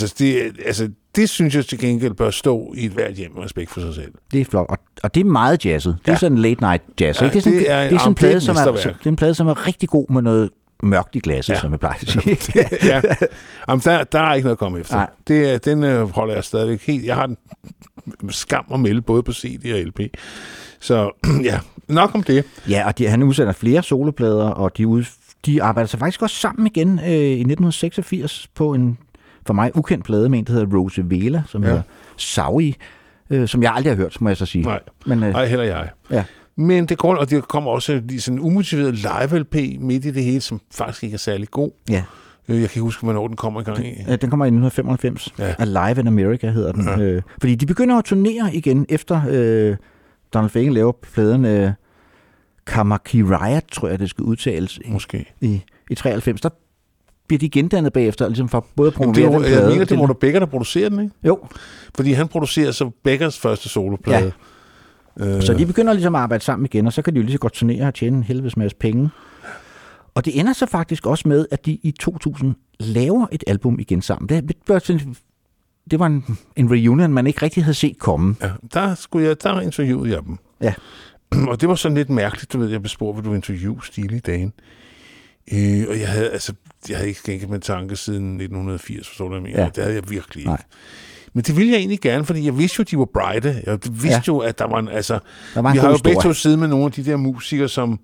Det synes jeg til gengæld bør stå i et hvert hjem med respekt for sig selv. Det er flot. Og det er meget jazzet. Det er sådan en late night jazz. Ja, det er en plade, som er rigtig god med noget mørkt i glasset, som jeg plejer at sige. Ja. Jamen, der er ikke noget at komme efter. Den holder jeg stadigvæk helt. Jeg har den skam at melde både på CD og LP. Så ja, nok om det. Ja, og han udsender flere soloplader, og de arbejder sig faktisk også sammen igen i 1986 på en for mig ukendt plade med en, der hedder Rosevela, som hedder Saui, som jeg aldrig har hørt, må jeg så sige. Nej, heller jeg. Ja. Men det går, og det kommer også sådan en umotiveret live-LP midt i det hele, som faktisk ikke er særlig god. Ja. Jeg kan ikke huske, hvornår den kommer i gang i. Den kommer i 1995. Ja. Alive in America hedder den. Ja. Fordi de begynder at turnere igen, efter Donald Fagen laver pladen Kamaki Riot, tror jeg, det skal udtales. Måske. I 93. Der bliver de gendannet bagefter, ligesom for både at promovere den plade. Jeg mener, det må du Becker, der producerer den, ikke? Jo. Fordi han producerer så Beckers første soloplade. Ja. Så de begynder ligesom at arbejde sammen igen, og så kan de jo lige så godt turnere og tjene en helvedes masse penge. Og det ender så faktisk også med, at de i 2000 laver et album igen sammen. Det var en reunion, man ikke rigtig havde set komme. Ja, der interviewede jeg dem. Ja. Og det var sådan lidt mærkeligt, du ved, jeg blev spurgt, vil du interviewe Steely Dan? Og jeg havde ikke skænket med tanke siden 1980, forstår du, det havde jeg virkelig ikke. Nej. Men det ville jeg egentlig gerne, fordi jeg vidste jo, de var brighte. Jeg vidste jo, at der var en... Altså, vi har jo begge to siddet med nogle af de der musikere, som...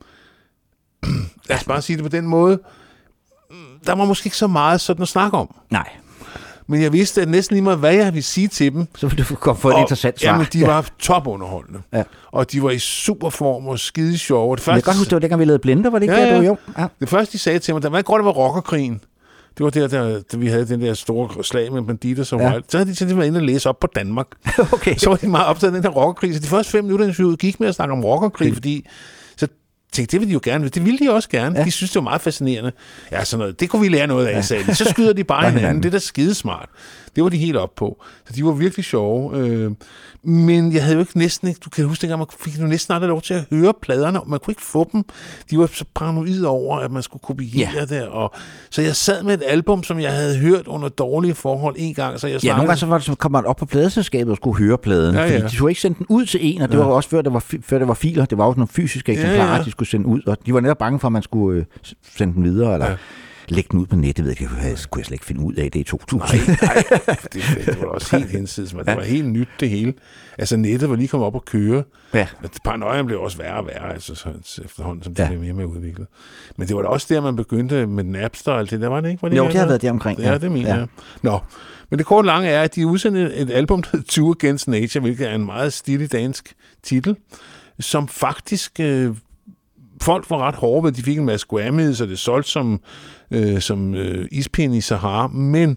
lad os bare sige det på den måde. Der var måske ikke så meget sådan at snakke om. Nej. Men jeg vidste, at næsten lige meget, hvad jeg ville sige til dem... Så ville du godt få et interessant svar. Jamen, de var topunderholdende. Ja. Og de var i super form og skide sjove. Jeg kan godt huske, det var dengang, vi lavede Blender, var det ikke der, du jo? Ja. Det første, de sagde til mig, der var ikke godt, det var rockerkrigen. Det var der vi havde den der store slag med banditter, så havde de sådan været inde og læse op på Danmark. Okay. Så var de meget optaget af den her rockerkrig. Så de første 5 minutter, interviewet gik med at snakke om rockerkrig, fordi så tænkte, det ville de jo gerne. Det ville de også gerne. Ja. De synes, det var meget fascinerende. Ja, sådan noget. Det kunne vi lære noget af, sagde de. Så skyder de bare hinanden. Det er da skidesmart. Det var de helt op på. Så de var virkelig sjove. Men jeg havde jo næsten ikke... Du kan huske, dengang man fik jo næsten aldrig lov til at høre pladerne. Man kunne ikke få dem. De var så paranoid over, at man skulle kopiere det. Og så jeg sad med et album, som jeg havde hørt under dårlige forhold en gang. Så jeg nogle gange så var det, så kom man op på pladeselskabet og skulle høre pladen. Ja, fordi de skulle ikke sende den ud til en, og det var også før det var filer. Det var også nogle fysiske eksemplarer, de skulle sende ud. Og de var netop bange for, at man skulle sende den videre, eller... lægge den ud på nettet, ved jeg, kunne jeg slet ikke finde ud af det i 2000. Nej, det var også helt hensides, men det var helt nyt det hele. Altså nettet var lige kommet op og køre. Ja. Paranoien blev også værre og værre, altså efterhånden, som det blev mere og mere udviklet. Men det var da også der, man begyndte med Napster og alt det der, var det ikke? Jo, det har været der omkring. Ja, det mener jeg. Nå, men det korte lange er, at de udsendte et album, der hedder Two Against Nature, hvilket er en meget stilig dansk titel, som faktisk... folk var ret hårde ved, de fik en masse Grammys, så det solgte som ispind i Sahara, men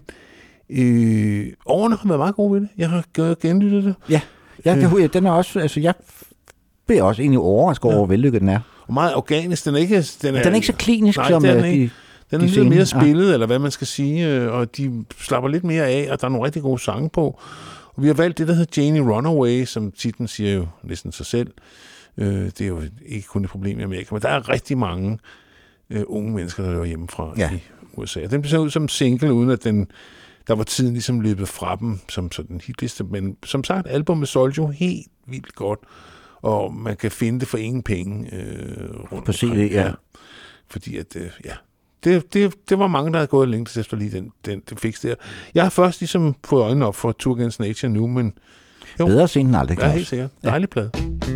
årene har været meget gode ved det. Jeg har genlyttet det. Ja, den er også, altså jeg bliver også egentlig overrasket over, hvor vellykket den er. Og meget organisk. Den er ikke så klinisk som den er lidt mere spillet, eller hvad man skal sige, og de slapper lidt mere af, og der er nogle rigtig gode sange på. Og vi har valgt det, der hedder Janie Runaway, som titlen siger jo næsten sig selv. Det er jo ikke kun et problem i Amerika, men der er rigtig mange unge mennesker, der løber hjemmefra i USA. Den bliver så ud som single, uden at der var tiden ligesom løbet fra dem som sådan hitliste. Men som sagt, albumet solgte jo helt vildt godt, og man kan finde det for ingen penge rundt på CD, ja. Fordi at, det var mange, der havde gået længe efter lige den fix der. Jeg har først ligesom fået øjnene op for Tour Against Nature nu, men... Jo, bedre sent end aldrig. Ja, helt sikkert. Dejlig plade.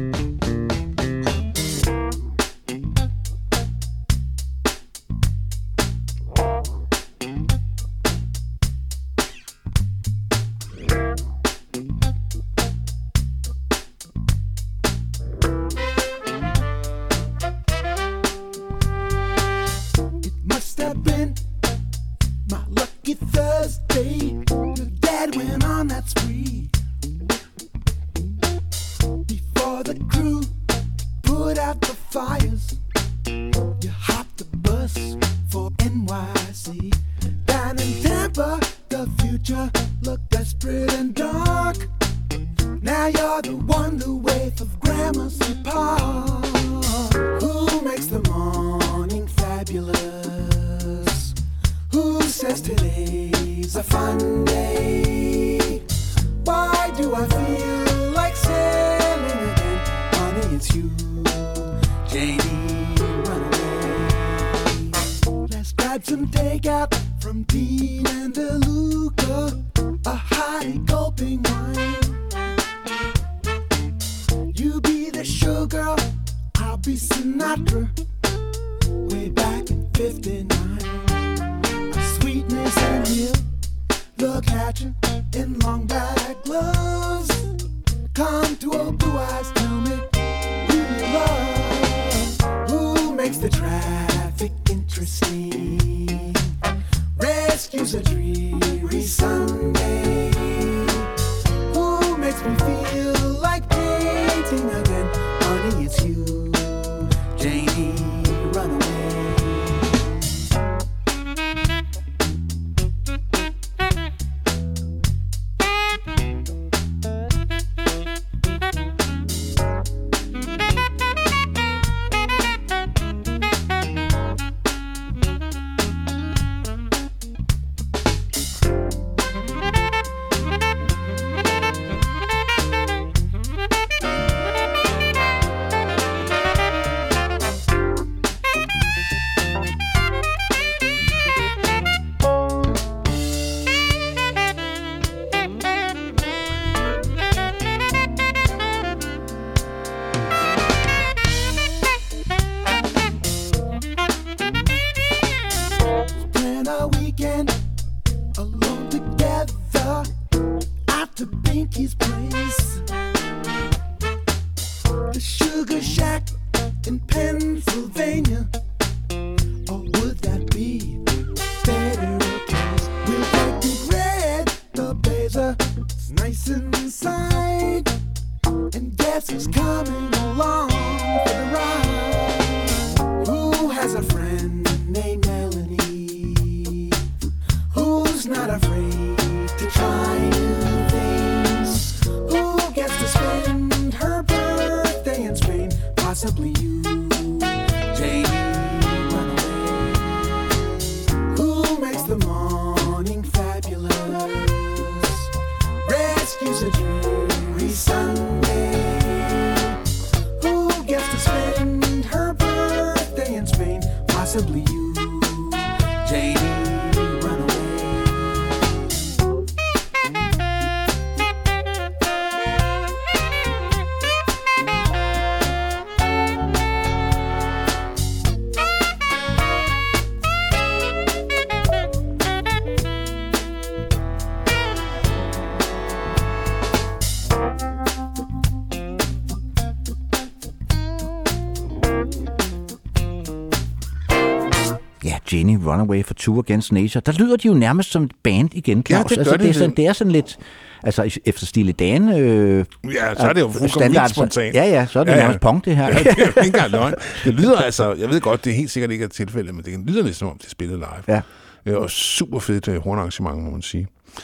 Jenny Runaway for Tour Against Nature. Der lyder de jo nærmest som et band igen, Claus. Ja, det er sådan lidt, altså efter Stille Dan... ja, så er det jo fuldkommen spontant. Ja, så er det nærmest punk, det her. Ja, det er ikke engang løgn. Det lyder altså, jeg ved godt, det er helt sikkert ikke et tilfælde, men det lyder lidt som om, det spillet live. Ja. Og super fedt hornarrangement, må man sige.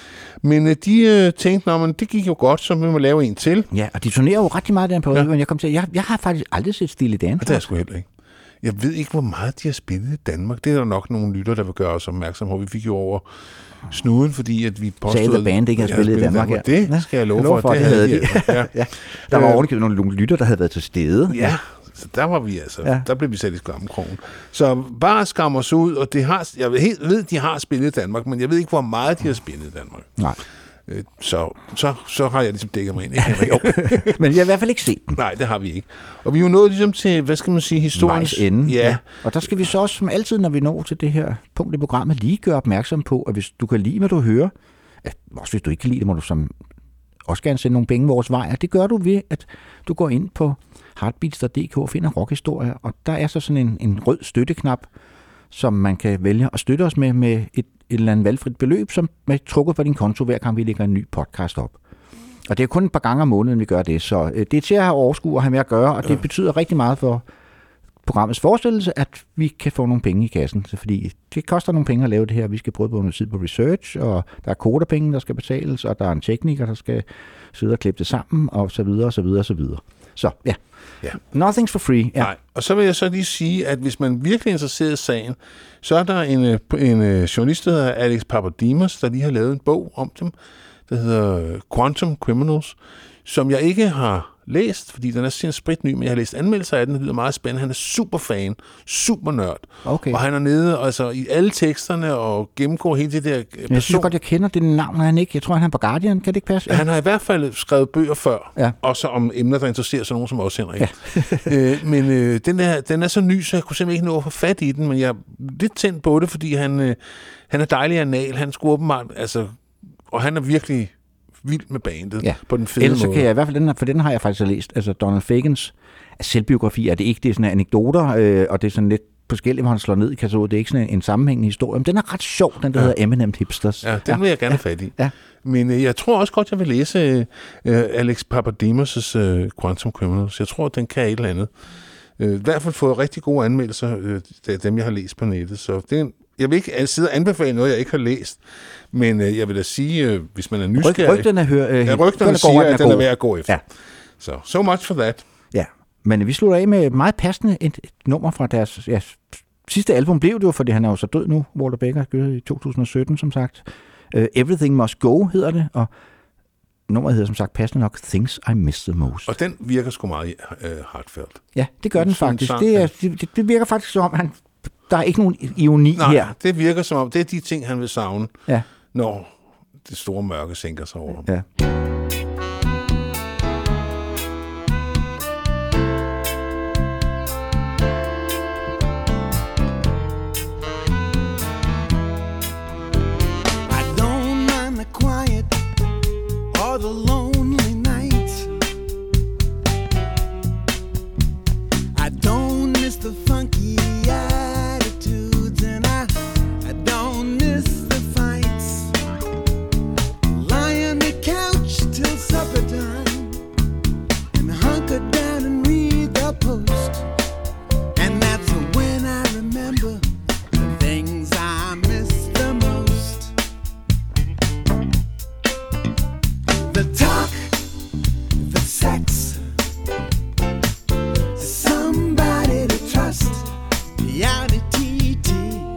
Men de tænkte, det gik jo godt, så vi må lave en til. Ja, og de turnerer jo rigtig meget den på, men jeg kom til, jeg har faktisk aldrig set Stille Dan. Det er sgu heller ikke. Jeg ved ikke, hvor meget de har spillet i Danmark. Det er der nok nogle lytter, der vil gøre os opmærksom på. Vi fik jo over snuden, fordi at vi påstod... at band ikke har spillet i Danmark. Ja. Det skal jeg love for. Det havde de. Ja. Der var overgivet nogle lytter, der havde været til stede. Ja, Så der var vi der blev vi sat i skammekrogen. Så bare skam os ud, og jeg ved, de har spillet i Danmark, men jeg ved ikke, hvor meget de har spillet i Danmark. Nej. Så har jeg ligesom dækket mig ind. Men vi har i hvert fald ikke set den. Nej, det har vi ikke. Og vi er jo nået ligesom til, hvad skal man sige, historiens ende. Ja. Og der skal vi så også, som altid, når vi når til det her punkt i programmet, lige gøre opmærksom på, at hvis du kan lide, hvad du hører, også hvis du ikke kan lide det, må du også gerne sende nogle penge vores vej. Og det gør du ved, at du går ind på heartbeats.dk og finder rockhistorier, og der er så sådan en rød støtteknap, som man kan vælge at støtte os med et eller andet valgfrit beløb, som er trukket fra din konto, hver gang vi lægger en ny podcast op. Og det er kun et par gange om måneden, vi gør det, så det er til at have overskue og have med at gøre, og det betyder rigtig meget for programmets forestillelse, at vi kan få nogle penge i kassen, så fordi det koster nogle penge at lave det her. Vi skal bruge noget tid på research, og der er kodepenge, der skal betales, og der er en tekniker, der skal sidde og klippe det sammen, og så videre, og så videre, og så videre. Så ja. Nothing's for free. Ja. Nej, og så vil jeg så lige sige, at hvis man virkelig er interesseret i sagen, så er der en journalist, der hedder Alex Papadimos, der lige har lavet en bog om dem, der hedder Quantum Criminals, som jeg ikke har læst, fordi den er sådan spritny, men jeg har læst anmeldelser af den, det lyder meget spændende. Han er super fan, super nørd. Okay. Og han er nede altså, i alle teksterne og gennemgår hele det der Jeg synes godt, jeg kender det navn, han ikke. Jeg tror, han er på Guardian, kan det ikke passe? Ja. Han har i hvert fald skrevet bøger før, også om emner, der interesserer sig nogen som også, Henrik. Ja. Men den er så ny, så jeg kunne simpelthen ikke nå at få fat i den, men jeg er lidt tændt på det, fordi han er dejlig anal, han skulle åbenbart, og han er virkelig vild med bandet på den fede Ellers måde. Så kan jeg i hvert fald, for den har jeg faktisk læst, altså Donald Fagans selvbiografi, er det ikke, det er sådan anekdoter, og det er sådan lidt forskelligt, hvor han slår ned i kataloget, det er ikke sådan en sammenhængende historie, men den er ret sjov, den der hedder Eminem Hipsters. Ja, den vil jeg gerne have fat i. Ja. Men jeg tror også godt, jeg vil læse Alex Papadimos' Quantum Criminals. Jeg tror, den kan et eller andet. I hvert fald fået rigtig gode anmeldelser, dem jeg har læst på nettet, så det jeg vil ikke sidde og anbefale noget, jeg ikke har læst, men jeg vil da sige, hvis man er nysgerrig... Rygterne siger, at den er værd at gå efter. Ja. So much for that. Ja, men vi slutter af med meget passende et nummer fra deres sidste album, blev det jo, fordi han er jo så død nu, Walter Becker, i 2017, som sagt. Everything Must Go hedder det, og nummeret hedder som sagt passende nok Things I Miss the Most. Og den virker sgu meget heartfelt. Ja, det gør den faktisk. Det virker faktisk som om, der er ikke nogen ironi her. Nej, det virker som om, det er de ting, han vil savne, når det store mørke sænker sig over ham. Ja. I don't mind the quiet or the lonely nights. I don't miss the funky attitudes, and I don't miss the fights. Lie on the couch till supper time and hunker down and read the Post. And that's when I remember the things I miss the most. The talk, the sex, somebody to trust, the Audi TT,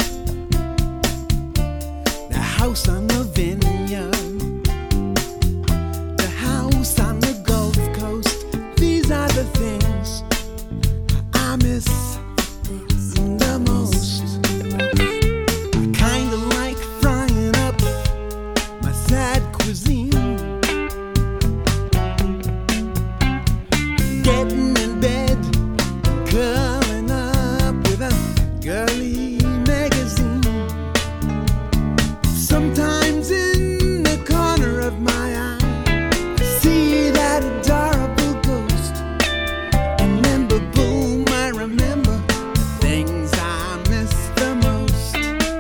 the house on the vineyard, the house on the Gulf Coast. These are the things I miss the most. I kinda like frying up my sad cuisine, getting in bed, curling up with a girly magazine. Sometimes in the corner of my eye, I see that adorable ghost. Remember, boom, I remember the things I miss the most.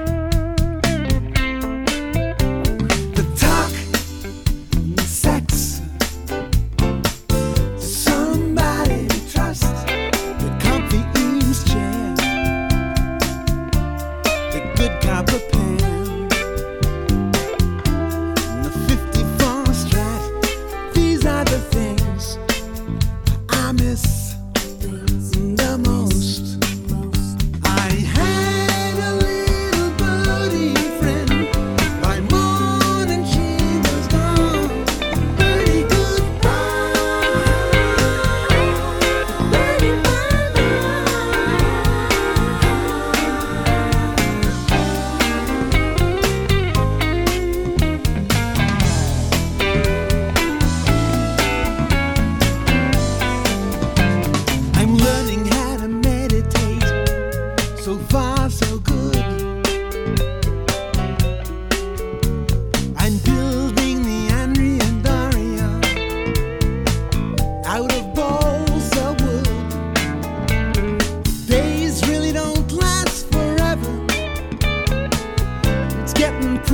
The talk, the sex, somebody to trust, the comfy Eames chair, the good copper pen, and the 54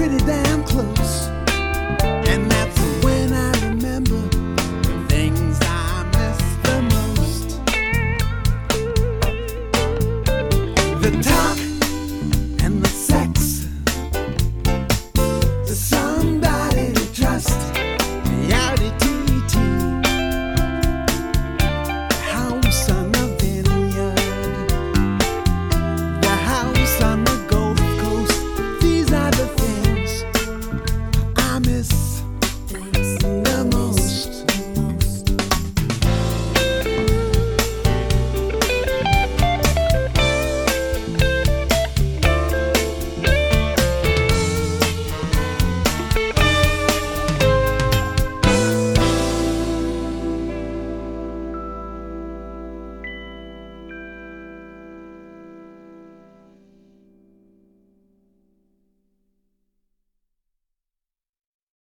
pretty damn close. And that